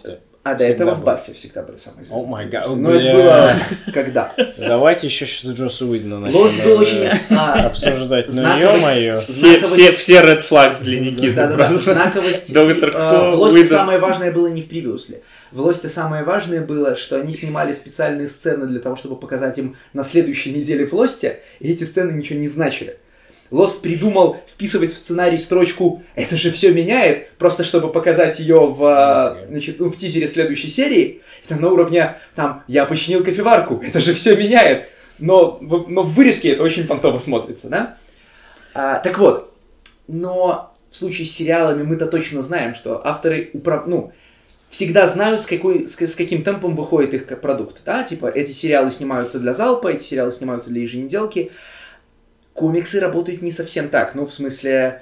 А до Всегда этого в был. Баффе всегда были самые О известные. май гад. Но это было когда? Давайте еще сейчас Джосса Уидона начнем Лост был очень... а, обсуждать. Ну, знаковость- ё-моё. Все, знаковость- все, все red flags для Никиты. Да-да-да, просто. знаковость. Доктор э, Кто, В Лосте Уидон. самое важное было не в превьюсле. В Лосте самое важное было, что они снимали специальные сцены для того, чтобы показать им на следующей неделе в Лосте, и эти сцены ничего не значили. Лост придумал вписывать в сценарий строчку «Это же все меняет», просто чтобы показать ее в, э, значит, ну, в тизере следующей серии. И там на уровне там «Я починил кофеварку», «Это же все меняет». Но, в- но в вырезке это очень понтово смотрится, да? А, так вот, но в случае с сериалами мы-то точно знаем, что авторы управ... ну, всегда знают, с, какой, с, с каким темпом выходит их как продукт. Да? Типа, эти сериалы снимаются для залпа, эти сериалы снимаются для еженеделки. Комиксы работают не совсем так. Ну, в смысле,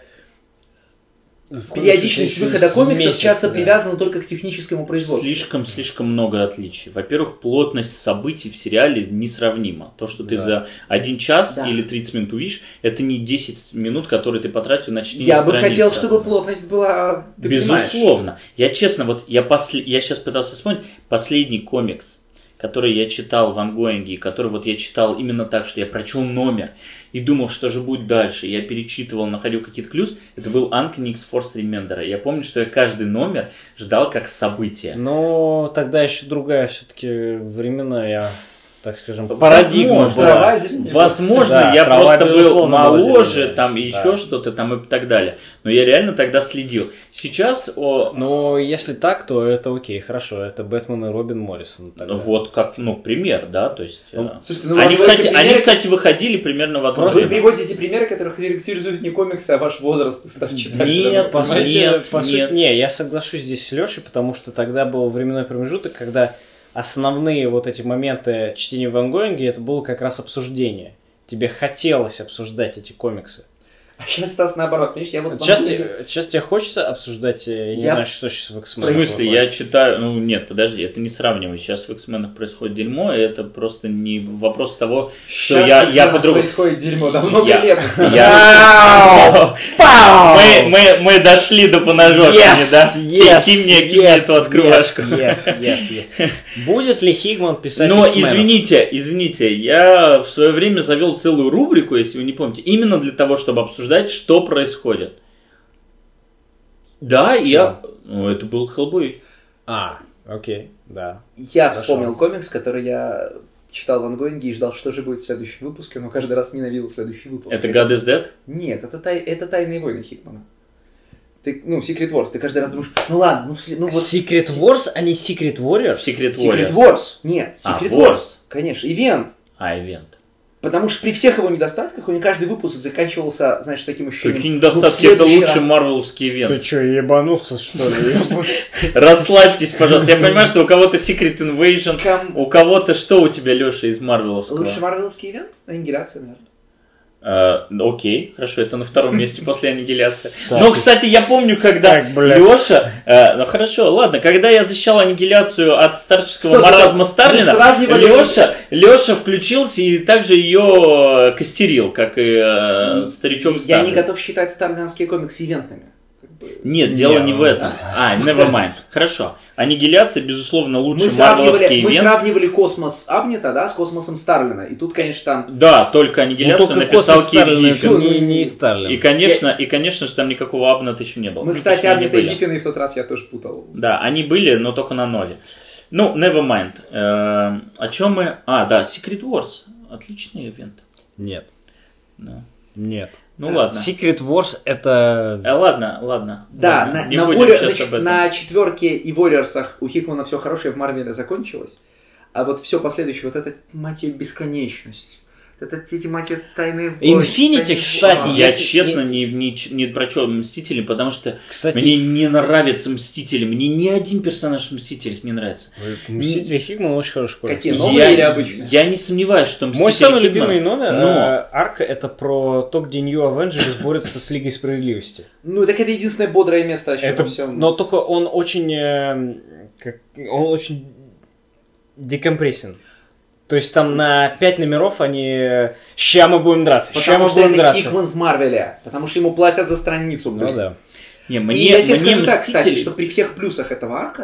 периодичность выхода комиксов Месяц, часто да. привязана только к техническому производству. Слишком-слишком много отличий. Во-первых, плотность событий в сериале несравнима. То, что ты Да. за один час Да. или тридцать минут увидишь, это не десять минут, которые ты потратил на чтение Я бы страниц. хотел, чтобы плотность была... Ты понимаешь. Безусловно. Я честно, вот я, после... я сейчас пытался вспомнить последний комикс, который я читал в ангоинге, и который вот я читал именно так, что я прочел номер и думал, что же будет дальше. Я перечитывал, находил какие-то клюз. Это был Uncanny X-Force Remender. Я помню, что я каждый номер ждал как событие. Но тогда еще другая все-таки временная, так скажем, парадигма Возможно, была. Трава, зелень. Возможно, Да, я трава, просто был безусловно, была моложе, зеленая. там и Да. еще что-то там и так далее. Но я реально тогда следил. Сейчас о, Но если так, то это окей, хорошо. Это Бэтмен и Робин Моррисон. тогда. вот как, ну, пример, да, то есть... Ну, э, Слушайте, ну, они, вы кстати, приводите они, примеры- кстати, выходили примерно в одно Вы время. приводите примеры, которых характеризуют не комиксы, а ваш возраст и стаж читателя. Нет, По Нет, сути, по сути, нет. не, я соглашусь здесь с Лешей, потому что тогда был временной промежуток, когда основные вот эти моменты чтения в ангоинге, это было как раз обсуждение. Тебе хотелось обсуждать эти комиксы. А сейчас Стас наоборот, понимаешь, я вот... Сейчас, могу- те- сейчас тебе хочется обсуждать, э, я не Я- знаю, что сейчас в В X-Men. смысле, я читаю... Ну, нет, подожди, это не сравнивай. Сейчас в X-Men происходит дерьмо, и это просто не вопрос того, что Щас я, в я X-менах по-другому... происходит дерьмо, да много Я- лет. я- Мы, мы, мы дошли до поножовщины, да? Yes, Кинь мне, кинь мне yes, эту открывашку. yes, yes, yes, yes. Будет ли Хигман писать Но X-менов? извините, извините, я в свое время завел целую рубрику, если вы не помните, именно для того, чтобы обсуждать, что происходит. Да, С я... Ну, это был Хеллбой. А, окей, да. Я Хорошо. вспомнил комикс, который я читал в ангоинге и ждал, что же будет в следующем выпуске, но каждый раз ненавидел следующий выпуск. Это God is Dead? Нет, это, тай... это «Тайные войны» Хикмана. Ты, ну, Secret Wars, ты каждый раз думаешь, ну ладно, ну, вслед... ну вот... Secret Wars, а не Secret Warriors? Secret Secret Warriors. Wars. Нет, А, Secret Wars. Wars. Конечно, ивент. А, ивент. Потому что при всех его недостатках, у него каждый выпуск заканчивался, знаешь, таким ощущением. Какие ну, в недостатки, это следующий лучший раз- марвеловский ивент. Ты что, ебанулся, что ли? Расслабьтесь, пожалуйста. Я понимаю, что у кого-то Secret Invasion, Ком- у кого-то что у тебя, Леша, из марвеловского? Лучший марвеловский ивент? Аннигиляция, наверное. Э, окей, хорошо, это на втором месте после аннигиляции. Так. Но, кстати, я помню, когда Так, блядь. Леша... э, ну хорошо, ладно, когда я защищал аннигиляцию от старческого Стоп, стоп, маразма стоп. Старлина, Мы сравнивали- Леша, Леша включился и также ее костерил, как и э, старичок Я Старлин. не готов считать старлинские комиксы ивентами. Как бы. Нет, дело Не, не ну, в этом. А, never mind. Хорошо. Аннигиляция, безусловно, Мы лучший сравнивали, марвеловский мы ивент. сравнивали космос Абнета, да, с космосом Старлина. И тут, конечно, там... Да, только аннигиляцию Ну, только написал Космос Кит Старлина, это Гиффин. не, не Старлин. И, конечно, и, конечно же, там никакого Абната еще не было. Мы, Ну, кстати, точнее, они Абнета и были. Гиффина и в тот раз я тоже путал. Да, они были, но только на ноле. Ну, never mind. Э, о чем мы... А, да, Secret Wars. Отличный ивент. Нет, Да. нет. Ну Да. ладно. Secret Wars это... Э, ладно, ладно. Да, ладно, на, не на, будем Warrior- сейчас значит, об этом. на четверке и Warriors'ах у Хикмана все хорошее в Марвеле закончилось. А вот все последующее, вот эта, мать ее, бесконечность. Это эти, мать ее, тайные войны. Infinity, тайные кстати, войны. Я если- честно не, не, ч- не про что Мстители, потому что Кстати, мне не нравятся Мстители. Мне ни один персонаж в Мстителях не нравится. Мстители Хигмана очень хороший комикс. Какие? Новые я, или обычные? я не сомневаюсь, что Мстители Мой самый Хигмана, любимый номер, но... э, арка, это про то, где New Avengers борются с Лигой Справедливости. Ну, так это единственное бодрое место вообще Это, во всем. но только он очень, э, как, он очень декомпрессен. То есть там на пять номеров они «Ща мы будем драться, ща Потому мы что будем это драться». Хикман в Марвеле. Потому что ему платят за страницу, блин. Ну да. Не, И мне, я тебе мне скажу так, Мстители... кстати, что при всех плюсах этого арка, да,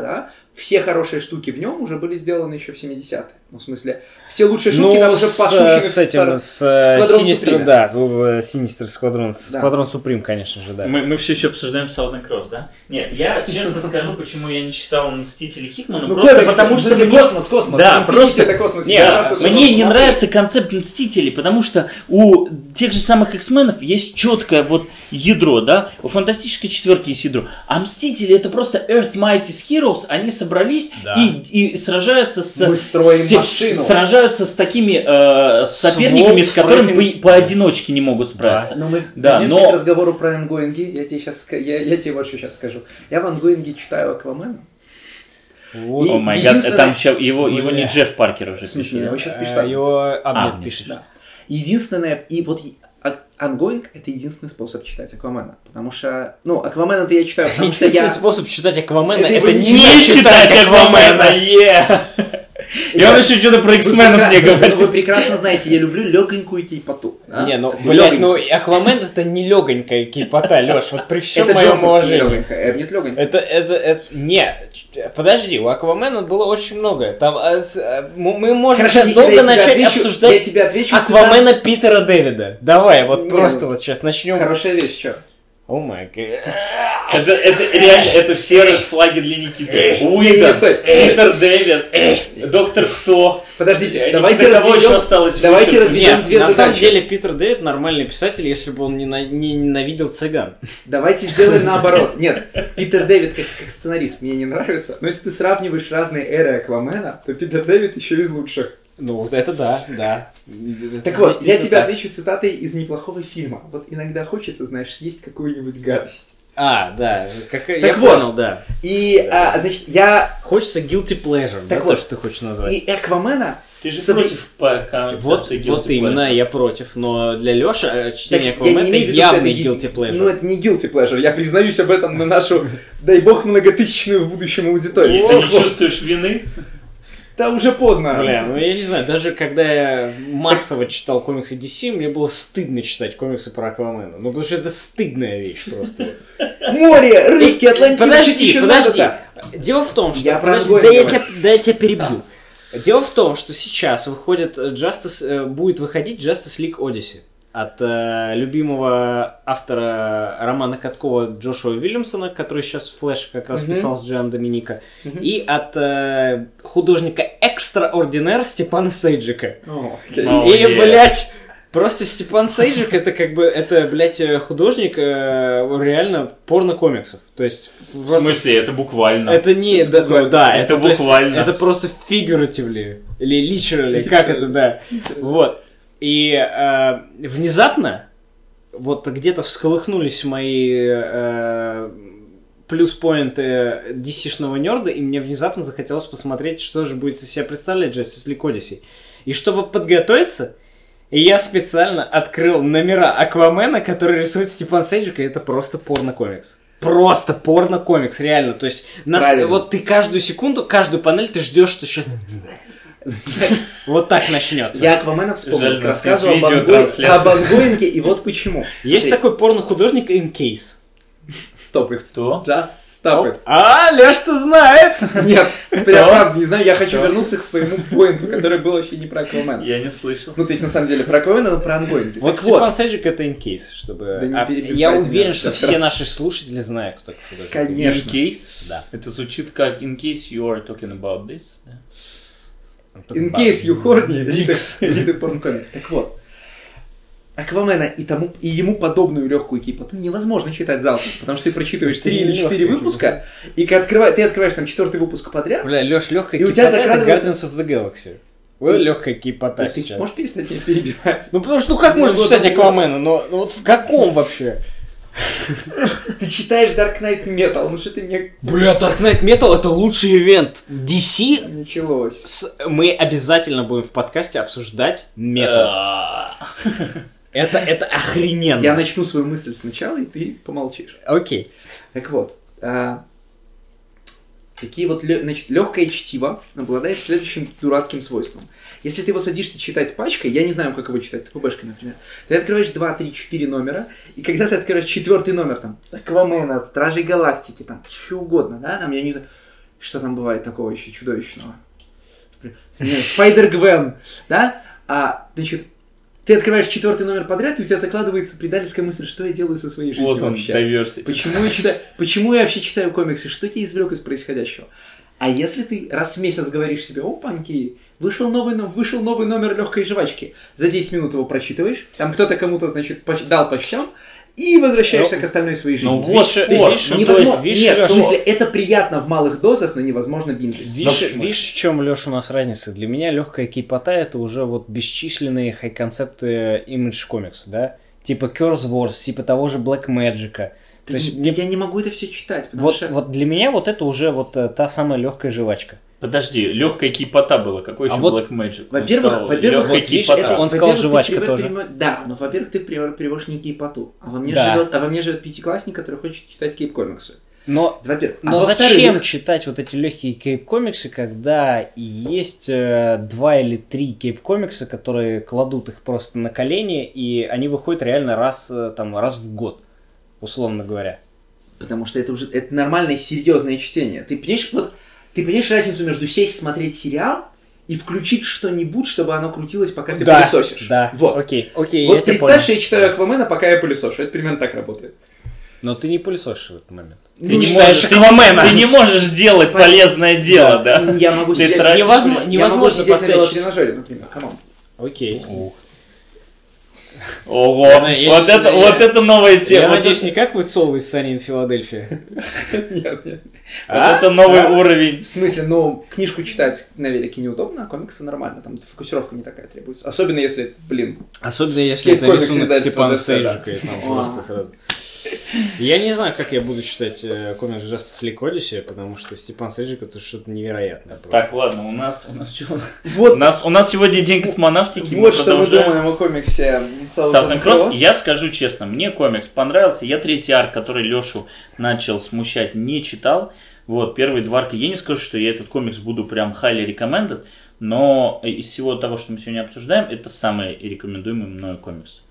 все хорошие штуки в нем уже были сделаны еще в семидесятые. Ну, в смысле, все лучшие шутки ну, там уже с, пошучены с этим, с Синистер, да, Синистер Сквадрон, Сквадрон Суприм, конечно же, да. Мы, мы все еще обсуждаем Southern Cross, да? Нет, я честно скажу, почему я не читал «Мстители» Хикмана, ну, просто комикс, потому что... Мне... Космос, космос. Да, просто... Это космос. Нет, мне не нравится концепт «Мстителей», потому что у тех же самых X-менов есть четкое вот ядро, да? У «Фантастической четверки» есть ядро. А «Мстители» — это просто Earth Mightiest Heroes, они собрались да. и, и сражаются с... Мы строим с, машину. Сражаются с такими э, соперниками, с, с которыми по, поодиночке не могут справиться. Да, но мы да, вернемся но... к разговору про ангоинги. Я тебе сейчас, я, я тебе вот что сейчас скажу. Я в ангоинге читаю Аквамена. Вот. О май гад, там еще его, его не Джефф Паркер уже пишет. Его сейчас пишет. Его Абнет пишет. Да. Единственное, и вот ангоинг — это единственный способ читать Аквамена. Потому что, ну, Аквамена-то я читаю, потому что я... Единственный способ читать Аквамена — это, это не читать Аквамена, е! И он еще что-то про X-менов мне говорит. Вы прекрасно знаете, я люблю легонькую кейпоту. Не, ну, блядь, ну, Аквамен — это не легонькая кейпота, Леш, вот при всем моем уважении. Это Эбнет легонькая. Это, это, это, не, подожди, у Аквамена было очень много. Там, мы можем сейчас долго начать обсуждать Аквамена Питера Дэвида. Давай, вот просто вот сейчас начнем. Хорошая вещь, что? О май гад. Это, это реально, это все флаги для Никиты. Уидон, Питер Дэвид, Доктор Кто. Подождите, давайте разведем, давайте разведем две задачи. На самом деле Питер Дэвид нормальный писатель, если бы он не, на, не ненавидел цыган. Давайте сделаем наоборот. Нет, Питер Дэвид как, как сценарист мне не нравится, но если ты сравниваешь разные эры Аквамена, то Питер Дэвид еще из лучших. Ну, вот это да, да. Так вот, я тебе отвечу цитатой из неплохого фильма. Вот иногда хочется, знаешь, съесть какую-нибудь гадость. А, да, как, так я вот, понял, да. И, да. А, значит, я... Хочется guilty pleasure, так да, вот, то, что ты хочешь назвать. И Аквамена... Ты же Собр... против по Вот, вот именно, я против, но для Лёши чтение так, Аквамена это явный guilty pleasure. Ну, это не guilty pleasure, я признаюсь об этом на нашу, дай бог, многотысячную в будущем аудиторию. Ты не чувствуешь вины? Да уже поздно. Бля, ну я не знаю, даже когда я массово читал комиксы ди си, мне было стыдно читать комиксы про Аквамена. Ну потому что это стыдная вещь просто. Море, рыбки, Атлантида. Подожди, подожди. Дело в том, что... Я подожди, да, я тебя, да я тебя перебью. Дело в том, что сейчас выходит Justice, будет выходить Justice League Odyssey от э, любимого автора романа Каткова Джошуа Уильямсона, который сейчас в Флэше как раз uh-huh. писал с Джиан Доминика, uh-huh. и от э, художника Экстраординер Степана Сейджика. Oh, okay. oh, и, yeah. блядь, просто Степан Сейджик это как бы, это, блядь, художник э, реально порно-комиксов. То есть... В смысле, это буквально? Это не... Да, ну, да это, это буквально. Есть, это просто figuratively, или literally, как это, да. Вот. И э, внезапно вот где-то всколыхнулись мои э, плюс-поинты ди си-шного нерда, и мне внезапно захотелось посмотреть, что же будет из себя представлять Justice League Odyssey. И чтобы подготовиться, я специально открыл номера Аквамена, которые рисует Степан Сейджик, и это просто порно-комикс. Просто порно-комикс, реально. То есть нас, вот ты каждую секунду, каждую панель ты ждешь, что сейчас... Вот так начнется. Я Аквамена вспомнил, рассказывал об ангоинге, и вот почему. Есть такой порно-художник In Case. Stop it. Что? Just stop it. А, Леш-то знает. Нет, я правда не знаю, я хочу вернуться к своему поинту, который был вообще не про Аквамена. Я не слышал. Ну, то есть, на самом деле, про Аквамена, но про ангоинги. Вот Степан Сейджик это In Case, чтобы... Я уверен, что все наши слушатели знают, кто такой художник. Конечно. In Case? Да. Это звучит как In Case you are talking about this. In case you horny, read порнокомик. Так вот, Аквамена и, тому, и ему подобную легкую кипоту невозможно читать залпом, потому что ты прочитываешь три или четыре выпуска, и ты открываешь, ты открываешь там четвертый выпуск подряд. Бля, Леш, легкая и кипота, у тебя закрадывается... Guardians of the Galaxy. Вот легкая кипота ты сейчас. Можешь перестать меня перебивать? Ну потому что, ну как можно читать Аквамена, но ну, вот в каком вообще? Ты читаешь Dark Knight Metal, ну что ты мне... Бля, Dark Knight Metal это лучший ивент. ди си... Началось. С... Мы обязательно будем в подкасте обсуждать метал. это, это охрененно. Я начну свою мысль сначала, и ты помолчишь. Окей. Так вот. А... Такие вот, значит, легкое чтиво обладает следующим дурацким свойством. Если ты его садишься читать пачкой, я не знаю, как его читать, ТПБшкой, например, ты открываешь два, три, четыре номера, и когда ты открываешь четвертый номер, там, Аквамена, Стражей Галактики, там, что угодно, да, там, я не знаю, Что там бывает такого еще чудовищного? Спайдер-Гвен, да? А, значит, ты открываешь четвертый номер подряд, и у тебя закладывается предательская мысль, что я делаю со своей жизнью вот он, вообще. diversity. Почему я, читаю, почему я вообще читаю комиксы? Что я извлек из происходящего? А если ты раз в месяц говоришь себе, опаньки, вышел новый, вышел новый номер легкой жвачки, за десять минут его прочитываешь, там кто-то кому-то, значит, дал по щам, и возвращаешься ну, к остальной своей жизни. Ну, вот, то вот, есть, ну, невозможно, то есть, видишь, нет, что... в смысле, это приятно в малых дозах, но невозможно бинжить. Видишь, видишь, в чем, Леша, у нас разница? Для меня легкая кейпота — это уже вот бесчисленные хай-концепты имидж комикса, да? Типа Curse Wars, типа того же Black Magic. То есть, я, я не могу это все читать, потому вот, что... Вот для меня вот это уже вот та самая легкая жвачка. Подожди, легкая кипота была, какой еще а вот, Black Magic? Во-первых, сказал, во-первых, вот, видишь, это, он сказал жвачка тоже. Перевод, да, но, во-первых, ты переводишь не кейпоту, а во мне, да. живет, а во мне живет пятиклассник, который хочет читать кейп-комиксы. Но, во-первых. но а зачем читать вот эти легкие кейп-комиксы, когда есть э, два или три кейп-комикса, которые кладут их просто на колени, и они выходят реально раз, там, раз в год, условно говоря. Потому что это уже это нормальное, серьезное чтение. Ты понимаешь, вот, ты понимаешь разницу между сесть смотреть сериал и включить что-нибудь, чтобы оно крутилось, пока ты да, пылесосишь. Да, вот. окей, окей, вот я тебя представь, понял. что я читаю Аквамена, пока я пылесошу. Это примерно так работает. Но ты не пылесосишь в этот момент. Ты, ну, не, можешь, ты, ты не можешь делать полезное дело, да? да? Я могу сидеть, тратишь, невозможно, невозможно я могу сидеть поставить... на велотренажере, например. Камон. Окей. Ух. Ого, я, вот, я, это, я, вот это новая тема. Я надеюсь, не как вы Соло из Sunny in Philadelphia. Нет, нет. Вот это новый уровень. В смысле, ну, книжку читать на велике неудобно, а комиксы нормально. Там фокусировка не такая требуется. Особенно если, блин... Особенно если это рисунок Степана Сейджика. Просто сразу. Я не знаю, как я буду читать э, комикс Justice League Odyssey, потому что Степан Сейджик — это что-то невероятное. Просто. Так, ладно, у нас у нас что? Вот. У нас, у нас сегодня день космонавтики. Вот мы что мы думаем о комиксе Southern Cross. Я скажу честно, мне комикс понравился. Я третий арк, который Лешу начал смущать, не читал. Вот, первые два арка. Я не скажу, что я этот комикс буду прям highly recommended, но из всего того, что мы сегодня обсуждаем, это самый рекомендуемый мною комикс.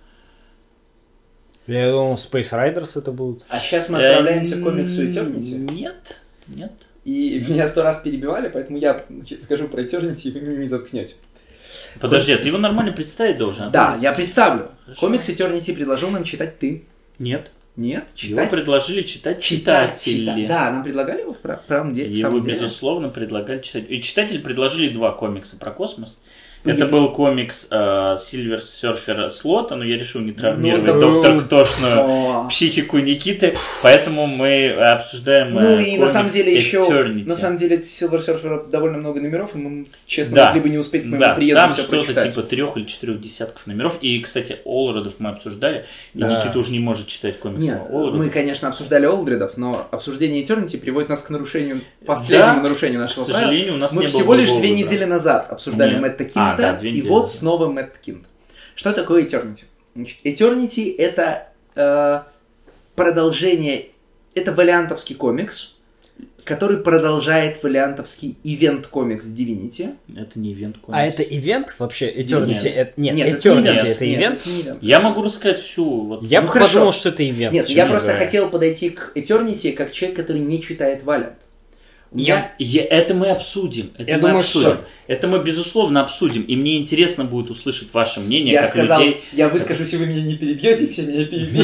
Я думал, Space Riders это будут. А сейчас мы отправляемся к комиксу Eternity. Нет, нет. И меня сто раз перебивали, поэтому я значит, скажу про Eternity, и вы меня не заткнете. Подожди, а ты его нормально представить должен? Да, я представлю. Хорошо. Комикс Eternity предложил нам читать ты. Нет. Нет? Читать? Его предложили читать, читать читатели. Читать. Да, нам предлагали его в правом деле. Его, безусловно, предлагали читать. И читатели предложили два комикса про космос. Это был комикс э, Silver Surfer Слота, но я решил не травмировать ну, доктор Ктошную психику Никиты, поэтому мы обсуждаем Ну э, и на самом деле еще, Eternity. на самом деле Silver Surfer довольно много номеров, и мы, честно, да. могли бы не успеть к моему да. приезду Там все что-то прочитать. типа трех или четырех десятков номеров, и, кстати, Олредов мы обсуждали, и да. Никита уже не может читать комиксы. Нет, Олредов. мы, конечно, обсуждали Олдредов, но обсуждение Eternity приводит нас к нарушению, последнему да, нарушению нашего правила. К сожалению, у нас мы не всего было лишь две да. недели назад обсуждали Нет. Мэтта Кинта, а, да, и вот снова Мэтт Кинт. Что такое Eternity? Значит, Eternity — это э, продолжение, это валиантовский комикс, который продолжает валиантовский ивент-комикс Divinity. Это не ивент-комикс. А это ивент вообще? Eternity? Нет, это, нет, нет Eternity это, это ивент? Я могу рассказать всю... Вот, я ну, бы хорошо. подумал, что это ивент. Нет, я просто говоря. хотел подойти к Eternity как человек, который не читает Valiant. Я, я, это мы обсудим. Это я мы думаю, обсудим. что... Это мы, безусловно, обсудим. И мне интересно будет услышать ваше мнение, я как сказал, людей. Я выскажусь, и вы меня не перебьете, все меня перебьете.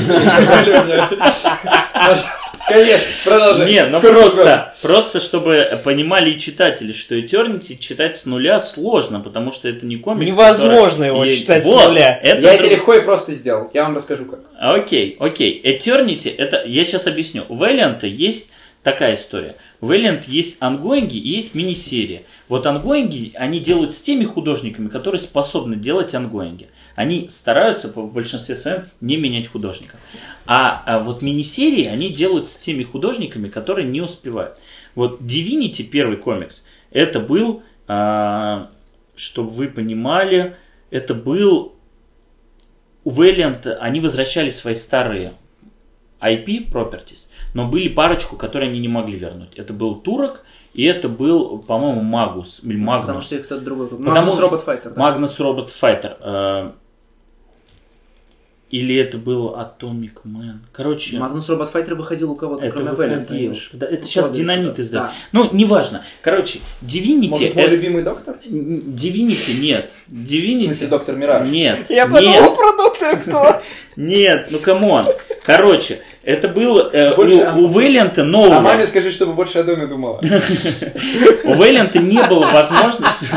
Конечно, продолжай. Не, ну просто, просто чтобы понимали и читатели, что Eternity читать с нуля сложно, потому что это не комикс. Невозможно его читать с нуля. Я это легко и просто сделал. Я вам расскажу как. Окей, окей. Eternity, это я сейчас объясню. У Valiant есть такая история. В Valiant есть ангоинги и есть мини-серия. Вот ангоинги они делают с теми художниками, которые способны делать ангоинги. Они стараются в большинстве своем не менять художника. А, а вот мини-серии они делают с теми художниками, которые не успевают. Вот Divinity, первый комикс, это был, а, чтобы вы понимали, это был у Valiant, они возвращали свои старые ай пи properties, но были парочку, которые они не могли вернуть. Это был Турок, и это был, по-моему, Магус. Или Магнус. Потому что их кто-то другой. Магнус Робот Файтер. Магнус Робот Файтер. Или это был Atomic Man. Короче... Magnus Robot Fighter выходил у кого-то, это кроме выходил. Вэлента. Да, это сейчас Динамит издал. Да. Ну, неважно. Короче, Divinity... Может, мой это... любимый доктор? Divinity нет. Divinity... В смысле, доктор Мираж? Нет. Я нет. подумал про доктора кто. Нет, ну камон. Короче, это было э, Больше... у, у Вэлента нового... А маме скажи, чтобы больше о доме думала. У Вэлента не было возможности...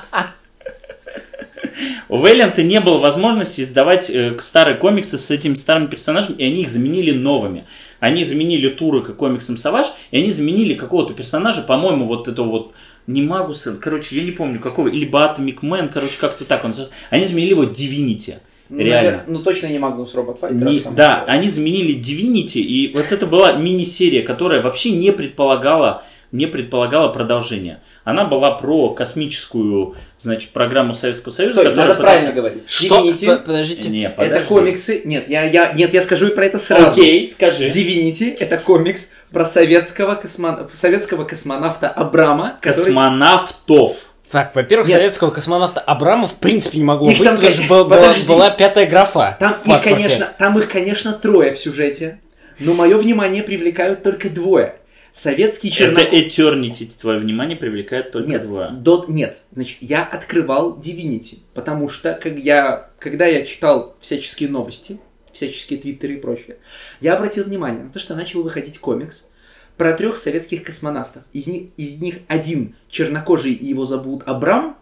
У Вэлента не было возможности издавать э, старые комиксы с этими старыми персонажами, и они их заменили новыми. Они заменили Турека комиксом Savage, и они заменили какого-то персонажа, по-моему, вот этого вот, не Магуса, короче, я не помню какого, или Atomic Man, короче, как-то так он называется. Они заменили его Divinity. Реально. Ну, ну точно не Magnus Robot Fighter. Не, да, что... они заменили Divinity, и вот это была мини-серия, которая вообще не предполагала, не предполагала продолжения. Она была про космическую, значит, программу Советского Союза. Стой, надо пытался... правильно говорить. Что? Divinity, Подождите. Не, подожди. Это комиксы. Нет, я, я, нет, я скажу и про это сразу. Окей, скажи. Divinity — это комикс про советского, космон... советского космонавта Абрама. Который... Космонавтов. Так, во-первых, Нет. советского космонавта Абрама в принципе не могло Их быть, там, потому что как- была, была, подожди. была пятая графа Там в их, паспорте. конечно, там их, конечно, трое в сюжете, но мое внимание привлекают только двое. Советский Это чернокожий... Eternity, твое внимание привлекает только Нет, двое. до... нет, значит, я открывал Divinity, потому что как я, когда я читал всяческие новости, всяческие твиттеры и прочее, я обратил внимание на то, что начал выходить комикс про трех советских космонавтов. Из них, из них один чернокожий, и его зовут Абрам.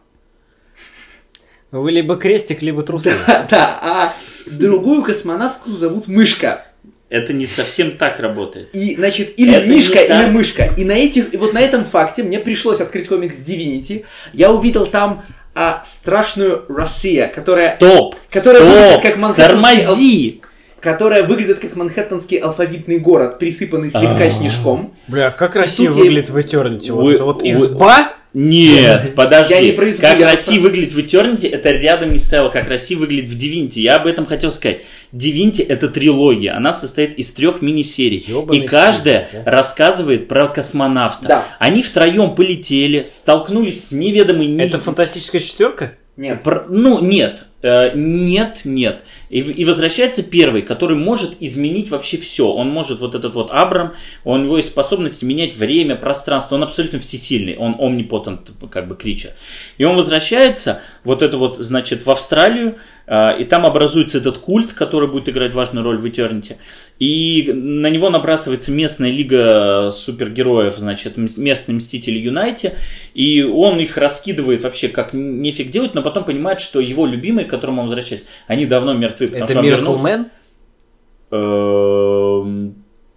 Вы либо крестик, либо трусы. Да, да, а другую космонавтку зовут Мышка. Это не совсем так работает. И, значит, или Это Мишка, не так. или Мышка. И на этих, и вот на этом факте мне пришлось открыть комикс Divinity. Я увидел там а, страшную Россия, которая, Стоп! которая выглядит Стоп! как манхэттенский Тормози! которая выглядит как манхэттенский алфавитный город, присыпанный слегка А. снежком. Бля, как Россия тут я- выглядит в Eternity? Вот Вы- это вот вы- изба? Нет, подожди. Я не про избу, Как я Россия просто- выглядит в Eternity, это рядом не стояло, как Россия выглядит в Divinity. Я об этом хотел сказать. Divinity — это трилогия. Она состоит из трех мини-серий. Ёбаный И каждая стиль, да? рассказывает про космонавта. Да. Они втроем полетели, столкнулись с неведомой... ни- Это фантастическая четверка? Нет. Про- Ну, нет. Э, Нет, нет. И, и возвращается первый, который может изменить вообще все. Он может, вот этот вот Абрам, у него есть способность менять время, пространство. Он абсолютно всесильный. Он omnipotent, как бы, крича. И он возвращается, вот это вот, значит, в Австралию, э, и там образуется этот культ, который будет играть важную роль в Eternity. И на него набрасывается местная лига супергероев, значит, м- местные мстители Юнайти. И он их раскидывает вообще как нефиг делать, но потом понимает, что его любимые, к которым он возвращается, они давно мертвы. потому Это что он Miracle вернулся. Man? Эм,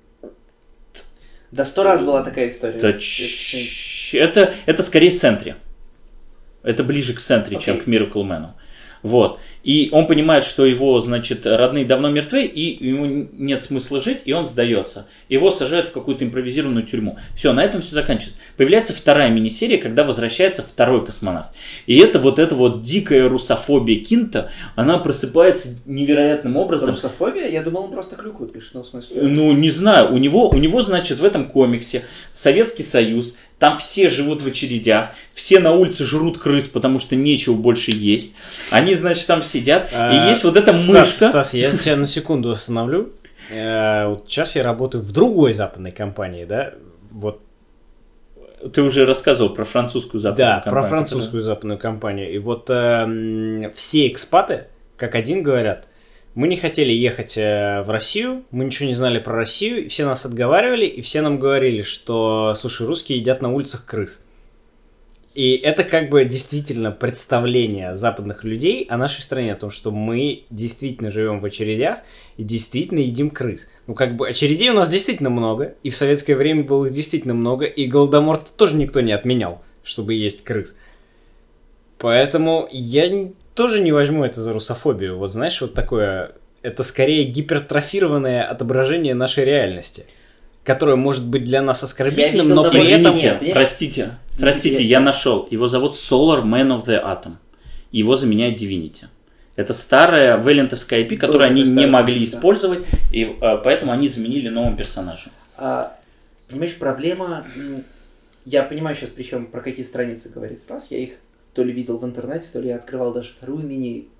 Да сто раз была такая история. Это, ч- это, это скорее Сентри. Это ближе к Сентри, чем Окей. к Miracle Man. Вот. И он понимает, что его, значит, родные давно мертвы, и ему нет смысла жить, и он сдается. Его сажают в какую-то импровизированную тюрьму. Все, на этом все заканчивается. Появляется вторая мини-серия, когда возвращается второй космонавт. И это вот эта вот дикая русофобия Кинта, она просыпается невероятным образом. Русофобия? Я думал, он просто клюкву пишет, ну в смысле... Ну, не знаю, у него, у него, значит, в этом комиксе Советский Союз, там все живут в очередях, все на улице жрут крыс, потому что нечего больше есть. Они, значит, там сидят, и А, есть вот эта Стас, мышка. Стас, я тебя на секунду остановлю. Э, Вот сейчас я работаю в другой западной компании, да? Вот, Ты уже рассказывал про французскую западную да, компанию. про французскую западную компанию. И вот эм, все экспаты, как один, говорят, мы не хотели ехать э, в Россию, мы ничего не знали про Россию, и все нас отговаривали, и все нам говорили, что, слушай, русские едят на улицах крыс. И это как бы действительно представление западных людей о нашей стране, о том, что мы действительно живем в очередях и действительно едим крыс. Ну, как бы очередей у нас действительно много, и в советское время было их действительно много, и голодомор тоже никто не отменял, чтобы есть крыс. Поэтому я н- тоже не возьму это за русофобию. Вот знаешь, вот такое, это скорее гипертрофированное отображение нашей реальности, которое может быть для нас оскорбительным, видел но при довольно- этом... Нет, Извините, понимаешь? простите, простите, Нет. я нашел. Его зовут Solar Man of the Atom. Его заменяет Divinity. Это старая вэлентовская ай пи, которую они такая не старая, могли да. использовать, и э, поэтому они заменили новым персонажем. А, понимаешь, проблема... м, Я понимаю сейчас, причем про какие страницы говорит Стас. Я их то ли видел в интернете, то ли я открывал даже вторую мини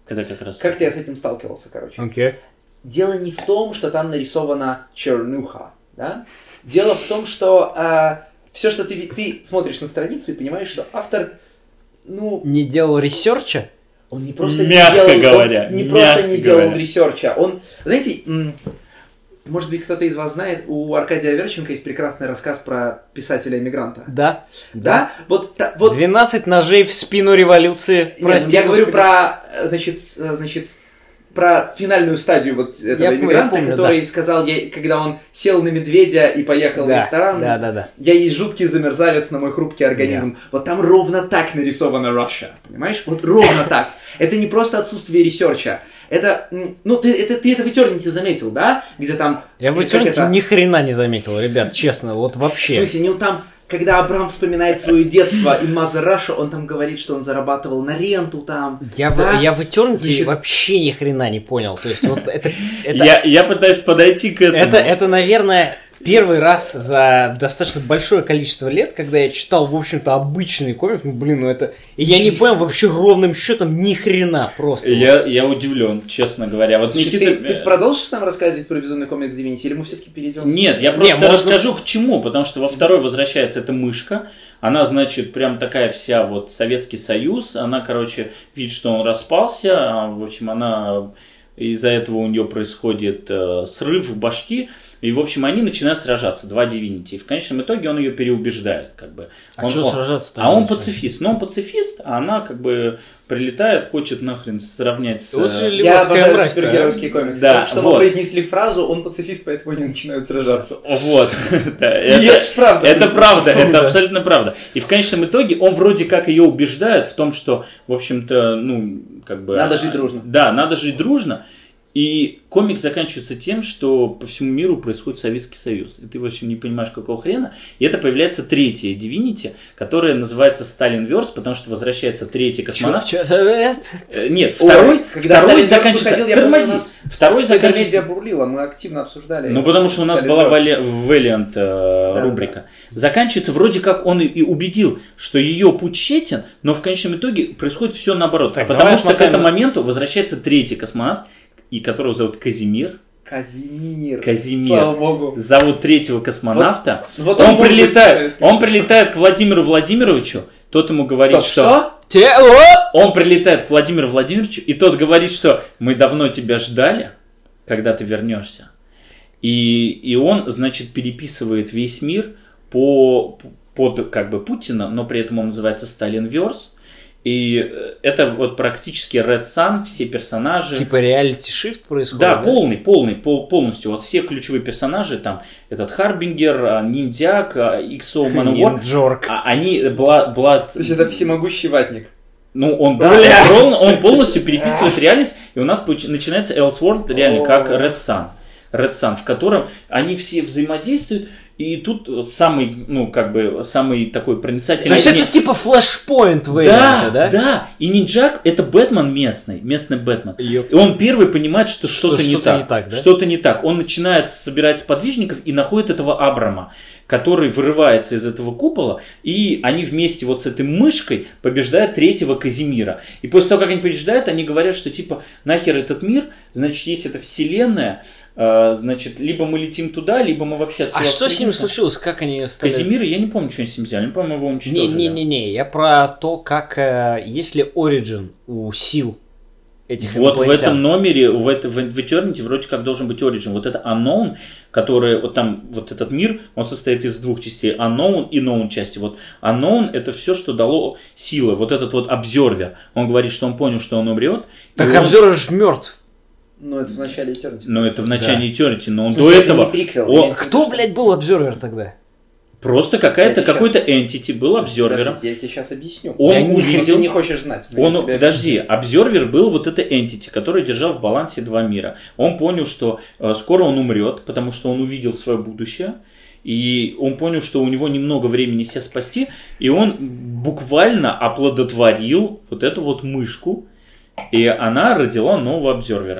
Когда как раз... Как-то я с этим сталкивался, короче. Окей. Okay. Дело не в том, что там нарисована чернуха, да? Дело в том, что э, все, что ты, ты смотришь на страницу и понимаешь, что автор, ну... Не делал ресерча? Он не просто мягко не делал, говоря, он не просто не делал говоря. ресерча. Он, знаете, может быть, кто-то из вас знает, у Аркадия Аверченко есть прекрасный рассказ про писателя-эмигранта. Да. Да? да? Вот, та, вот... двенадцать ножей в спину революции. Нет, Прости, я говорю про, значит, значит, про финальную стадию вот этого я иммигранта, помню, который да. сказал, я, когда он сел на медведя и поехал да, в ресторан, да, да, да. я есть жуткий замерзавец на мой хрупкий организм. Да. Вот там ровно так нарисована Russia, понимаешь? Вот ровно так. Это не просто отсутствие ресерча. Это, ну, ты это, ты это в Eternity заметил, да? Где там... Я в Eternity это... ни хрена не заметил, ребят, честно, вот вообще. В смысле, ну там... Когда Абрам вспоминает свое детство и Mother Russia, он там говорит, что он зарабатывал на ренту там. Я, да? в, я в Eternity Значит... вообще ни хрена не понял. То есть, вот это, это... Я, я пытаюсь подойти к этому. Это, это, наверное, первый раз за достаточно большое количество лет, когда я читал, в общем-то, обычный комик. Ну, блин, ну это... И я не понял вообще ровным счетом ни хрена просто. Я, вот. я удивлен, честно говоря. Вот Значит, Никита... ты, ты продолжишь нам рассказывать про безумный комикс Divinity, или мы все-таки перейдем? Нет, я просто не, расскажу можно... к чему, потому что во второй возвращается эта мышка. Она, значит, прям такая вся вот Советский Союз. Она, короче, видит, что он распался. В общем, она... Из-за этого у нее происходит э, срыв в башки. И, в общем, они начинают сражаться, два Divinity. И в конечном итоге он ее переубеждает. Как бы. А он, что он, сражаться-то? А он пацифист. Но он пацифист, а она как бы прилетает, хочет нахрен сравнять с... Я обожаю супергеройские комиксы. Да, Только что вот. мы произнесли фразу, он пацифист, поэтому они начинают сражаться. Вот. Это правда. Это правда, это абсолютно правда. И в конечном итоге он вроде как ее убеждает в том, что, в общем-то, ну, как бы... Надо жить дружно. Да, надо жить дружно. И комик заканчивается тем, что по всему миру происходит Советский Союз. И ты, в общем, не понимаешь, какого хрена. И это появляется третья Divinity, которая называется Сталинверс, потому что возвращается третий космонавт. Чё, чё? Нет, второй, Ой, когда второй заканчивается... Выходил, Тормози. Помню, второй заканчивается... бурлила, мы активно обсуждали. Ну, потому что у нас была Valiant э, да, рубрика. Да. Заканчивается вроде как он и убедил, что ее путь тщетен, но в конечном итоге происходит все наоборот. Так, потому что к этому моменту возвращается третий космонавт, и которого зовут Казимир. Казимир. Казимир. Слава богу. Зовут третьего космонавта. Вот, вот он, он, прилетает, он прилетает к Владимиру Владимировичу. Тот ему говорит, Стоп, что... что? Он прилетает к Владимиру Владимировичу, и тот говорит, что мы давно тебя ждали, когда ты вернешься. И, и он, значит, переписывает весь мир по, под как бы Путина, но при этом он называется Сталинверс. И это вот практически Red Sun, все персонажи. Типа реалити-шифт происходит? Да, да, полный, полный, пол, полностью. Вот все ключевые персонажи, там, этот Харбингер, Ниндзяк, икс о Манowar, они, Blood... Blood... То есть это всемогущий ватник. Ну, он, да, он, он полностью переписывает реальность, и у нас начинается Elseworld реально как Red Sun. Red Sun, в котором они все взаимодействуют. И тут самый, ну, как бы, самый такой проницательный... То есть это типа флешпоинт варианта, да? Да, да. И Ниндзяк это Бэтмен местный, местный Бэтмен. Ёп. И он первый понимает, что, что что-то, не, что-то так, не так. Да? Что-то не так. Он начинает собирать сподвижников и находит этого Абрама, который вырывается из этого купола, и они вместе вот с этой мышкой побеждают третьего Казимира. И после того, как они побеждают, они говорят, что типа нахер этот мир, значит, есть эта вселенная, значит, либо мы летим туда, либо мы вообще отсюда. А что с ним случилось? Как они стали... Казимира, я не помню, что они с ним взяли. По-моему, его уничтожили. Не-не-не, я про то, как... Есть ли origin у сил этих вот инопланетян? В этом номере, в, это, в, в Eternity вроде как должен быть origin. Вот это unknown, который... Вот там, вот этот мир, он состоит из двух частей. Unknown и known части. Вот unknown это все, что дало силы. Вот этот вот обзервер. Он говорит, что он понял, что он умрет. Так обзервер он... же мертв. Ну, это в начале Eternity. Ну, это в начале да. Eternity, но он смысле, до это этого... Приквел, он... Кто, блядь, был обзервер тогда? Просто какая-то, какой-то entity был обзервером. Я тебе сейчас объясню. Он я увидел... Ты не хочешь знать. Он, подожди, обзервер был вот это entity, который держал в балансе два мира. Он понял, что э, скоро он умрет, потому что он увидел свое будущее. И он понял, что у него немного времени себя спасти. И он буквально оплодотворил вот эту вот мышку. И она родила нового обзервера.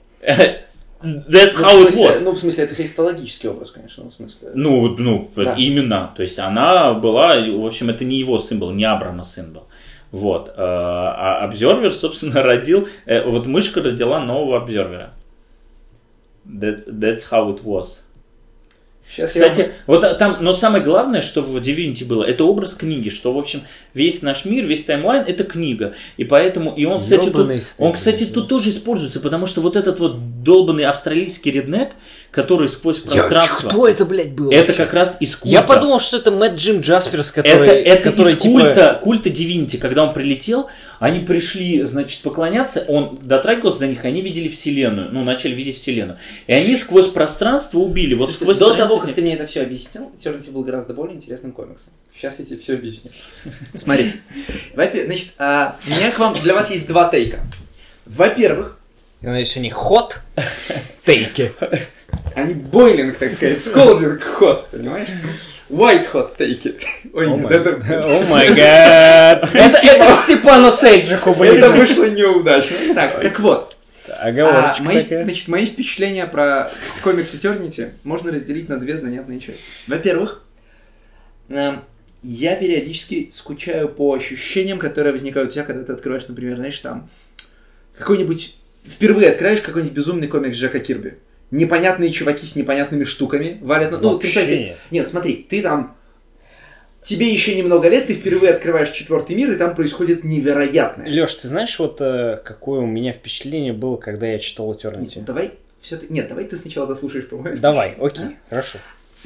That's how it was. Ну, в смысле, это христологический образ, конечно. В смысле... Ну, ну да. Именно. То есть она была, в общем, это не его сын был, не Абрама сын был. Вот. А Observer, собственно, родил... Вот мышка родила нового Observer. That's, that's how it was. Сейчас Кстати, я... вот там, но самое главное, что в Divinity было, это образ книги, что, в общем, весь наш мир, весь таймлайн, это книга. И поэтому, и он, кстати, тут, он, кстати, тут тоже используется, потому что вот этот вот долбанный австралийский реднек, который сквозь пространство... Кто это, блядь, был? Это вообще? Как раз из культа. Я подумал, что это Мэтт Джим Джасперс, который... Это, это который, из типа... культа, культа Divinity, когда он прилетел, они пришли, значит, поклоняться, он дотрагивался до них, они видели Вселенную, ну, начали видеть Вселенную. И они сквозь пространство убили. Вот Слушайте, сквозь до страницы... того, как ты мне это все объяснил, Eternity был гораздо более интересным комиксом. Сейчас я тебе все объясню. Смотри. Значит, а, у меня к вам, для вас есть два тейка. Во-первых... Я надеюсь, они хот тейки. Они бойлинг, так сказать, сколдинг хот, понимаешь? White hot тейки. Ой, нет, это... О май гад. Это Степану Сейджиху, блин. Это вышло неудачно. Так, так вот. Оговорочка такая. Значит, мои впечатления про комикс Eternity можно разделить на две занятные части. Во-первых, я периодически скучаю по ощущениям, которые возникают у тебя, когда ты открываешь, например, знаешь, там, какой-нибудь... Впервые открываешь какой-нибудь безумный комикс Джека Кирби. Непонятные чуваки с непонятными штуками валят... Ну, ну представь, нет, смотри, ты там... Тебе еще немного лет, ты впервые открываешь четвертый мир, и там происходит невероятное. Леш, ты знаешь, вот э, какое у меня впечатление было, когда я читал Eternity? Нет, давай все-таки... Нет, давай ты сначала дослушаешь про мою Давай, окей, а? Хорошо.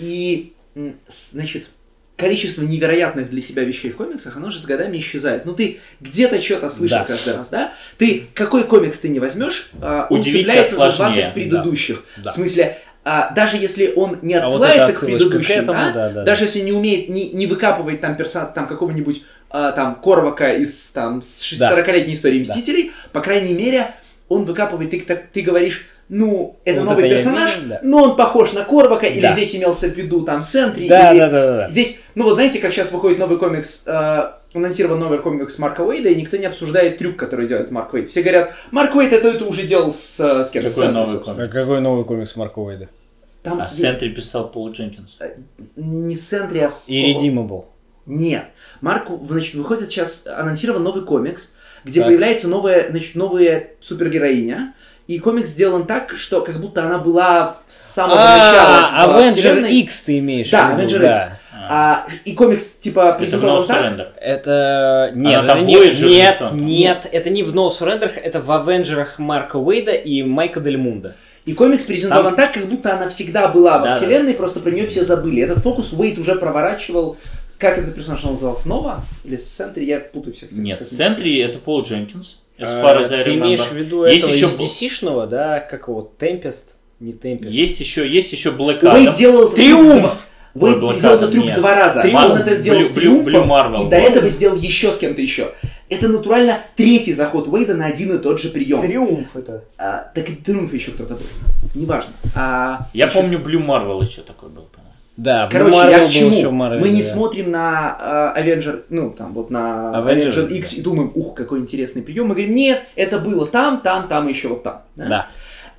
И, значит, количество невероятных для тебя вещей в комиксах, оно же с годами исчезает. Ну, ты где-то что-то слышал да. каждый раз, да? Ты, какой комикс ты не возьмешь, он цепляется за двадцать предыдущих. Да. В смысле... А, даже если он не отсылается а вот к предыдущим, к этому, да, да, да, даже да. если не умеет, не, не выкапывает там, персон, там какого-нибудь а, там Корвака из там, сорокалетней истории Мстителей, да. по крайней мере, он выкапывает, ты, так, ты говоришь, ну, это вот новый это персонаж, вижу, да. но он похож на Корвака, да. или здесь имелся в виду там Сентри, да, или да, да, да. здесь, ну вот знаете, как сейчас выходит новый комикс, э, анонсирован новый комикс Марка Уэйда, и никто не обсуждает трюк, который делает Марк Уэйд. Все говорят, Марк Уэйд это, это уже делал с, с кем? Какой, новый комикс? Какой новый комикс Марка Уэйда? Там, а Сентри писал Пол Дженкинс. Не Сентри, а... Irredeemable. Нет. Марку, значит, выходит сейчас анонсирован новый комикс, где так. появляется новая, значит, новая супергероиня. И комикс сделан так, что как будто она была с самого а, начала. Avenger X ты имеешь да, в виду? Avenger X. А, и комикс типа презентован так? Это... Нет, это не... нет, нет, это не в No Surrender, это в Авенджерах Марка Уэйда и Майка Дель Мунда. И комикс презентован Там... так, как будто она всегда была да, во вселенной, да. просто про нее все забыли. Этот фокус Уэйд уже проворачивал. Как этот персонаж назывался? Нова? Или Сентри? Я путаю всех. Нет, Сентри это Пол Дженкинс. А, ты имеешь в виду есть этого еще... из ди си-шного, да? Как его? Темпест? Не Темпест. Есть еще, есть еще Блэк Адам. Уэйд делал Триумф! Уэйд делал этот трюк два раза. Триумф. Он это делал с Триумфом, и до этого сделал еще с кем-то еще. Это натурально третий заход Уэйда на один и тот же прием. Триумф это. А, так и Триумф еще кто-то был. Неважно. А, Я еще... помню, Блю Марвел еще такой был. Да, короче, Marvel я к чему? Marvel, Мы не да. смотрим на uh, Avenger, ну, там, вот на Avenger, Avenger X да. и думаем, ух, какой интересный прием. Мы говорим, нет, это было там, там, там и еще вот там. Да. да.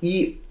И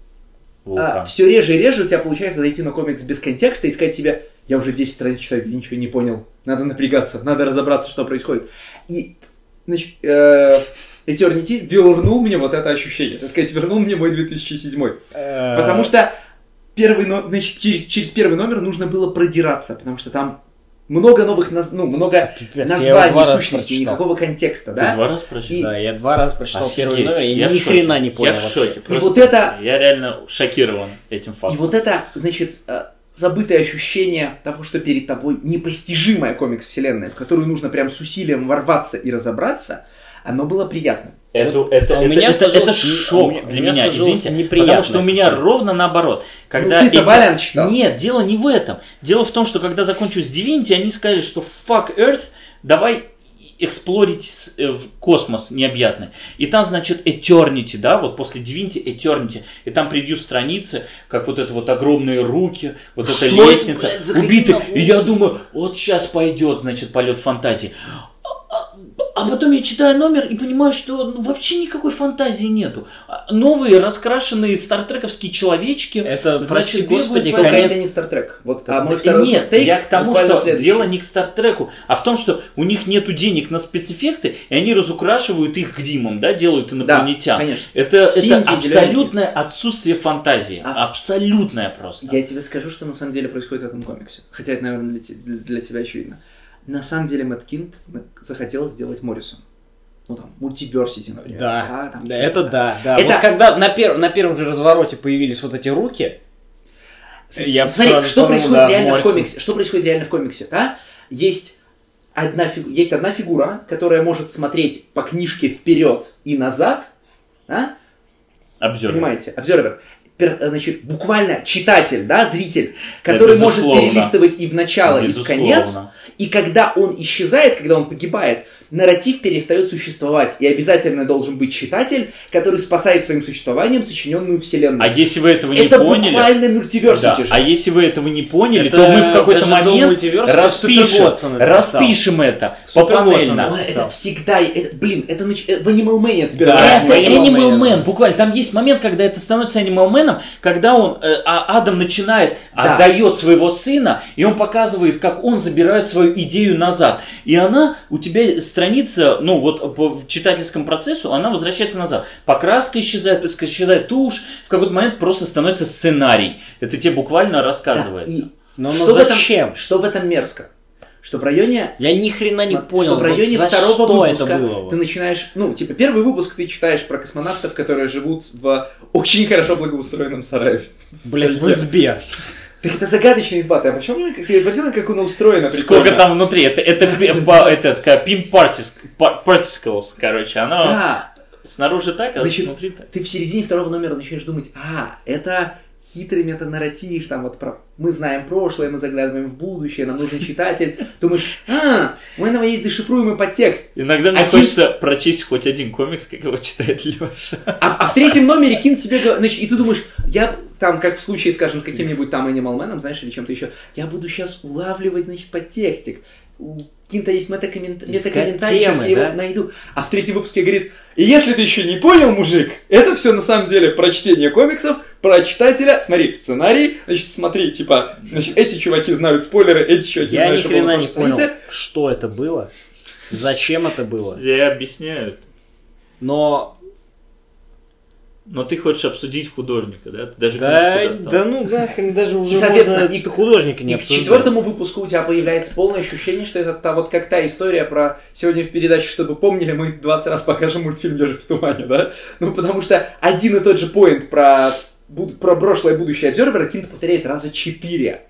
uh, все реже и реже у тебя получается зайти на комикс без контекста и сказать себе, я уже десять страниц читаю, я ничего не понял. Надо напрягаться, надо разобраться, что происходит. И, значит, uh, Eternity вернул мне вот это ощущение. Так сказать, вернул мне мой две тысячи седьмой. Потому что Первый, значит, через, через первый номер нужно было продираться, потому что там много новых, наз... ну, много Пипец, названий, сущностей, никакого контекста, Ты да? два раза прочитал? И... Да, я два раза прочитал Офигеть. Первый номер, и я ни хрена не понял. Я в шоке. И вот это... Я реально шокирован этим фактом. И вот это, значит, забытое ощущение того, что перед тобой непостижимая комикс-вселенная, в которую нужно прям с усилием ворваться и разобраться, оно было приятно. Это, это, а у это, меня это, это шок меня, для меня, извините, неприятно. Потому что у меня ровно наоборот. Когда ну, ты-то Валян эти... читал. Нет, дело не в этом. Дело в том, что когда закончилось Divinity, они сказали, что fuck Earth, давай эксплорить космос необъятный. И там, значит, Eternity, да, вот после Divinity Eternity. И там превью страницы, как вот это вот огромные руки, вот эта лестница, убиты. И я думаю, вот сейчас пойдет, значит, полет фантазии. А потом я читаю номер и понимаю, что ну, вообще никакой фантазии нету. Новые раскрашенные стартрековские человечки. Это, прости бегают господи, по- Только конец. это не Стартрек. Вот, А а мой да- второй Нет, тейк я к тому, буквально что следующий. дело не к Стартреку, а в том, что у них нету денег на спецэффекты, и они разукрашивают их гримом, да, делают инопланетян. Да, конечно. Это, Синенькие, это абсолютное отсутствие фантазии. А. Абсолютное просто. Я тебе скажу, что на самом деле происходит в этом комиксе. Хотя это, наверное, для, те- для- для тебя очевидно. На самом деле Мэтт Кинд захотел сделать Моррисон. Ну там, мультиверсити, например. Да, там да, что-то. это да, да. Это- Вот когда на, пер... на первом же развороте появились вот эти руки, я бы Смотри, сразу что подумал, происходит да, реально Моррисон. в комиксе? Что происходит реально в комиксе, да? Есть одна, фигу- есть одна фигура, которая может смотреть по книжке вперед и назад, да? Обзор. Понимаете? Обзервер. Пер- Значит, буквально читатель, да, зритель, который Да, может безусловно. перелистывать и в начало, и в Безусловно. конец. И когда он исчезает, когда он погибает, нарратив перестает существовать. И обязательно должен быть читатель, который спасает своим существованием сочиненную вселенную. А если вы этого не Это поняли... буквально мультиверсити Да, же. а если вы этого не поняли, Это то мы в какой-то даже до момент мультиверсити распишем, Суперботсон это написал. распишем это Суперботсон попанельно. это Ой, написал. это всегда, это, блин, это нач- э, в Animal Man это Да, первое. Это Animal Animal Man. Man, буквально. Там есть момент, когда это становится Animal Man, когда он, э, а Адам начинает, Да. отдает своего сына, и он показывает, как он забирает свою идею назад. И она, у тебя страница, ну вот по читательскому процессу, она возвращается назад. Покраска исчезает, исчезает тушь, в какой-то момент просто становится сценарий. Это тебе буквально Да, рассказывается. и Но, что ну в этом- зачем? что в этом мерзко? Что в районе Я ни хрена не Сма- понял, что в районе вот за второго что выпуска это было. ты начинаешь, ну, типа, первый выпуск ты читаешь про космонавтов, которые живут в очень хорошо благоустроенном сарае. Блять, в избе. Так это загадочная изба, ты обращал внимание, как, ты обратил внимание, как она устроена? Сколько прикольно? там внутри? Это, это, пи- по- это такая Pim Partis- Par- Particles, короче. Она Да, снаружи так, а Значит, внутри так. ты в середине второго номера начинаешь думать, а, это хитрый метанарратив, там вот про... Мы знаем прошлое, мы заглядываем в будущее, нам нужен читатель. Думаешь, а, у этого есть дешифруемый подтекст. Иногда мне А хочется прочесть хоть один комикс, как его читает Леша. А, а в третьем номере Кин тебе говорит, значит, и ты думаешь, я там, как в случае, скажем, каким-нибудь там Animal Man, знаешь, или чем-то еще, я буду сейчас улавливать, значит, подтекстик. У Кинта есть метакоммент... метакомментарий, темы, сейчас я да? его найду. А в третьем выпуске говорит, и если ты еще не понял, мужик, это все на самом деле про чтение комиксов, про читателя, смотри, сценарий, значит, смотри, типа, значит, эти чуваки знают спойлеры, эти чуваки Я знают, ни что было хрена на не прошлой понял, странице. что это было, зачем это было. Я объясняю. Но Но ты хочешь обсудить художника, да? Ты даже да, книжку достал. да ну нахрен даже уже соответственно, можно и- художника не И к обсуждать. четвертому выпуску у тебя появляется полное ощущение, что это та, вот как та история про сегодня в передаче, чтобы помнили, мы двадцать раз покажем мультфильм «Ежик в тумане», да? Ну, потому что один и тот же поинт про, буд- про прошлое и будущее Обзервера Кинт повторяет раза четыре.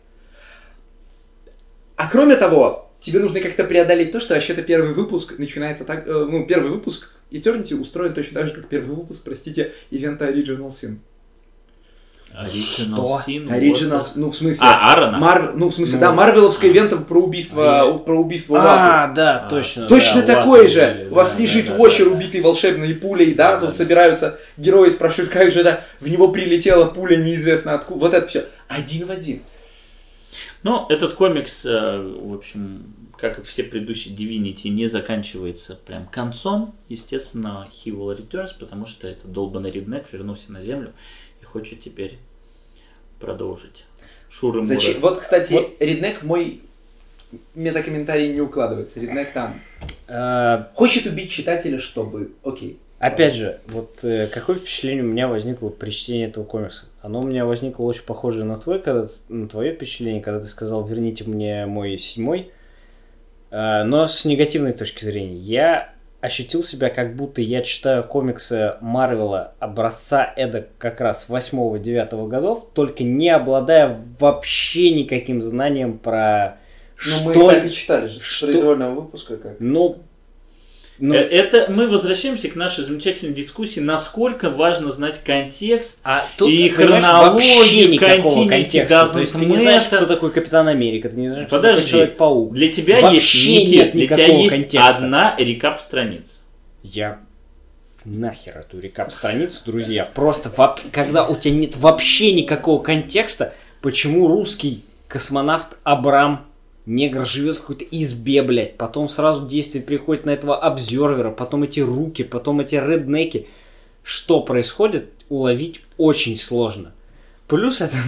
А кроме того, тебе нужно как-то преодолеть то, что вообще-то первый выпуск начинается так... э, ну, первый выпуск Eternity устроен точно так же, как первый выпуск, простите, ивента Original Sin. Original Sin. Original, вот это. ну, в смысле... А, Аарона? Марв- ну, в смысле, Ну. да, марвеловская ивента про убийство, А, про убийство Уату. А, да, А. точно. Точно да, такой Уату же. были, У вас да, лежит да, да, Уочер, да. убитый волшебной пулей, да, Да, тут да. собираются герои, спрашивают, как же это, в него прилетела пуля неизвестно откуда. Вот это все. Один в один. Ну, этот комикс, э, в общем, как и все предыдущие Divinity, не заканчивается прям концом. Естественно, He Will Returns, потому что это долбанный реднек вернулся на землю и хочет теперь продолжить. Шуры Зачем? Вот, кстати, Вот. Реднек в мой метакомментарий не укладывается. Реднек там. Э, Хочет убить читателя, чтобы... Окей. Опять же, вот э, какое впечатление у меня возникло при чтении этого комикса? Оно у меня возникло очень похоже на твое, когда, на твое впечатление, когда ты сказал «верните мне мой седьмой», Э, но с негативной точки зрения. Я ощутил себя, как будто я читаю комиксы Марвела образца эдак как раз восьмого-девятого годов, только не обладая вообще никаким знанием про Ну, что... мы их так и читали же. С что- произвольного выпуска как. Ну, ну, Э, Это мы возвращаемся к нашей замечательной дискуссии, насколько важно знать контекст. А тут, И понимаешь, хронологию, вообще никакого continuity контекста. doesn't То есть ты не знаешь, matter. кто такой Капитан Америка, ты не знаешь, кто Подожди. такой Человек-паук. Для тебя Вообще есть, нет Никит, для тебя никакого есть контекста. одна рекап страниц. Я нахер эту рекап-страницу, друзья. Просто воп- когда у тебя нет вообще никакого контекста, почему русский космонавт Абрам негр живет в какой-то избе, блядь, потом сразу действие приходит на этого обзервера, потом эти руки, потом эти реднеки. Что происходит, уловить очень сложно. Плюс это,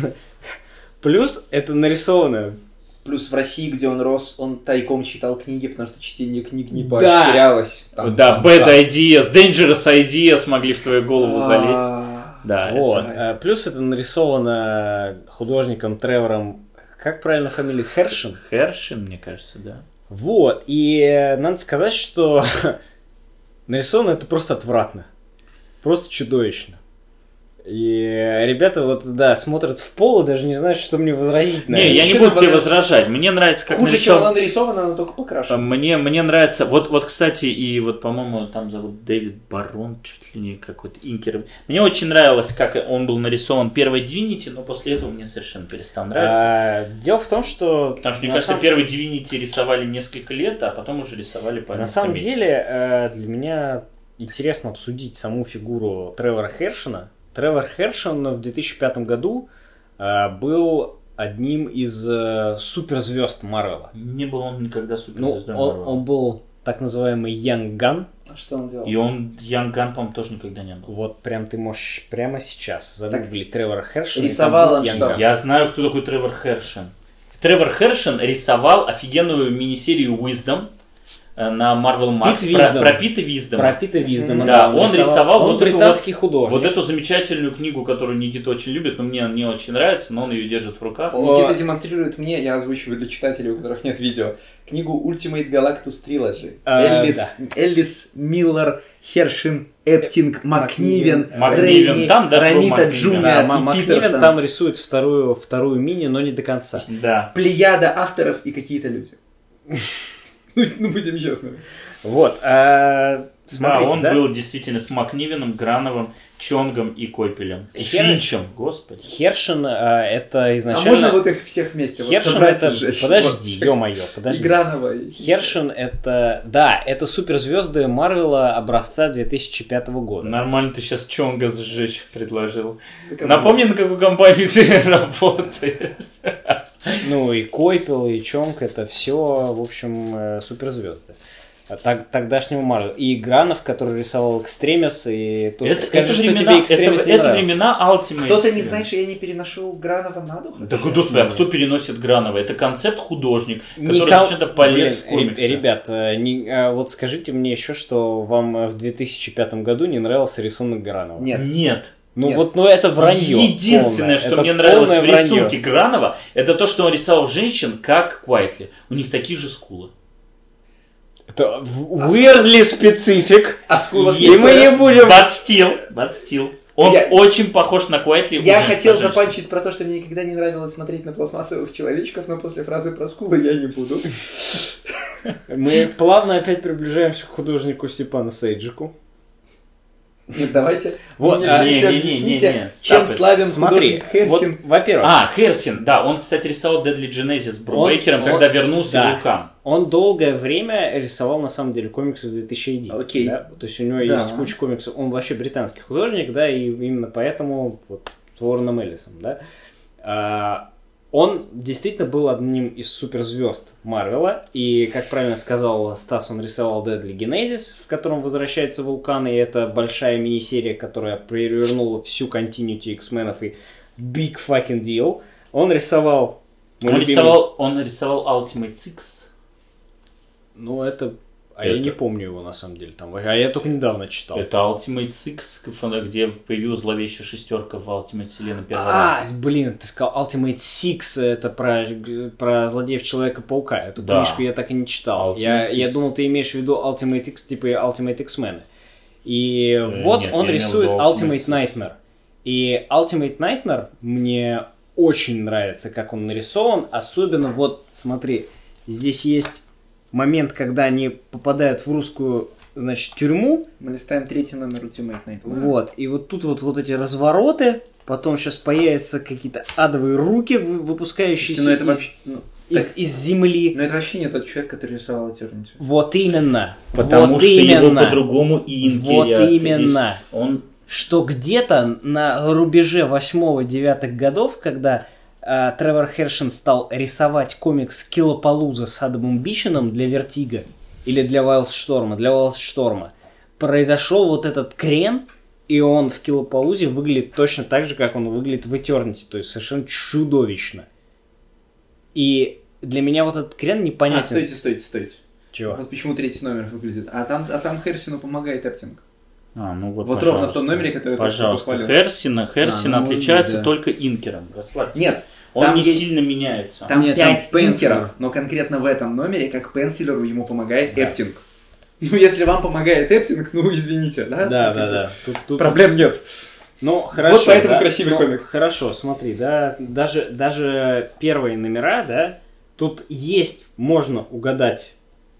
плюс это нарисовано. Плюс в России, где он рос, он тайком читал книги, потому что чтение книг не поощрялось. Да, да, bad ideas, dangerous ideas могли в твою голову залезть. Да, вот. это... Плюс это нарисовано художником Тревором, как правильно фамилия? Хершин? Хершин, мне кажется, да. Вот, и надо сказать, что нарисовано это просто отвратно. Просто чудовищно. И ребята вот, да, смотрят в пол и даже не знают, что мне возразить. Не, я не буду тебе возражать. Мне нравится, как хуже, чем она нарисована, она только покрашена. Мне, мне нравится, вот, вот, кстати, и вот, по-моему, там зовут Дэвид Барон, чуть ли не какой-то инкер. Мне очень нравилось, как он был нарисован первой Divinity, но после этого мне совершенно перестал нравиться. А, дело в том, что... Потому что, мне кажется, сам... первый Divinity рисовали несколько лет, а потом уже рисовали по На самом месяцев. деле, для меня интересно обсудить саму фигуру Тревора Хершина. Тревор Хершин в две тысячи пятом году э, был одним из э, суперзвезд Марвела. Не был он никогда суперзвездой ну, Марвела. Он, он был так называемый Young Gun. А что он делал? И он Young Gun, по-моему, тоже никогда не был. Вот прям ты можешь прямо сейчас загуглить Тревора Хершина. Рисовал он что? Я знаю, кто такой Тревор Хершин. Тревор Хершин рисовал офигенную мини-серию Wisdom на Marvel Max про, про Пита Виздома. Про Пита Виздома. Да, он рисовал, рисовал он вот британский эту, художник. Вот эту замечательную книгу, которую Никита очень любит, но мне не очень нравится, но он ее держит в руках. Никита демонстрирует мне, я озвучиваю для читателей, у которых нет видео, книгу Ultimate Galactus Trilogy. А, Эллис, да. Эллис, Миллер, Хершин, Эптинг, Макнивен, Макнивен, там даже Рамита Джуниор да, и Макнивен Питерсон. Там рисует вторую, вторую мини, но не до конца. Да. Плеяда авторов и какие-то люди. Ну, будем честными. Вот. А, смотрите, да, он да? был действительно с Макнивеном, Грановым, Чонгом и Койпелем. И Хер... Финчем, господи. Хершин а, это изначально... А можно вот их всех вместе? Хершин вот это... Сжечь. Подожди, вот. ё-моё, подожди. И Гранова. И... Хершин это... Да, это суперзвезды Марвела образца две тысячи пятого года. Нормально ты сейчас Чонга сжечь предложил. Напомни, на какую компанию ты работаешь. Ну и Койпел, и Чонг, это все, в общем, суперзвезды. Так, тогдашнего Марвел. И Гранов, который рисовал Экстремис, и тут это, скажи, это что времена, тебе Экстремис это, не это нравился. времена Ultimate. Кто-то не знает, что я не переношу Гранова на дух? Да, господи, а кто переносит Гранова? Это концепт-художник, который Никол... зачем-то полез Блин, в комиксы. Ребят, не, вот скажите мне еще, что вам в две тысячи пятом году не нравился рисунок Гранова. Нет. Нет. Ну Нет. вот, ну это вранье. Единственное, полное. что это мне нравилось в вранье. рисунке Гранова, это то, что он рисовал женщин как Куайтли. У них такие же скулы. Это weirdly специфик. А скула и мы не будем... But still, but still. Он я... очень похож на Куайтли. Я хотел запанчить про то, что мне никогда не нравилось смотреть на пластмассовых человечков, но после фразы про скулы я не буду. Мы плавно опять приближаемся к художнику Степану Сейджику. Нет, давайте вот, мне а, все не, еще не, объясните, не, не, не. чем славен Смотри, художник Херсин. Вот, во-первых. А, Херсин, да, он, кстати, рисовал Deadly Genesis с Брубейкером, когда вернулся да, Вулкан. Он долгое время рисовал, на самом деле, комиксы в две тысячи один. Окей. Да? То есть у него да. есть куча комиксов. Он вообще британский художник, да, и именно поэтому вот, с Уорреном Эллисом, да. А, он действительно был одним из суперзвезд Марвела, и, как правильно сказал Стас, он рисовал Deadly Genesis, в котором возвращается Вулкан, и это большая мини-серия, которая перевернула всю континьюти X-менов, и big fucking deal. Он рисовал... Он рисовал, он рисовал Ultimate Six. Ну, это... А это... я не помню его, на самом деле. Там... А я только недавно читал. Это Ultimate Six, где появилась зловещая шестерка в Ultimate вселенной первый а, раз. А, блин, ты сказал Ultimate Six, это про, про злодеев Человека-паука. Эту да. книжку я так и не читал. Я, я думал, ты имеешь в виду Ultimate X, типа Ultimate X-Men. И э, вот нет, он рисует Ultimate, Ultimate Nightmare. И Ultimate Nightmare мне очень нравится, как он нарисован. Особенно, вот, смотри, здесь есть... момент, когда они попадают в русскую, значит, тюрьму. Мы листаем третий номер Ultimate Night. Вот. И вот тут вот, вот эти развороты. Потом сейчас появятся какие-то адовые руки, выпускающиеся ну, это из, вообще, ну, из, так, из земли. Но это вообще не тот человек, который рисовал Eternity. Вот именно. Потому вот что именно. его по-другому инкерят. Вот именно. Он... Что где-то на рубеже восьмого-девятых годов, когда э, Тревор Хершин стал рисовать комикс Киллапалуза с Адамом Биченом для Вертига или для Вайлдшторма, для Вайлдшторма, произошел вот этот крен, и он в Киллапалузе выглядит точно так же, как он выглядит в Этернити, то есть совершенно чудовищно. И для меня вот этот крен непонятен. А, стойте, стойте, стойте. Чего? Вот почему третий номер выглядит. А там, а там Херсину помогает Эптинг. А, ну вот, вот ровно в том номере, который пожалуйста, Херсина, Херсина а, ну, отличается да. только инкером. Расслабьтесь. Нет. Он там не есть... сильно меняется. Там Нет, пять там инкеров, но конкретно в этом номере, как пенсилеру, ему помогает да. Эптинг. Ну, если вам помогает Эптинг, ну, извините, да? Да, да, да. Тут, тут, проблем нет. Ну, хорошо. Вот поэтому да? красивый ну, комикс. Хорошо, смотри, да, даже, даже первые номера, да, тут есть, можно угадать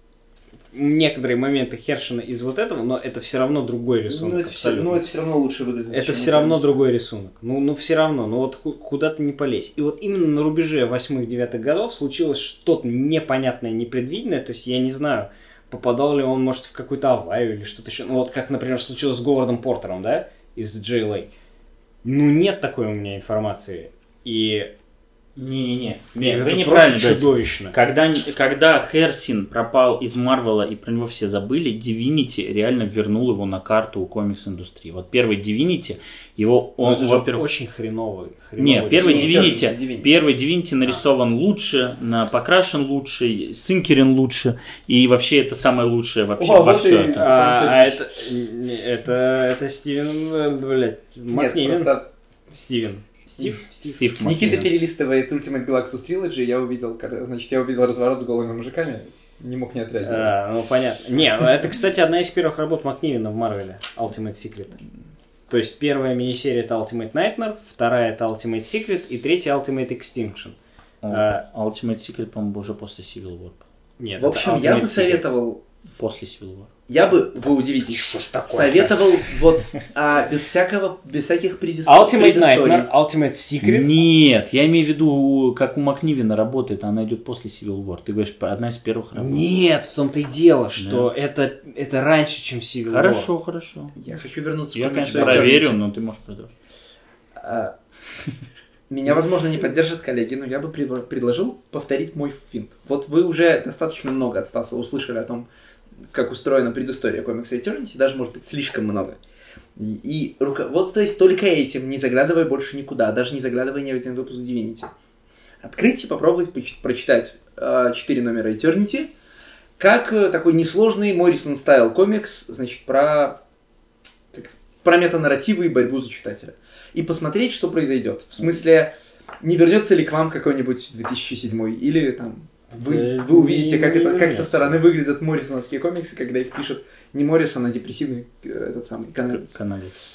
некоторые моменты Хершина из вот этого, но это все равно другой рисунок. Ну, это, все, ну, это все равно лучше выглядит. Это все равно другой рисунок. Ну, ну все равно, ну вот куда-то не полезь. И вот именно на рубеже восьмых-девятых годов случилось что-то непонятное, непредвиденное, то есть я не знаю, попадал ли он, может, в какую-то аварию или что-то еще. Ну вот как, например, случилось с Говардом Портером, да, из джей эл эй. Ну нет такой у меня информации. И... Не-не-не, вы это неправильно чудовищно. Когда, когда Херсин пропал из Марвела и про него все забыли, Divinity реально вернул его на карту у комикс-индустрии. Вот первый Divinity, его он, это во-первых... очень хреновый. хреновый Нет, первый Divinity, Divinity, первый Divinity нарисован а. лучше, на покрашен лучше, синкерен лучше, и вообще это самое лучшее вообще О, во вот все и... это. А, а это, это, это Стивен, блядь, Макнивен. Просто... Стивен. Стив? Стив, Стив Никита перелистывает Ultimate Galactus Trilogy, я увидел, значит, я увидел разворот с голыми мужиками, не мог не отреагировать. А, ну понятно. Не, это, кстати, одна из первых работ Макнивена в Марвеле, Ultimate Secret. То есть первая мини-серия это Ultimate Nightmare, вторая это Ultimate Secret и третья Ultimate Extinction. А, Ultimate Secret, по-моему, уже после Civil War. Нет, в общем, я бы советовал... После Civil War. Я бы, вы удивитесь, Что ж такое? советовал вот а, без всякого, без всяких предысторий. Ultimate Nightmare, Ultimate Secret. Нет, я имею в виду, как у Макнивена работает, она идет после Civil War. Ты говоришь, одна из первых работ. Нет, в том-то и дело, что да. это, это раньше, чем Civil War. Хорошо, хорошо. Я хочу вернуться. Я, конечно, проверю, но ты можешь продолжить. А, меня, возможно, не поддержат коллеги, но я бы предложил повторить мой финт. Вот вы уже достаточно много от Стаса услышали о том, как устроена предыстория комикса Eternity, даже, может быть, слишком много. И, и руко... вот, то есть, только этим, не заглядывая больше никуда, даже не заглядывая ни в один выпуск Divinity. Открыть и попробовать прочитать четыре э, номера Eternity, как э, такой несложный Morrison стайл комикс, значит, про, как, про метанарративы и борьбу за читателя. И посмотреть, что произойдет. В смысле, не вернется ли к вам какой-нибудь две тысячи седьмой, или там... Вы, вы увидите, как, это, как со стороны выглядят моррисоновские комиксы, когда их пишет не Моррисон, а депрессивный этот самый канадец. Канадец.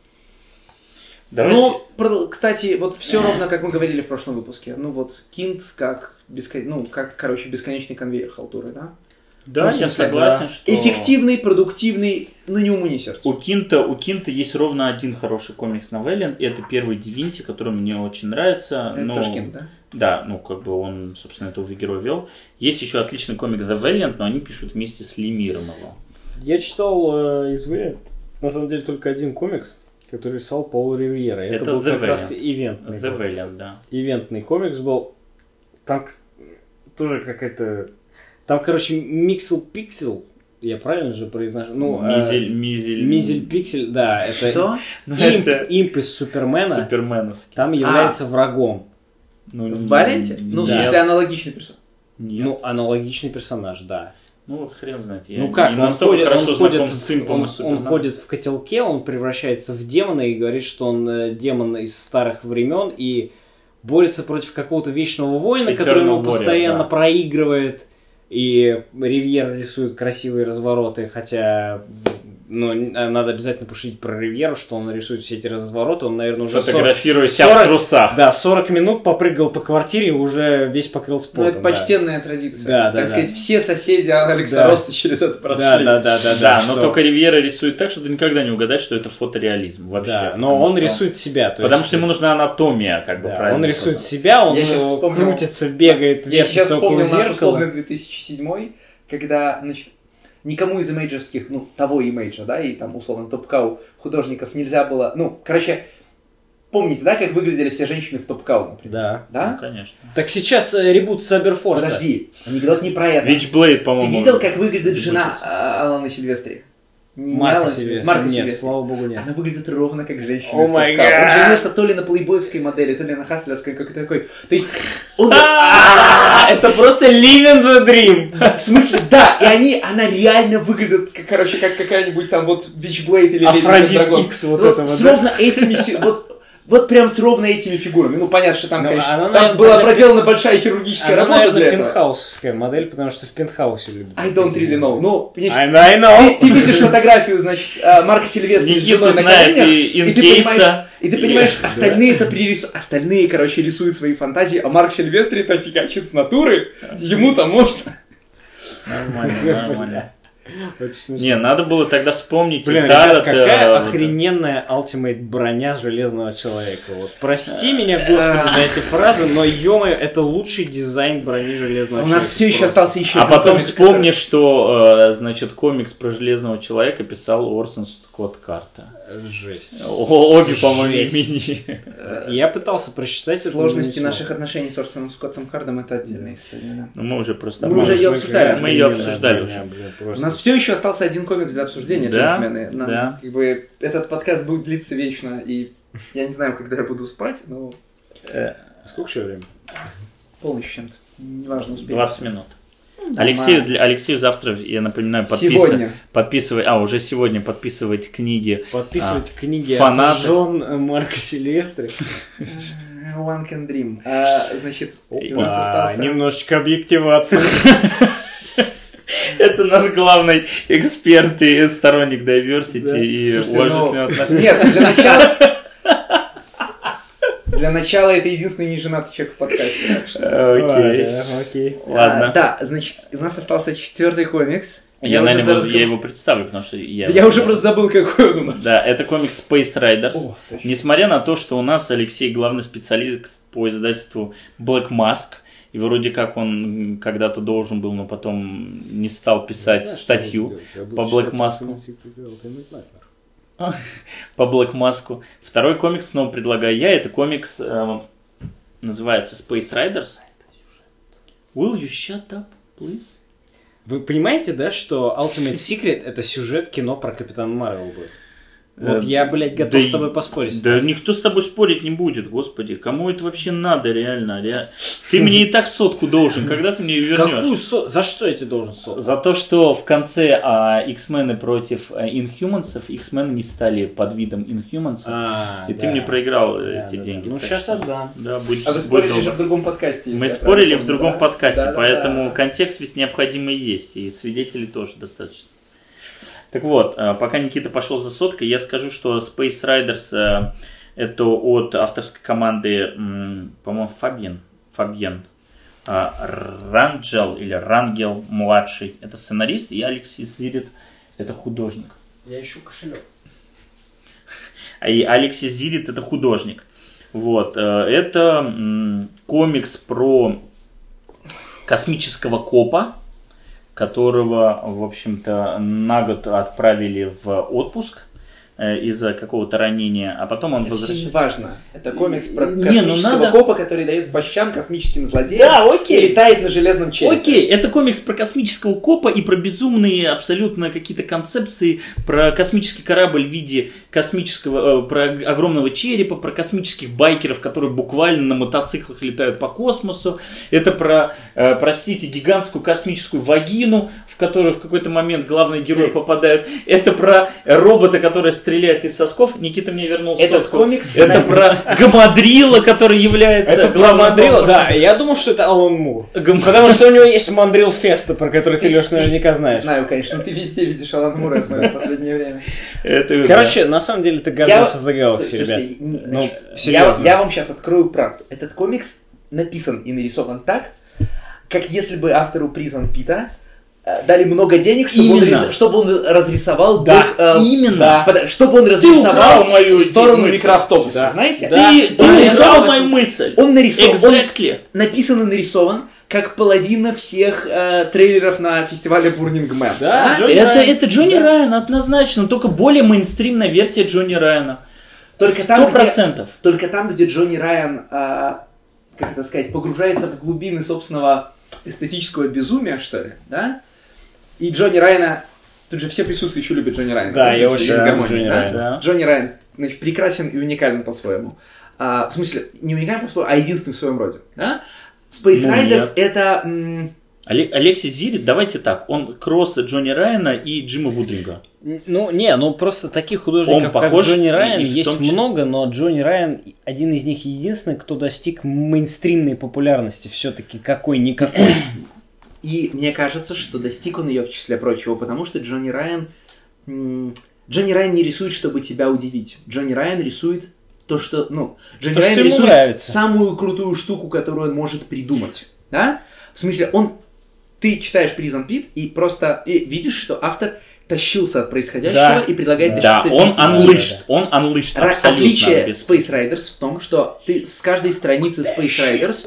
Давайте... Ну, кстати, вот все ровно, как мы говорили в прошлом выпуске. Ну вот, Кинт как, бескон... ну, как короче, бесконечный конвейер халтуры, да? Да, ну, я смысле, согласен, да. что... Эффективный, продуктивный, но не уму, ни сердцу. У Кинта, у Кинта есть ровно один хороший комикс на Вэлен, и это первый Divinity, который мне очень нравится. Это но... тоже Кинт, да? Да, ну как бы он, собственно, этого героя вел. Есть еще отличный комик The Valiant, но они пишут вместе с Ли Миром его. Я читал э, из Valiant, на самом деле, только один комикс, который рисовал Пол Ривьера. Это, это был The как Valiant. Раз ивентный The Valiant, да. Ивентный комикс был. Там тоже какая-то... Там, короче, Миксел-Пиксел, я правильно же произношу? Ну, Мизель, э, Мизель... Мизель-Пиксель, да. Это что? Имп, это... имп из Супермена. Суперменовский. Там является а. врагом. Ну, в Валенте? Ну, да. в смысле, аналогичный персонаж. Нет. Ну, аналогичный персонаж, да. Ну, хрен знает. Я ну как, он, ходит, он, ходит, с он, он ходит в котелке, он превращается в демона и говорит, что он э, демон из старых времен и борется против какого-то вечного воина, и который ему постоянно да. проигрывает. И Ривьер рисует красивые развороты, хотя... Ну, надо обязательно пошутить про Ривьеру, что он рисует все эти развороты. Он, наверное, уже фотографируя себя в трусах. Да, сорок минут попрыгал по квартире и уже весь покрылся потом. Ну, это почтенная да. традиция. Да, так да, сказать, да. все соседи Алекса да. Росса через это прошли. Да, да, да, да. Да, да но что... только Ривьера рисует так, что ты никогда не угадаешь, что это фотореализм вообще. Да, но он что... рисует себя. То потому есть... что ему нужна анатомия, как бы да, правильно. Он рисует сказать. себя, он вспомнил... крутится, бегает, вертится. Я сейчас вспомнил зеркала. наш условный две тысячи седьмой, когда, значит, никому из имейджерских, ну, того имейджа, да, и там, условно, топ-кау художников нельзя было, ну, короче, помните, да, как выглядели все женщины в Топ Cow, например? Да. Да? Ну, конечно. Так сейчас э, ребут Сайберфорса. Подожди, анекдот не про это. Witchblade, Ты по-моему. видел, как выглядит жена а, Алана Сильвестри? Не Марка Алана Сильвестри. Марка Нет, Сильвестри. слава богу, нет. Она выглядит ровно как женщина. О из май Топ Cow. Он гад. женился то ли на плейбойской модели, то ли на хаслерской, какой-то такой. То есть он... Это просто living the dream. В смысле, да, и они, она реально выглядит, как, короче, как какая-нибудь там вот Witchblade или Lady Афродит Dragon. Икс, вот Вот это вот, с да? ровно этими, си- вот, вот прям с ровно этими фигурами. Ну, понятно, что там, Ну, конечно, она, там наверное, была она- проделана большая хирургическая Она, работа наверное, для этого. пентхаусовская модель, потому что в пентхаусе любят. I don't really know. Ну, понимаешь, I, I know. ты, ты видишь фотографию, значит, а, Марка Сильвестри с Никита женой на знает коленях, и и ты Инкейса, понимаешь, и ты и- понимаешь, да. остальные это пририсуют, остальные, короче, рисуют свои фантазии, а Марк Сильвестри это фигачит с натуры, ему-то можно. Нормально, нормально. Очень смешно. Не, надо было тогда вспомнить. Блин, да, ребят, это, какая вот охрененная ультимейт броня Железного Человека. Вот, прости меня, господи, за эти фразы, но, ё-моё, это лучший дизайн брони Железного У Человека. нас все еще Просто. остался еще А один потом комикс, вспомни, что, э, значит, комикс про Железного Человека писал Орсон Скотт Карта. Жесть. О- обе, по-моему, Жесть. имени. Я пытался прочитать это, но Сложности не смог. наших отношений с Орсоном Скоттом Хардом это отдельная история. Да. Ну, мы уже просто... Мы уже обманулись. её обсуждали. Мы её Охрененная обсуждали броня, уже. блин, У просто. нас все еще остался один комикс для обсуждения, Да, джентльмены. Нам, да. Как бы, этот подкаст будет длиться вечно, и я не знаю, когда я буду спать, но Э, Сколько еще времени? полночь с чем-то. Неважно, успеть. двадцать минут. Нормально. Алексею, для, Алексею завтра, я напоминаю, Сегодня. подписывать, подписывать, а, уже сегодня подписывать книги. Подписывайте книги фанаты. от жен Марка Сильвестри. One Can Dream. А, значит, у нас А, остался... немножечко объективации. Это наш главный эксперт и сторонник diversity Да. и Слушайте, уважительного ну, отношения. Нет, для начала... Для начала это единственный неженатый человек в подкасте. Так что... Окей. Ладно, окей. Ладно. А, да, значит, у нас остался четвертый комикс. Я, уже наверное, зараз его- я говорю- его представлю, потому что я... Да я уже просто забыл, какой он у нас. Да, это комикс Space Riders. О, точно. Несмотря на то, что у нас Алексей главный специалист по издательству Black Mask, и вроде как он когда-то должен был, но потом не стал писать статью по Black Mask. По Black Mask. Второй комикс снова предлагаю я. Это комикс э, называется Space Riders. Will you shut up, please? Вы понимаете, да, что Ultimate Secret это сюжет кино про Капитана Марвел будет? Вот Э, я, блядь, готов да с тобой и- поспорить. Да Стас. никто с тобой спорить не будет, господи. Кому это вообще надо, реально? Ре- Ты мне и так сотку должен, когда ты мне ее вернешь? Какую со... За что я тебе должен сотку? За то, что в конце а, X-мены против а, Inhumans'ов, X-мены не стали под видом Inhumans'ов, А, и да. ты мне проиграл э, Да, эти да, деньги. да. Ну, Так сейчас что, отдам. Да, будь, А вы будь спорили добр. же в другом подкасте. если Мы я спорили правильно в помню, другом да? подкасте, Да, да, поэтому да. контекст ведь необходимый есть, и свидетелей тоже достаточно. Так вот, а, пока Никита пошел за соткой, я скажу, что Space Riders а, это от авторской команды, м, по-моему, Фабьен, Фабьен а, Ранджел или Рангел младший, это сценарист, и Алексис Зирит, это художник. Я ищу кошелек. А и Алексис Зирит это художник. Вот, э, это м, комикс про космического копа, которого, в общем-то, на год отправили в отпуск э, из-за какого-то ранения, а потом он Это сильно возвращается. важно. Это комикс про Не, ну космического надо- копа, который дает по щам космическим злодеям Да, и окей. летает на железном черепе. Окей, это комикс про космического копа и про безумные абсолютно какие-то концепции, про космический корабль в виде космического, э, про огромного черепа, про космических байкеров, которые буквально на мотоциклах летают по космосу. Это про, э, простите, гигантскую космическую вагину, в которую в какой-то момент главные герои попадают. Это про робота, который стреляет из сосков. Никита мне вернул Этот сотку. комикс... Это про Гамадрила, который является Это про главным Мандрила? богом. Да, я думал, что это Алан Мур. Гам- Потому что у него есть Мандрил Феста, про который ты, Леш, наверняка знаешь. Знаю, конечно, но ты везде видишь Алана Мура, я смотрю, в последнее время. Это, Короче, на самом деле ты Guardians of the Galaxy, ребят. Слушайте, не- Ну, значит, я, серьезно. я вам сейчас открою правду. Этот комикс написан и нарисован так, как если бы автору Призон Пита э, дали много денег, чтобы он, Именно. рис- чтобы он разрисовал Да, бок, э, именно. да, под- чтобы он разрисовал украл мою в сторону мысль. микроавтобуса, Да. знаете? Да. Ты, ты Да, нарисовал я мою согласен. мысль. Он нарисован, он Exactly. написан и нарисован, как половина всех э, трейлеров на фестивале Burning Man. Да, А? Джонни это, Райан. это Джонни Да. Райан, однозначно, только более мейнстримная версия Джонни Райана. Только там, Сто процентов. где, только там, где Джонни Райан, а, как это сказать, погружается в глубины собственного эстетического безумия, что ли, да? И Джонни Райана, тут же все присутствующие любят Джонни Райана. Да, я очень люблю Джонни да? Райана. Да. Джонни Райан, значит, прекрасен и уникален по-своему. А, в смысле, не уникален по-своему, а единственный в своем роде, да? Space Ну, Riders нет. это... М- Алексей Зирит, давайте так, он кросс Джонни Райана и Джима Вудринга. Ну, не, ну просто таких художников, Он похож, как Джонни Райан, и в есть том числе- много, но Джонни Райан один из них единственный, кто достиг мейнстримной популярности все-таки какой-никакой. И мне кажется, что достиг он ее в числе прочего, потому что Джонни Райан... м- Джонни Райан не рисует, чтобы тебя удивить. Джонни Райан рисует то, что... Ну, Джонни То, что Райан ему рисует нравится. самую крутую штуку, которую он может придумать. Да? В смысле, он... Ты читаешь Prison Pit и просто и видишь, что автор тащился от происходящего Да. и предлагает Да, тащиться он вместе с ним. unleashed, он unleashed Ра- абсолютно. Отличие без- Space Riders в том, что ты с каждой страницы Space Riders,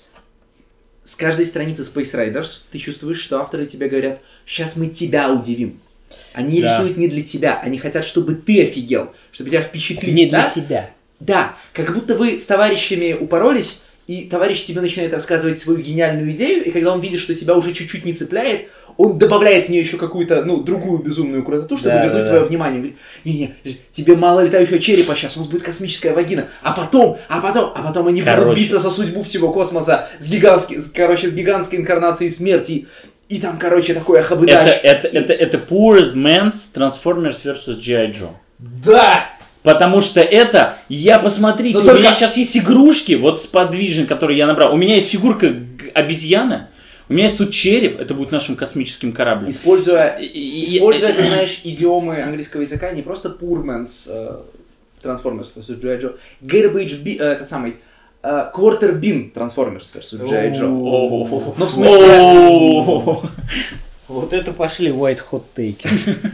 с каждой страницы Space Riders ты чувствуешь, что авторы тебе говорят, сейчас мы тебя удивим. Они Да. рисуют не для тебя, они хотят, чтобы ты офигел, чтобы тебя впечатлить. Не для да? себя. Да, как будто вы с товарищами упоролись, и товарищ тебе начинает рассказывать свою гениальную идею, и когда он видит, что тебя уже чуть-чуть не цепляет, он добавляет в нее еще какую-то, ну, другую безумную крутоту, чтобы Да, вернуть да, твое да. внимание. Он говорит, не-не, тебе мало летающего черепа сейчас, у нас будет космическая вагина, а потом, а потом, а потом они будут Короче. биться за судьбу всего космоса с гигантской, с, короче, с гигантской инкарнацией смерти, и там, короче, такой Это, ахабыдач. это, это, это Poorest Man's Transformers versus джи ай. Joe. Да! Потому что это, я посмотрите, Но у только- меня сейчас есть игрушки, вот с подвижен, которые я набрал. У меня есть фигурка г- обезьяны, у меня есть тут череп, это будет нашим космическим кораблем. Используя, И- и- используя, и- ты знаешь, идиомы английского языка, не просто poor man's э, Transformers versus джи ай. Joe, garbage bin, э, этот самый, э, quarter bin Transformers versus джи ай. Joe. О-о-о. Ну, в смысле... О-о-о. Вот это пошли white hot take.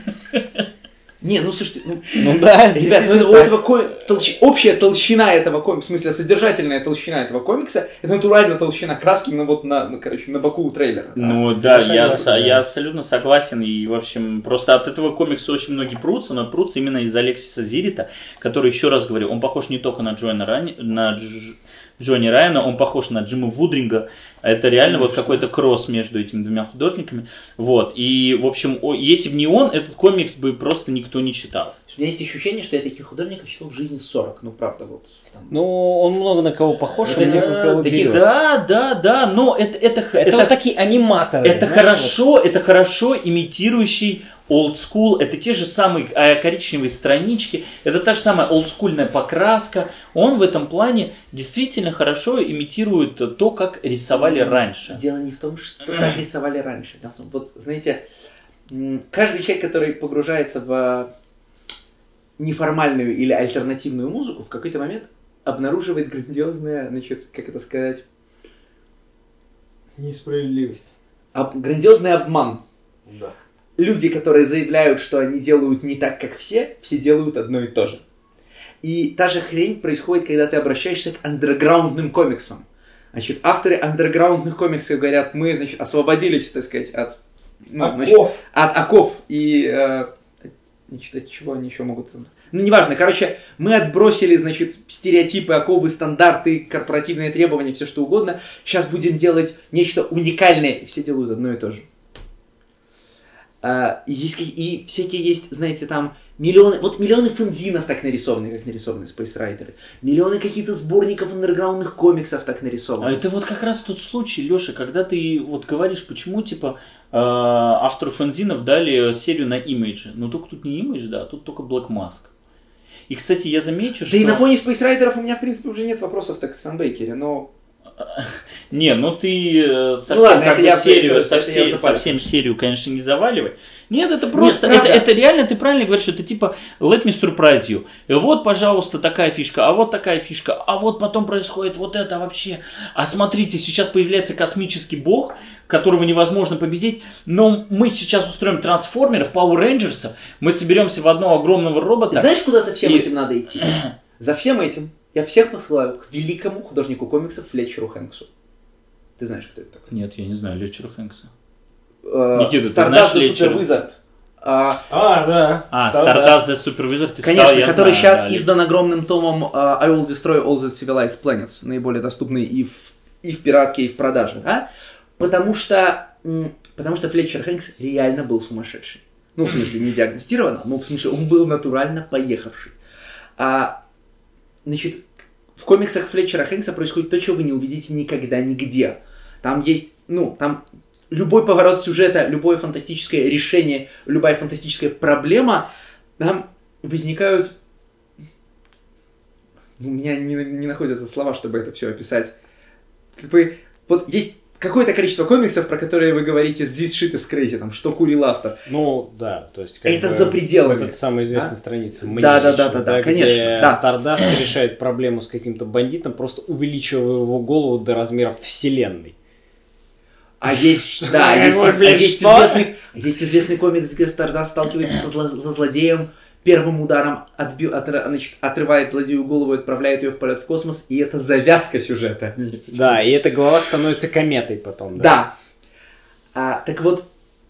Не, ну слушайте, ну, Ну да, ребят, ну, это- у этого ко- толщ- общая толщина этого комикса, в смысле содержательная толщина этого комикса, это натурально толщина краски, ну вот на, ну, короче, на боку у трейлера. да. Ну да, Я я, согласен, со- да. я абсолютно согласен. И, в общем, просто от этого комикса очень многие прутся, но прутся именно из Алексиса Зирита, который, еще раз говорю, он похож не только на Джона Райана, на Дж- Джонни Райана, он похож на Джима Вудринга. Это реально вот какой-то кросс между этими двумя художниками. Вот. И, в общем, о- если бы не он, этот комикс бы просто никто не читал. У меня есть ощущение, что я таких художников читал в жизни сорок, ну правда, вот. Там. Ну, он много на кого похож, Вот и эти- много на кого такие- берет. Да, да, да, но это, это, х- Это, это, вот такие аниматоры. это знаешь, хорошо, это хорошо имитирующий old school, это те же самые э, коричневые странички, это та же самая олдскульная покраска. Он в этом плане действительно хорошо имитирует то, как рисовали раньше. Дело не в том, что так рисовали раньше. Дело в том, вот, знаете, м, каждый человек, который погружается в неформальную или альтернативную музыку, в какой-то момент обнаруживает грандиозное, значит, как это сказать, Несправедливость. об- грандиозный обман. Да. Люди, которые заявляют, что они делают не так, как все, все делают одно и то же. И та же хрень происходит, когда ты обращаешься к андерграундным комиксам. Значит, авторы андерграундных комиксов говорят, мы, значит, освободились, так сказать, от, ну, значит, Оков. от оков и, э, значит, от чего они еще могут... Ну, неважно, короче, мы отбросили, значит, стереотипы, оковы, стандарты, корпоративные требования, все что угодно. Сейчас будем делать нечто уникальное, и все делают одно и то же. А, и, есть, ка- и всякие есть, знаете, там миллионы, вот миллионы фэнзинов так нарисованы, как нарисованы Space Rider. Миллионы каких-то сборников андерграундных комиксов так нарисованы. А это вот как раз тот случай, Леша, когда ты вот говоришь, почему типа э, автору фэнзинов дали серию на Image. Ну только тут не Image, да, а тут только Black Mask. И, кстати, я замечу, Да что... и на фоне Space Rider'ов у меня, в принципе, уже нет вопросов так к Санбейкере, но... Не, ну ты э, совсем ладно, как это бы я- серию, это- это я совсем, запарю. совсем серию, конечно, не заваливай. Нет, это просто, правда. это, это реально, ты правильно говоришь, это типа let me surprise you. И вот, пожалуйста, такая фишка, а вот такая фишка, а вот потом происходит вот это вообще. А смотрите, сейчас появляется космический бог, которого невозможно победить, но мы сейчас устроим трансформеров, Power Rangers, мы соберемся в одного огромного робота. Знаешь, куда за всем И- этим надо идти? За всем этим я всех посылаю к великому художнику комиксов Флетчеру Хэнксу. Ты знаешь, кто это такой? Нет, я не знаю, Летчера Хэнкса. Э, Никита, ты Stardust знаешь the Флетчера? Super Wizard. А, А, да. А, Stardust the Supervisor, ты конечно, сказал, я который знаю, сейчас да, издан огромным томом uh, I Will Destroy All the Civilized Planets, наиболее доступный и в, и в пиратке, и в продаже, да? Потому что, м, потому что Флетчер Хэнкс реально был сумасшедший. Ну, в смысле, не диагностировано, но в смысле, он был натурально поехавший. А, значит, в комиксах Флетчера Хэнкса происходит то, чего вы не увидите никогда нигде. Там есть, ну, там любой поворот сюжета, любое фантастическое решение, любая фантастическая проблема, там возникают... У меня не, не находятся слова, чтобы это все описать. Как бы, вот есть какое-то количество комиксов, про которые вы говорите «This shit is crazy», там, что курил автор. Ну, да, то есть... Как это бы, за пределами. Вот это самая известная да? страница. Да, да, да, да, да, конечно. Где да. Stardust решает проблему с каким-то бандитом, просто увеличивая его голову до размеров вселенной. А есть, да, а есть, а есть, известный, есть известный комикс, где Stardust сталкивается со, зло, со злодеем, первым ударом отби, от, значит, отрывает злодею голову и отправляет ее в полет в космос, и это завязка сюжета. Да, и эта голова становится кометой потом. Да. Да. А, так вот,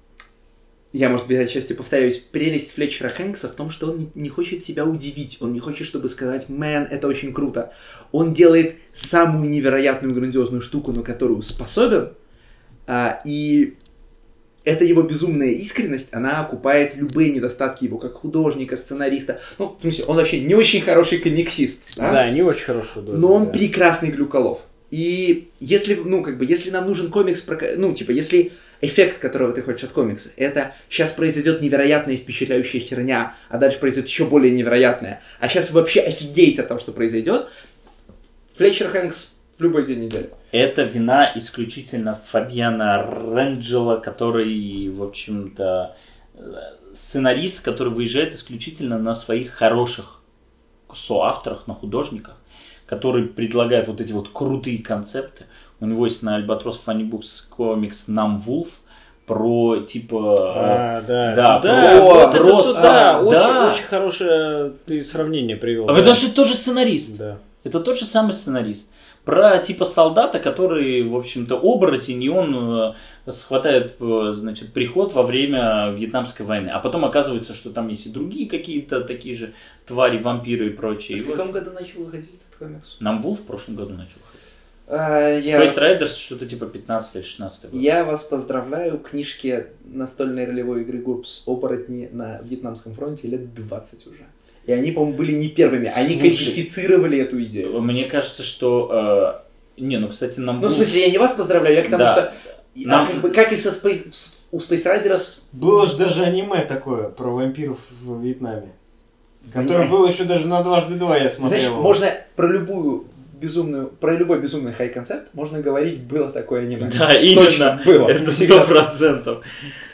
я, может быть, отчасти повторяюсь, прелесть Флетчера Хэнкса в том, что он не, не хочет тебя удивить, он не хочет, чтобы сказать, мэн, это очень круто. Он делает самую невероятную, грандиозную штуку, на которую способен, а, и эта его безумная искренность, она окупает любые недостатки его как художника, сценариста. Ну, в смысле, он вообще не очень хороший комиксист. Да, да не очень хороший художник. Но он да. прекрасный глюколов. И если, ну, как бы, если нам нужен комикс, про, ну, типа, если эффект, которого ты хочешь от комикса, это сейчас произойдет невероятная и впечатляющая херня, а дальше произойдет еще более невероятная, а сейчас вы вообще офигеете от того, что произойдет, Флетчер Хэнкс в любой день недели. Это вина исключительно Фабиана Ренджела, который, в общем-то, сценарист, который выезжает исключительно на своих хороших соавторах, на художниках, который предлагает вот эти вот крутые концепты. У него есть на Albatros Funny Books комикс Нам Вулф про типа... А, да, да, да, про вот это, рост, да, да. Очень, очень хорошее ты сравнение привел. А да. потому что это тоже сценарист. Да. Это тот же самый сценарист. Про типа солдата, который, в общем-то, оборотень, и он э, схватает, э, значит, приход во время Вьетнамской войны. А потом оказывается, что там есть и другие какие-то такие же твари, вампиры и прочие. В каком году начал выходить этот комикс? Нам Вулф в прошлом году начал выходить. А, Space вас... Riders что-то типа пятнадцатый или шестнадцатый год. Я вас поздравляю, книжке настольной ролевой игры Гурпс оборотни на Вьетнамском фронте лет двадцать уже. И они, по-моему, были не первыми. Они Слушай, кодифицировали эту идею. Мне кажется, что... Э, не, ну, кстати, нам... Ну, в смысле, я не вас поздравляю, я к тому, да. что... Нам... А, как, бы, как и со Space... У Space Riders... Было же даже аниме такое про вампиров в Вьетнаме. Которое было еще даже на дважды два, я смотрел. Знаешь, можно про любую безумную... Про любой безумный хай-концепт можно говорить, было такое аниме. Да, именно. Точно, было. Это сто процентов.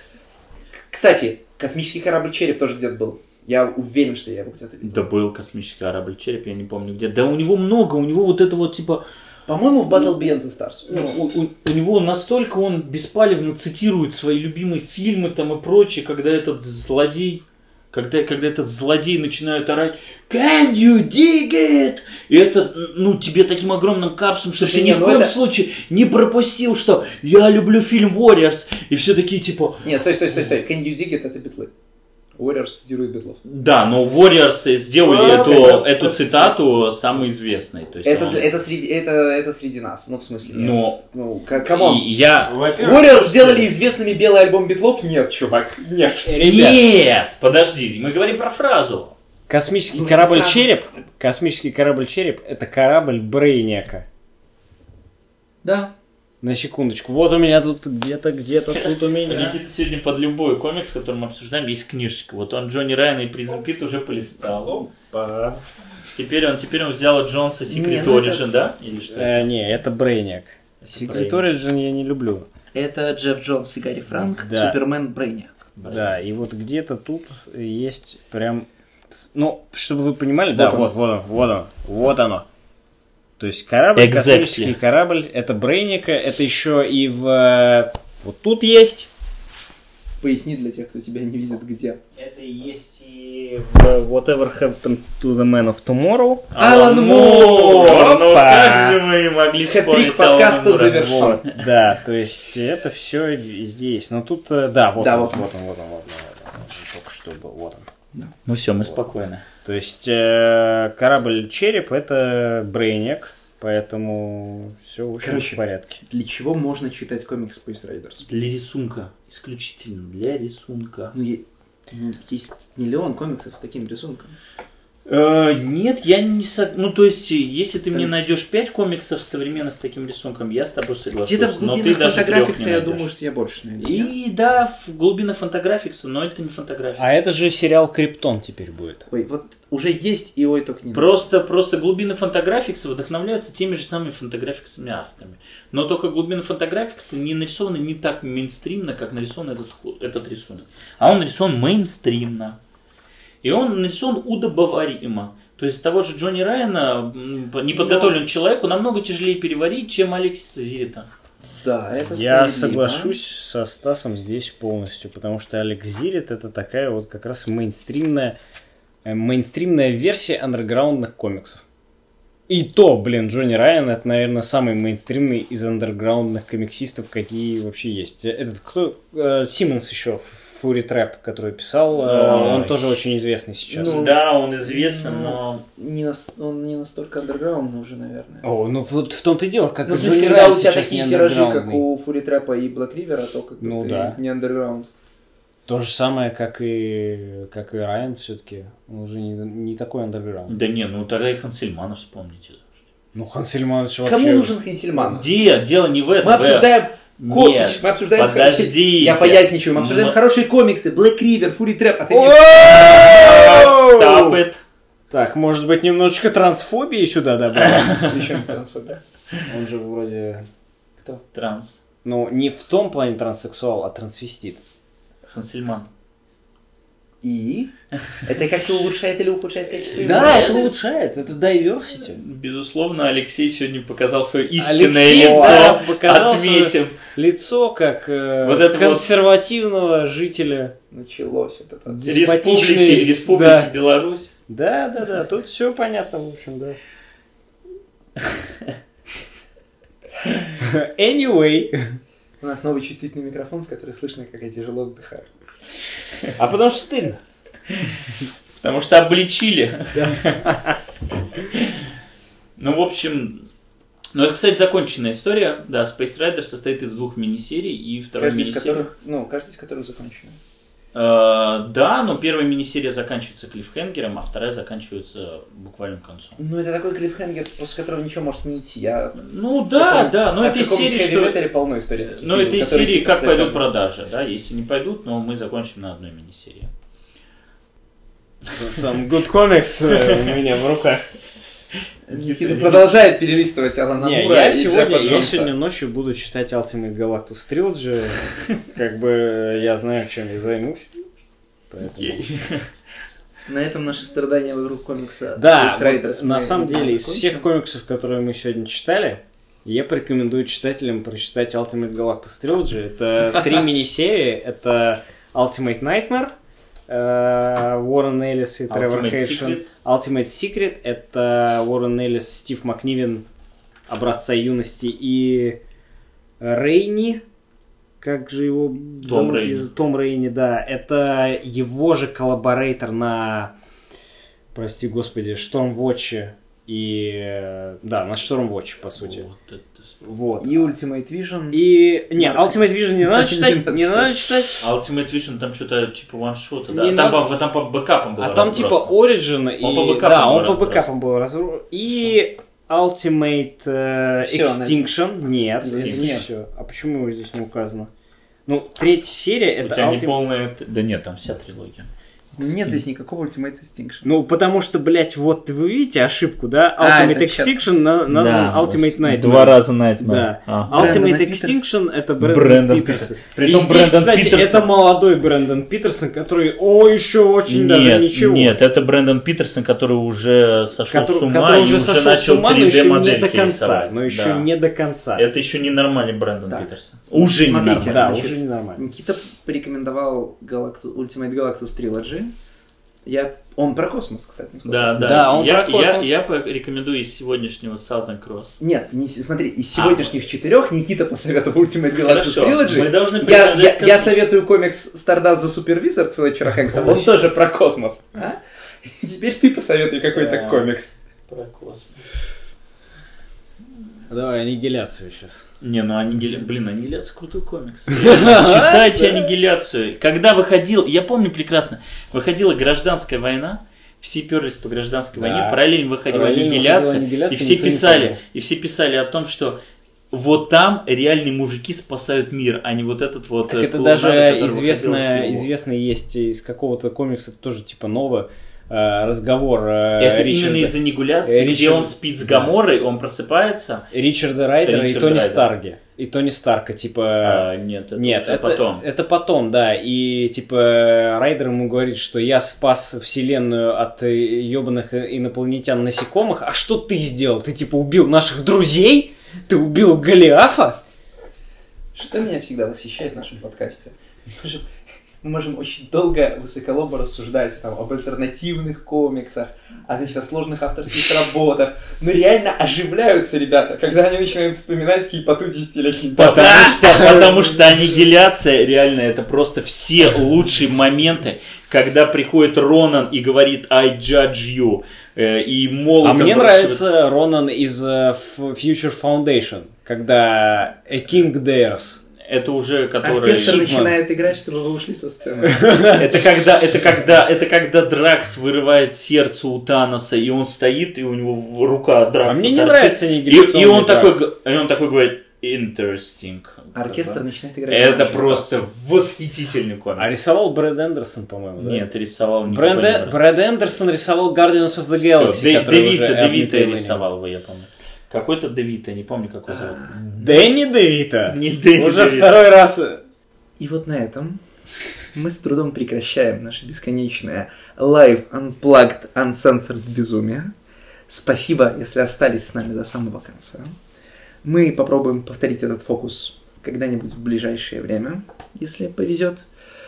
Кстати, космический корабль Череп тоже где-то был. Я уверен, что я его где-то видел. Да был космический корабль Череп, я не помню где. Да у него много, у него вот это вот типа... По-моему, в Battle Beyond the Stars. Ну, у, у, у него настолько он беспалевно цитирует свои любимые фильмы там и прочее, когда этот злодей... Когда, когда этот злодей начинает орать «Can you dig it?» И это, ну, тебе таким огромным капсом, что Слушай, ты ни в коем это... случае не пропустил, что «Я люблю фильм Warriors». И все такие типа... Нет, стой, стой, стой, стой. «Can you dig it» — это битлы. Warriors цитирует битлов. Да, но Warriors сделали а, эту, это, эту это, цитату самой известной. То есть это, он... это, среди, это, это среди нас, ну в смысле нет. Но... Ну, камон. Я... Warriors сделали известными белый альбом битлов? Нет, чувак, нет. Ребят. Нет, подожди, мы говорим про фразу. Космический ну, корабль Череп, космический корабль Череп, это корабль Брейняка. Да. На секундочку. Вот у меня тут где-то, где-то тут у меня. Никита сегодня под любой комикс, который мы обсуждаем, есть книжечка. Вот он Джонни Райана и Призм Пит уже полистал. Опа. Теперь он, теперь он взял от Джонса Secret Origin, это... да? Или что? Э, не, это Брейняк. Secret Origin я не люблю. Это Джефф Джонс и Гарри Франк, да. Супермен Брейняк. Да, и вот где-то тут есть прям... Ну, чтобы вы понимали, вот да, вот, вот, вот, вот оно, вот оно. То есть корабль, exactly. Космический корабль, это Брейника, это еще и в... Вот тут есть. Поясни для тех, кто тебя не видит, где. Это и есть и в Whatever Happened to the Man of Tomorrow. Алан Мур! Ну как же мы могли вспомнить подкаста завершен. Вот, да, то есть это все здесь. Но тут, да, вот да, он, вот, вот он, вот он, вот он. Вот он. только что был. Вот он. Да. Ну все, мы Вот. спокойны. То есть э, корабль Череп это Брейниак, поэтому все в общем Короче, в порядке. Для чего можно читать комикс Space Riders? Для рисунка. Исключительно для рисунка. Ну, е- ну, есть миллион комиксов с таким рисунком. Э, нет, я не со... Ну, то есть, если ты Да. мне найдешь пять комиксов современно с таким рисунком, я с тобой соглашусь. Где-то в Но ты глубинах даже фотографикса трех не я найдешь. думаю, что я больше найду. И да, в глубинах фантаграфикса, но это не фантаграфика. А это же сериал Криптон теперь будет. Ой, вот уже есть, и ой, только не надо. Просто, просто глубины фантаграфикса вдохновляются теми же самыми фантаграфиксами авторами. Но только глубины фантаграфикса не нарисованы не так мейнстримно, как нарисован этот, этот рисунок. А он нарисован мейнстримно. И он нарисован удобоваримо. То есть того же Джонни Райана, неподготовленному человеку, намного тяжелее переварить, чем Алексиса Зирита. Да, это Я справедливо. соглашусь со Стасом здесь полностью, потому что Алекс Зирит это такая вот как раз мейнстримная, э, мейнстримная версия андерграундных комиксов. И то, блин, Джонни Райан это, наверное, самый мейнстримный из андерграундных комиксистов, какие вообще есть. Этот кто? Э, Симмонс еще, Фури Трэп, который писал, э, он Ой. тоже очень известный сейчас. Ну, Да, он известен, ну, но... Не нас- он не настолько андерграундный уже, наверное. О, ну вот в том-то и дело, как Ну, и в смысле, Джонни когда Райан у тебя сейчас такие не тиражи, как андерграундный. у Фури Трэпа и Блэк Ривера, то как бы Ну ты да. не андерграунд. То же самое, как и, как и Райан все-таки. Он уже не, не такой андерграунд. Да не, ну тогда и Хансельмана вспомните. Ну, Хансельманович вообще... Кому нужен Хейнсельман? Где? Дело не в этом. Мы обсуждаем Нет, комикс, мы обсуждаем... подождите. Я поясничаю, мы обсуждаем Мы- хорошие комиксы, Блэк Ривер, Фури Трэп, а ты не... Stop it. Так, может быть, немножечко трансфобии сюда добавим? Причем с трансфобией? Он же вроде... Кто? Транс. Ну, не в том плане транссексуал, а трансвестит. Хансельман. И? Это как-то улучшает или ухудшает качество Да, его? это улучшает, это diversity. Безусловно, Алексей сегодня показал свое истинное Алексей, лицо. да, показал Отметим. Лицо как э, Вот это вот- консервативного жителя. Началось вот это. Деспотичный, Республики, Республики да. Беларусь. Да, да, да, тут все понятно, в общем, да. Anyway. У нас новый чувствительный микрофон, в который слышно, как я тяжело вздыхаю. А потому что стыдно. Потому что обличили. Ну, в общем... Ну, это, кстати, законченная история. Да, Space Rider состоит из двух мини-серий и второй Каждый из мини-серии. которых, ну, каждый из которых закончен. Э, да, но первая мини-серия заканчивается клиффхенгером, а вторая заканчивается буквальным концом. Ну, это такой клиффхенгер, после которого ничего может не идти. Я... Ну В да, каком- да, но а это в из каком-нибудь серии, Heavy что... Metal полно историй таких Ну, фильмов, это из которые серии типа «Как стоят пойдут там. продажи», да, если не пойдут, но мы закончим на одной мини-серии. Сам Good Comics э, у меня в руках. Никита продолжает перелистывать Алана Не, Мура я и сегодня, Джеффа я Джонса. сегодня ночью буду читать Ultimate Galactus Trilogy. Как бы я знаю, чем я займусь. Поэтому... На этом наши страдания вокруг комикса Да, Space Riders вот, на мы самом деле, из закончим. всех комиксов, которые мы сегодня читали, я порекомендую читателям прочитать Ultimate Galactus Trilogy. Это три мини-серии. Это Ultimate Nightmare, э, Уоррен Эллис и Тревор Ultimate Хейшен. Secret. Ultimate Secret — это Уоррен Эллис, Стив Макнивен, образца юности, и Рейни, как же его зовут? Рейни. Том Рейни, да. Это его же коллаборейтор на, прости господи, Штормвотче и... э, Да, на Штормвотче, по сути. Вот это... Вот. И Ultimate Vision. И... Не, Надо- Ultimate Vision не надо Не читать, надо не надо читать. Ultimate Vision там что-то типа ваншота, да. Не Там надо. по, там по бэкапам было А там типа разбросано. Origin и... Он по бэкапам да, был он по разбросан. бэкапам был разбросан. И Ultimate э, Всё, Extinction. Нет, Здесь здесь нет. всё. А почему его здесь не указано? Ну, третья серия У это тебя не Ultimate... полная... Да нет, там вся трилогия. Нет здесь никакого Ultimate Extinction. Ну, потому что, блядь, вот вы видите ошибку, да? А, Ultimate это сейчас- Extinction на- назван Ultimate Nightmare. Два раза Nightmare. Да. А. Ultimate Брэндона Extinction это Брэндон, Брэндон Питерсон. Питерсон. И Притом здесь, Брэндон кстати, Питерсон- это молодой Брэндон Питерсон, который, о, еще очень даже Нет, ничего. нет, это Брэндон Питерсон, который уже сошел который, с ума который и уже уже сошел с начал ума, но еще не до три дэ-модельки конца. рисовать. Но еще Да. не до конца. Это еще не нормальный Брэндон Так. Питерсон. Уже не Смотрите, нормальный. Да, значит, уже не нормально. Никита порекомендовал Galactus, Ultimate Galactus Trilogy. Я... Он про космос, кстати. Да, да, да, он я, про космос. Я, я рекомендую из сегодняшнего Southern Cross. Нет, не, смотри, из сегодняшних а, четырех Никита посоветовал Ultimate Galactus Trilogy. Мы должны я, я, я советую комикс Stardust the Super Wizard Флетчера Хэнкса, он тоже про космос. А? И теперь ты посоветуй какой-то да, комикс. Про космос. Давай аннигиляцию сейчас. Не, ну аннигиляция, блин, аннигиляция крутой комикс. Читайте аннигиляцию. Когда выходил, я помню прекрасно, выходила гражданская война, все перлись по гражданской войне, параллельно выходила аннигиляция, и все писали, и все писали о том, что вот там реальные мужики спасают мир, а не вот этот вот... Так это даже известно, известно есть из какого-то комикса, тоже типа нового, разговор это Ричарда, именно из аннигиляции, Ричард, где он спит с Гаморой, он просыпается. Ричарда Райдера Ричард и Тони Старги. И Тони Старка, типа... А, нет, это, нет это потом. Это потом, да. И, типа, Райдер ему говорит, что я спас вселенную от ебаных инопланетян насекомых. А что ты сделал? Ты, типа, убил наших друзей? Ты убил Голиафа? Что меня всегда восхищает в нашем подкасте? Мы можем очень долго высоколобо рассуждать там, об альтернативных комиксах, о, значит, о сложных авторских работах. Но реально оживляются ребята, когда они начинают вспоминать какие потути стиля Кинтата. Потому что, потому что аннигиляция, реально, это просто все лучшие моменты, когда приходит Ронан и говорит «I judge you». И молот... А мне нравится Ронан из Future Foundation, когда A King Dares. Это уже который... Оркестр начинает играть, чтобы вы ушли со сцены. Это когда, это когда, это когда Дракс вырывает сердце у Таноса, и он стоит, и у него рука Дракса. А мне не нравится аннигиляционный и, и он такой, и он такой говорит interesting. Оркестр начинает играть. Это просто восхитительный комикс. А рисовал Брэд Эндерсон, по-моему, да? Нет, рисовал не Брэд, Брэд Эндерсон рисовал Guardians of the Galaxy. Дэвита, Дэвита рисовал его, я помню. Какой-то Дэвита, не помню, какой зовут. Дэнни Дэвита. Не Дэнни Уже Дэвита. Второй раз. И вот на этом мы с трудом прекращаем наше бесконечное Live Unplugged Uncensored безумие. Спасибо, если остались с нами до самого конца. Мы попробуем повторить этот фокус когда-нибудь в ближайшее время, если повезет.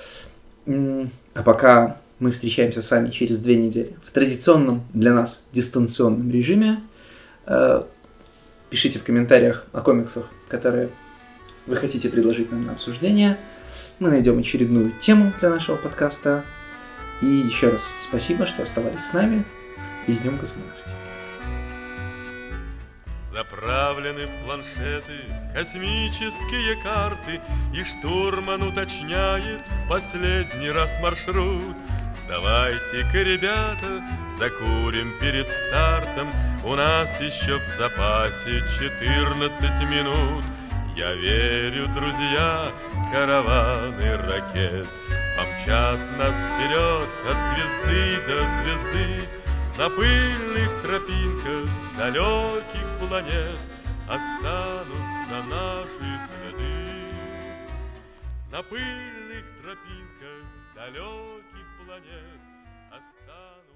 А пока мы встречаемся с вами через две недели в традиционном для нас дистанционном режиме. Пишите в комментариях о комиксах, которые вы хотите предложить нам на обсуждение. Мы найдем очередную тему для нашего подкаста. И еще раз спасибо, что оставались с нами. И с Днем космонавтики. Заправлены в планшеты космические карты, и штурман уточняет в последний раз маршрут. Давайте-ка, ребята, закурим перед стартом, у нас еще в запасе четырнадцать минут. Я верю, друзья, караваны ракет помчат нас вперед от звезды до звезды. На пыльных тропинках далеких планет останутся наши следы. На пыльных тропинках далеких планет останутся